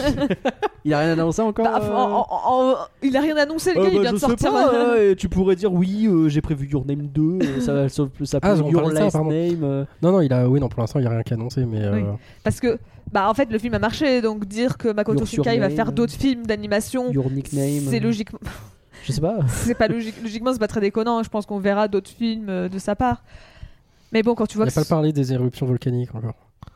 Il a rien annoncé encore Bah, euh en- en- en- il a rien annoncé, le Euh, gars, il bah, vient je de sais sortir. pas, hein, et tu pourrais dire oui, euh, j'ai prévu Your Name deux, euh, ça va ça, ça Ah, peut on Your parlait de ça, Last pardon. Name. euh. Non, non, il a. Oui, non, pour l'instant, il n'y a rien qu'à annoncer, mais. euh, Oui. Parce que, bah, en fait, le film a marché, donc dire que Makoto Your Shinkai va Surname. faire d'autres films d'animation, Your Nickname. c'est euh, logiquement. Je sais pas. C'est pas logique. Logiquement, c'est pas très déconnant. Je pense qu'on verra d'autres films euh, de sa part. Mais bon, quand tu Il vois n'a que pas parlé des éruptions volcaniques encore.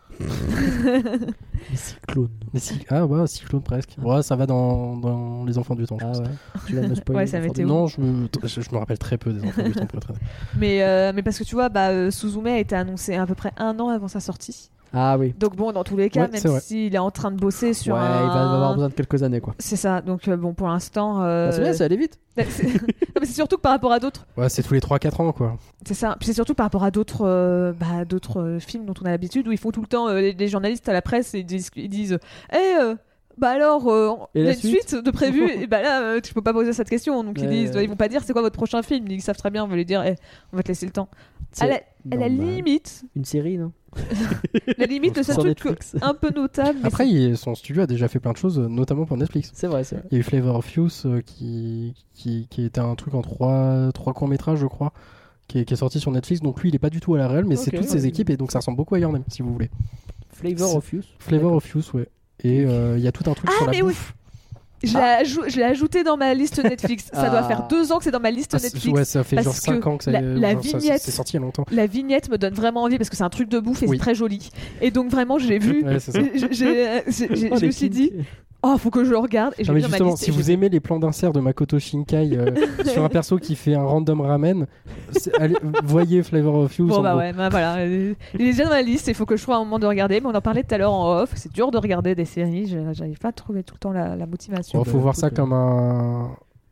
Les cyclones. Mais si... Ah, ouais, cyclone presque. Ouais, ça va dans, dans Les Enfants du Temps. je Ah pense. ouais. Tu vas me spoiler. Ouais, ça les va enfants être du- où Non, je me... je, je me rappelle très peu des Enfants du Temps pour être honnête. mais, euh, mais parce que tu vois, bah, euh, Suzume a été annoncé à peu près un an avant sa sortie. Ah oui. Donc bon, dans tous les cas, Ouais, c'est même vrai. s'il est en train de bosser sur ouais, un... il va avoir besoin de quelques années quoi. C'est ça. Donc euh, bon, pour l'instant... euh, Bah, c'est bien, ça allait vite. c'est- non, mais c'est surtout que par rapport à d'autres... Ouais, c'est tous les trois quatre ans, quoi. C'est ça. Puis c'est surtout par rapport à d'autres euh, bah, d'autres euh, films dont on a l'habitude, où ils font tout le temps, euh, les, les journalistes à la presse, ils disent, ils disent Eh, euh, bah alors, euh, Et il y la a une suite suite de prévu, et bah là, euh, tu peux pas poser cette question. Donc ils Ouais, disent, ouais. ils vont pas dire c'est quoi votre prochain film, ils savent très bien, on va lui dire Eh, on va te laisser le temps. C'est À la, à la normal. limite, Une série, non? la limite, le seul Sur truc que- Netflix. un peu notable. mais Après, il- son studio a déjà fait plein de choses, notamment pour Netflix. C'est vrai, c'est vrai. Il y a eu Flavor of Youth euh, qui, qui, qui était un truc en trois, trois courts-métrages, je crois, qui est, qui est sorti sur Netflix. Donc lui, il est pas du tout à la réal, mais Ok, c'est toutes ouais. ses équipes et donc ça ressemble beaucoup à Your Name, si vous voulez. Flavor C'est- of Youth. Flavor D'accord. of Youth, ouais. Et euh, il y a tout un truc Ah, sur la mais oui. bouffe. Je l'ai ajou- je l'ai ajouté dans ma liste Netflix. Ça doit Ah. faire deux ans que c'est dans ma liste Ah, c'est- Netflix. ouais, ça fait parce genre cinq que ans que ça, la- la genre, ça- vignette- c'est sorti il y a longtemps. La vignette me donne vraiment envie parce que c'est un truc de bouffe et Oui. c'est très joli. Et donc vraiment, je l'ai vu. Ouais, c'est ça. J'ai- j'ai- j'ai- j'ai- Oh, je les me suis dit, kinks. oh, faut que je le regarde. Et Ah, j'ai mais mis dans ma justement, liste. si et vous j'ai- aimez les plans d'insert de Makoto Shinkai euh, sur un perso qui fait un random ramen, c'est- allez, voyez Flavor of You. Bon en bah gros. ouais, bah voilà, euh, il est déjà dans ma liste, il faut que je trouve un moment de regarder, mais on en parlait tout à l'heure en off, c'est dur de regarder des séries, je- j'arrive pas à trouver tout le temps la, la motivation. Bon, faut voir ça écoute, comme un,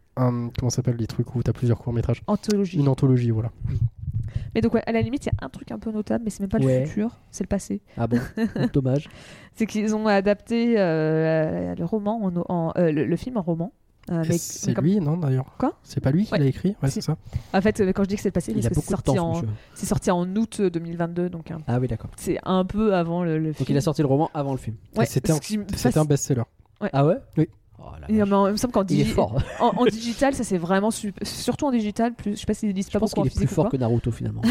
un comment ça s'appelle les trucs où t'as plusieurs courts métrages. Anthologie. Une anthologie, voilà. Mais donc ouais, à la limite, il y a un truc un peu notable, mais c'est même pas Ouais. le futur, c'est le passé. Ah bon, dommage. C'est qu'ils ont adapté euh, le roman, en, en- euh, le, le film en roman. Euh, Et mais- c'est mais comme- lui, non d'ailleurs Quoi C'est pas lui qui Ouais. l'a écrit Ouais, Si. c'est ça. En fait, euh, quand je dis que c'est le passé, Il parce a que c'est beaucoup de sorti, temps, en... monsieur. c'est sorti en août deux mille vingt-deux, donc un- Ah oui, d'accord. c'est un peu avant le, le film. Donc il a sorti le roman avant le film. Ouais, Et c'était un- ce qui me C'était un fascine- best-seller. Ah ouais Oui. Oh, la Il, vache. mais en- il me semble qu'en Il est digi- fort. en, en digital, ça c'est vraiment super. Surtout en digital, plus, je sais pas s'ils disent Je pas pense beaucoup en qu'il est plus physique ou fort quoi. que Naruto finalement.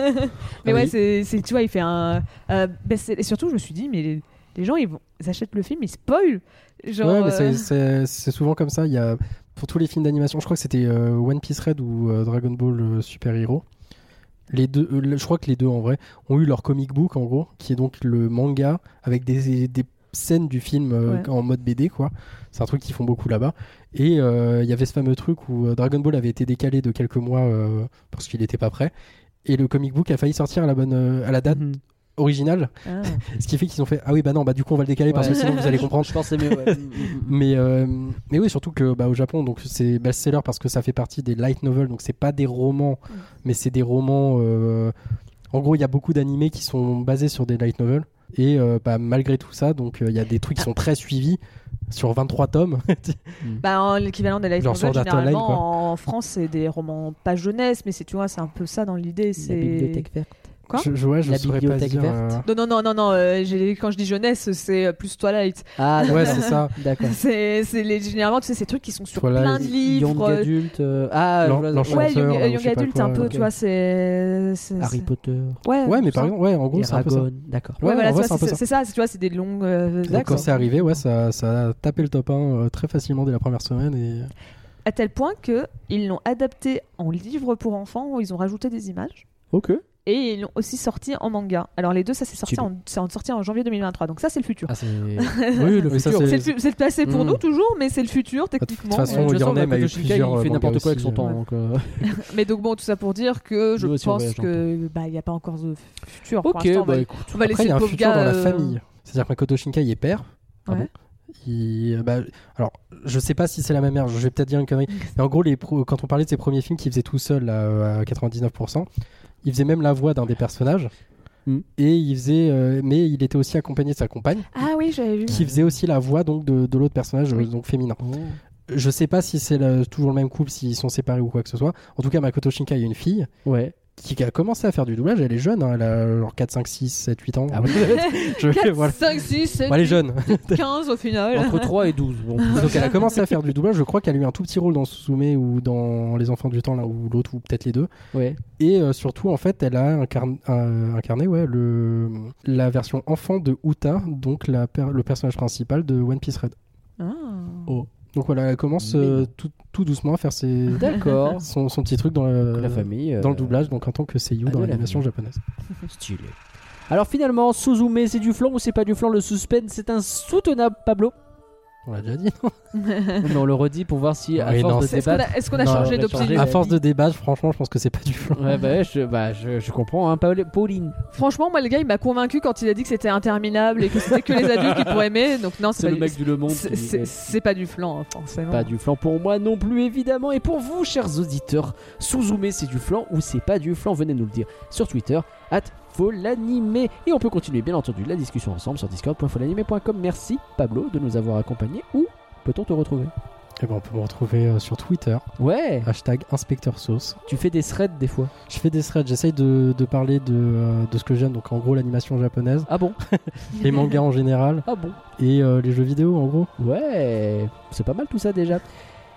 Mais Ah ouais, oui. c'est, c'est- tu vois, il fait un. Euh, best-seller. Et surtout, je me suis dit, mais les, les gens, ils, vont, ils achètent le film, ils spoilent. Genre, Ouais, mais c'est- euh, c'est c'est souvent comme ça. Il y a, pour tous les films d'animation, je crois que c'était euh, One Piece Red ou euh, Dragon Ball euh, Super Hero. Les deux, euh, le- je crois que les deux en vrai ont eu leur comic book en gros, qui est donc le manga avec des, des scènes du film euh, Ouais. en mode B D quoi. C'est un truc qu'ils font beaucoup là-bas. Et euh, il y avait ce fameux truc où euh, Dragon Ball avait été décalé de quelques mois euh, parce qu'il n'était pas prêt. Et le comic book a failli sortir à la bonne euh, à la date Mhm. originale, ah. ce qui fait qu'ils ont fait ah oui bah non bah du coup on va le décaler parce Ouais. que sinon vous allez comprendre. Je pense que c'est mieux, ouais. Mais, euh, mais oui, surtout que bah, au Japon, donc c'est best-seller parce que ça fait partie des light novels, donc c'est pas des romans, Mm. mais c'est des romans. euh, En gros, il y a beaucoup d'animés qui sont basés sur des light novels, et euh, bah, malgré tout ça, donc il y a des trucs qui sont très suivis sur vingt-trois tomes. Bah, en- l'équivalent des light Genre novels, Sword Art Online, généralement, quoi. en France, c'est des romans pas jeunesse, mais c'est, tu vois, c'est un peu ça dans l'idée. C'est... La bibliothèque verte. Quoi je, je, ouais, je La saurais pas bibliothèque dire. verte. euh, Non, non, non, non, non. euh, j'ai- quand je dis jeunesse, c'est euh, plus Twilight. Ah Ouais, c'est ça. d'accord. C'est, c'est les, généralement, tu sais, ces trucs qui sont sur Twilight, plein de livres. Young euh, adulte. euh, Ah, L'en- je vois- l'enchanteur, Ouais, Young, ou je Young sais pas Adult, quoi, un peu, ok. tu vois, c'est. c'est Harry c'est- Potter. Ouais, Ouais, mais tout par ça. exemple, ouais, en gros, c'est un peu ça. Eragon, d'accord. Ouais, Ouais, voilà, en vrai, tu c'est un vois, peu c'est, c'est ça, c'est, tu vois, c'est des longues. euh, Donc, quand c'est arrivé, ouais, ça, ça a tapé le top un euh, très facilement dès la première semaine. Et... À tel point que ils l'ont adapté en livre pour enfants où ils ont rajouté des images. Ok. Et ils l'ont aussi sorti en manga. Alors les deux, ça s'est sorti, Stylé. en, c'est en- sorti en janvier deux mille vingt-trois. Donc ça, c'est le futur. Ah, c'est. Oui, le Oui, ça, futur. c'est, le, fu- c'est le passé pour Mm. nous toujours, mais c'est le futur De toute techniquement. façon, De toute Your façon, Name a eu Makoto Shinkai, plusieurs, il fait euh, n'importe mangas quoi avec son aussi, temps. euh. donc, euh, Mais donc bon, tout ça pour dire que je Nous aussi, on pense voyage dans que bah il y a pas encore de futur. Pour Ok, l'instant, on va, bah écoute. on va Après, laisser il y a le un pauvre futur gars. dans la euh, famille. C'est-à-dire que Makoto Shinkai est père. Ah ouais. bon Il, euh, bah, alors, je sais pas si c'est la même mère, je vais peut-être dire une connerie. Mais en gros, les pro- quand on parlait de ses premiers films qu'il faisait tout seul là, euh, à quatre-vingt-dix-neuf pour cent, il faisait même la voix d'un des personnages. Mm. Et il faisait, euh, mais il était aussi accompagné de sa compagne, Ah oui, j'avais vu. qui faisait aussi la voix donc de, de l'autre personnage, Oui. euh, donc féminin. Oh. Je sais pas si c'est le- toujours le même couple, s'ils sont séparés ou quoi que ce soit. En tout cas, Makoto Shinkai a une fille Ouais. qui a commencé à faire du doublage. Elle est jeune, hein, elle a genre quatre, cinq, six, sept, huit ans. Ah ouais. Je- quatre, voilà. cinq, six, sept, Bon, elle est jeune. quinze au final. Entre trois et douze. Bon. Donc elle a commencé à faire du doublage. Je crois qu'elle a eu un tout petit rôle dans Suzume ou dans Les Enfants du Temps, là, ou l'autre, ou peut-être les deux. Ouais. Et euh, surtout, en fait, elle a incarn- euh, incarné ouais, le... la version enfant de Uta, donc la per- le personnage principal de One Piece Red. Ah. Oh. Donc voilà, elle commence euh, tout, tout doucement à faire ses... D'accord. son, son petit truc dans le, La famille. dans euh, le doublage, donc en tant que seiyuu ah, dans de l'animation la japonaise. Stylé. Alors finalement, Suzume, c'est du flan ou c'est pas du flan? Le suspense, c'est insoutenable, Pablo. On l'a déjà dit. Mais on le redit pour voir si, à Oui, force non, de c'est- Est-ce qu'on a, débattre. est-ce qu'on a Non, changé on a changé d'opinion À la force vie. de débattre, franchement, je pense que c'est pas du flan. Ouais, bah, je, bah, je, je comprends, hein, Paul- Pauline. Franchement, moi, le gars, il m'a convaincu quand il a dit que c'était interminable et que c'était que les adultes qui pourraient aimer. Donc non, c'est, C'est pas le du... mec du Le Monde. c'est, qui- c'est- c'est pas du flan, hein, forcément. Pas du flan pour moi non plus, évidemment. Et pour vous, chers auditeurs, Suzume, c'est du flan ou c'est pas du flan? Venez nous le dire sur Twitter, at Folanimé. Et on peut continuer, bien entendu, la discussion ensemble sur discord point folanimé point com. Merci, Pablo, de nous avoir accompagnés. Où peut-on te retrouver? Et ben, on peut me retrouver euh, sur Twitter, Ouais, hashtag Inspecteur Sauce. tu fais des threads des fois. Je fais des threads, j'essaye de, de parler de, euh, de ce que j'aime, donc en gros l'animation japonaise, Ah bon? les mangas en général, Ah bon? et euh, les jeux vidéo en gros. Ouais, c'est pas mal tout ça déjà.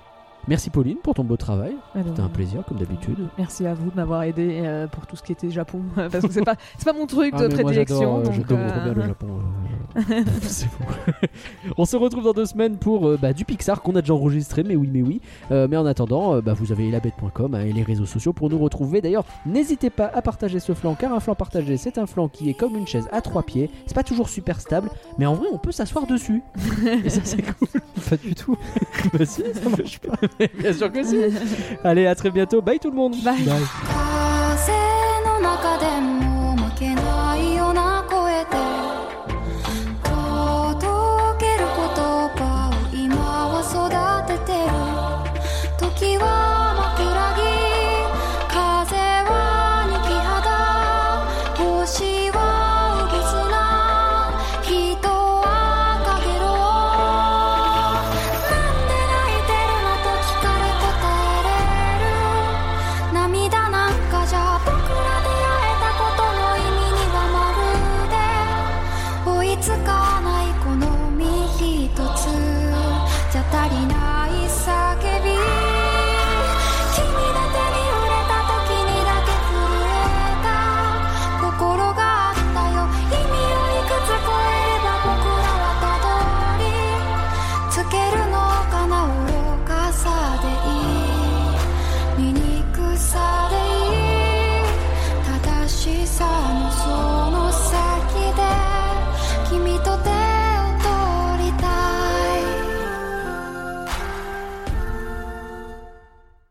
Merci Pauline pour ton beau travail. Alors, C'était un plaisir comme d'habitude. Merci à vous de m'avoir aidé euh, pour tout ce qui était Japon, parce que c'est pas, c'est pas mon truc Ah, de mais moi, prédilection. j'adore, euh, donc, j'adore euh, trop bien le Japon. euh, c'est fou. On se retrouve dans deux semaines pour euh, bah, du Pixar qu'on a déjà enregistré, mais oui, mais oui. Euh, mais en attendant, euh, bah, vous avez elabette point com hein, et les réseaux sociaux pour nous retrouver. D'ailleurs, n'hésitez pas à partager ce flanc, car un flanc partagé, c'est un flanc qui est comme une chaise à trois pieds. C'est pas toujours super stable, mais en vrai, on peut s'asseoir dessus. Et ça, c'est cool. Pas du tout. Bah si, ça marche pas. Bien sûr que si. Allez, à très bientôt. Bye tout le monde. Bye. Bye. 風の中でも負けないような声で届ける言葉を今は育ててる時は枕木風は二木肌星はうぎずな人はかげろうなんで泣いてるのと聞かれ答えれる涙なんかじゃ僕ら出会えたことの意味にはまるで追いつかないこの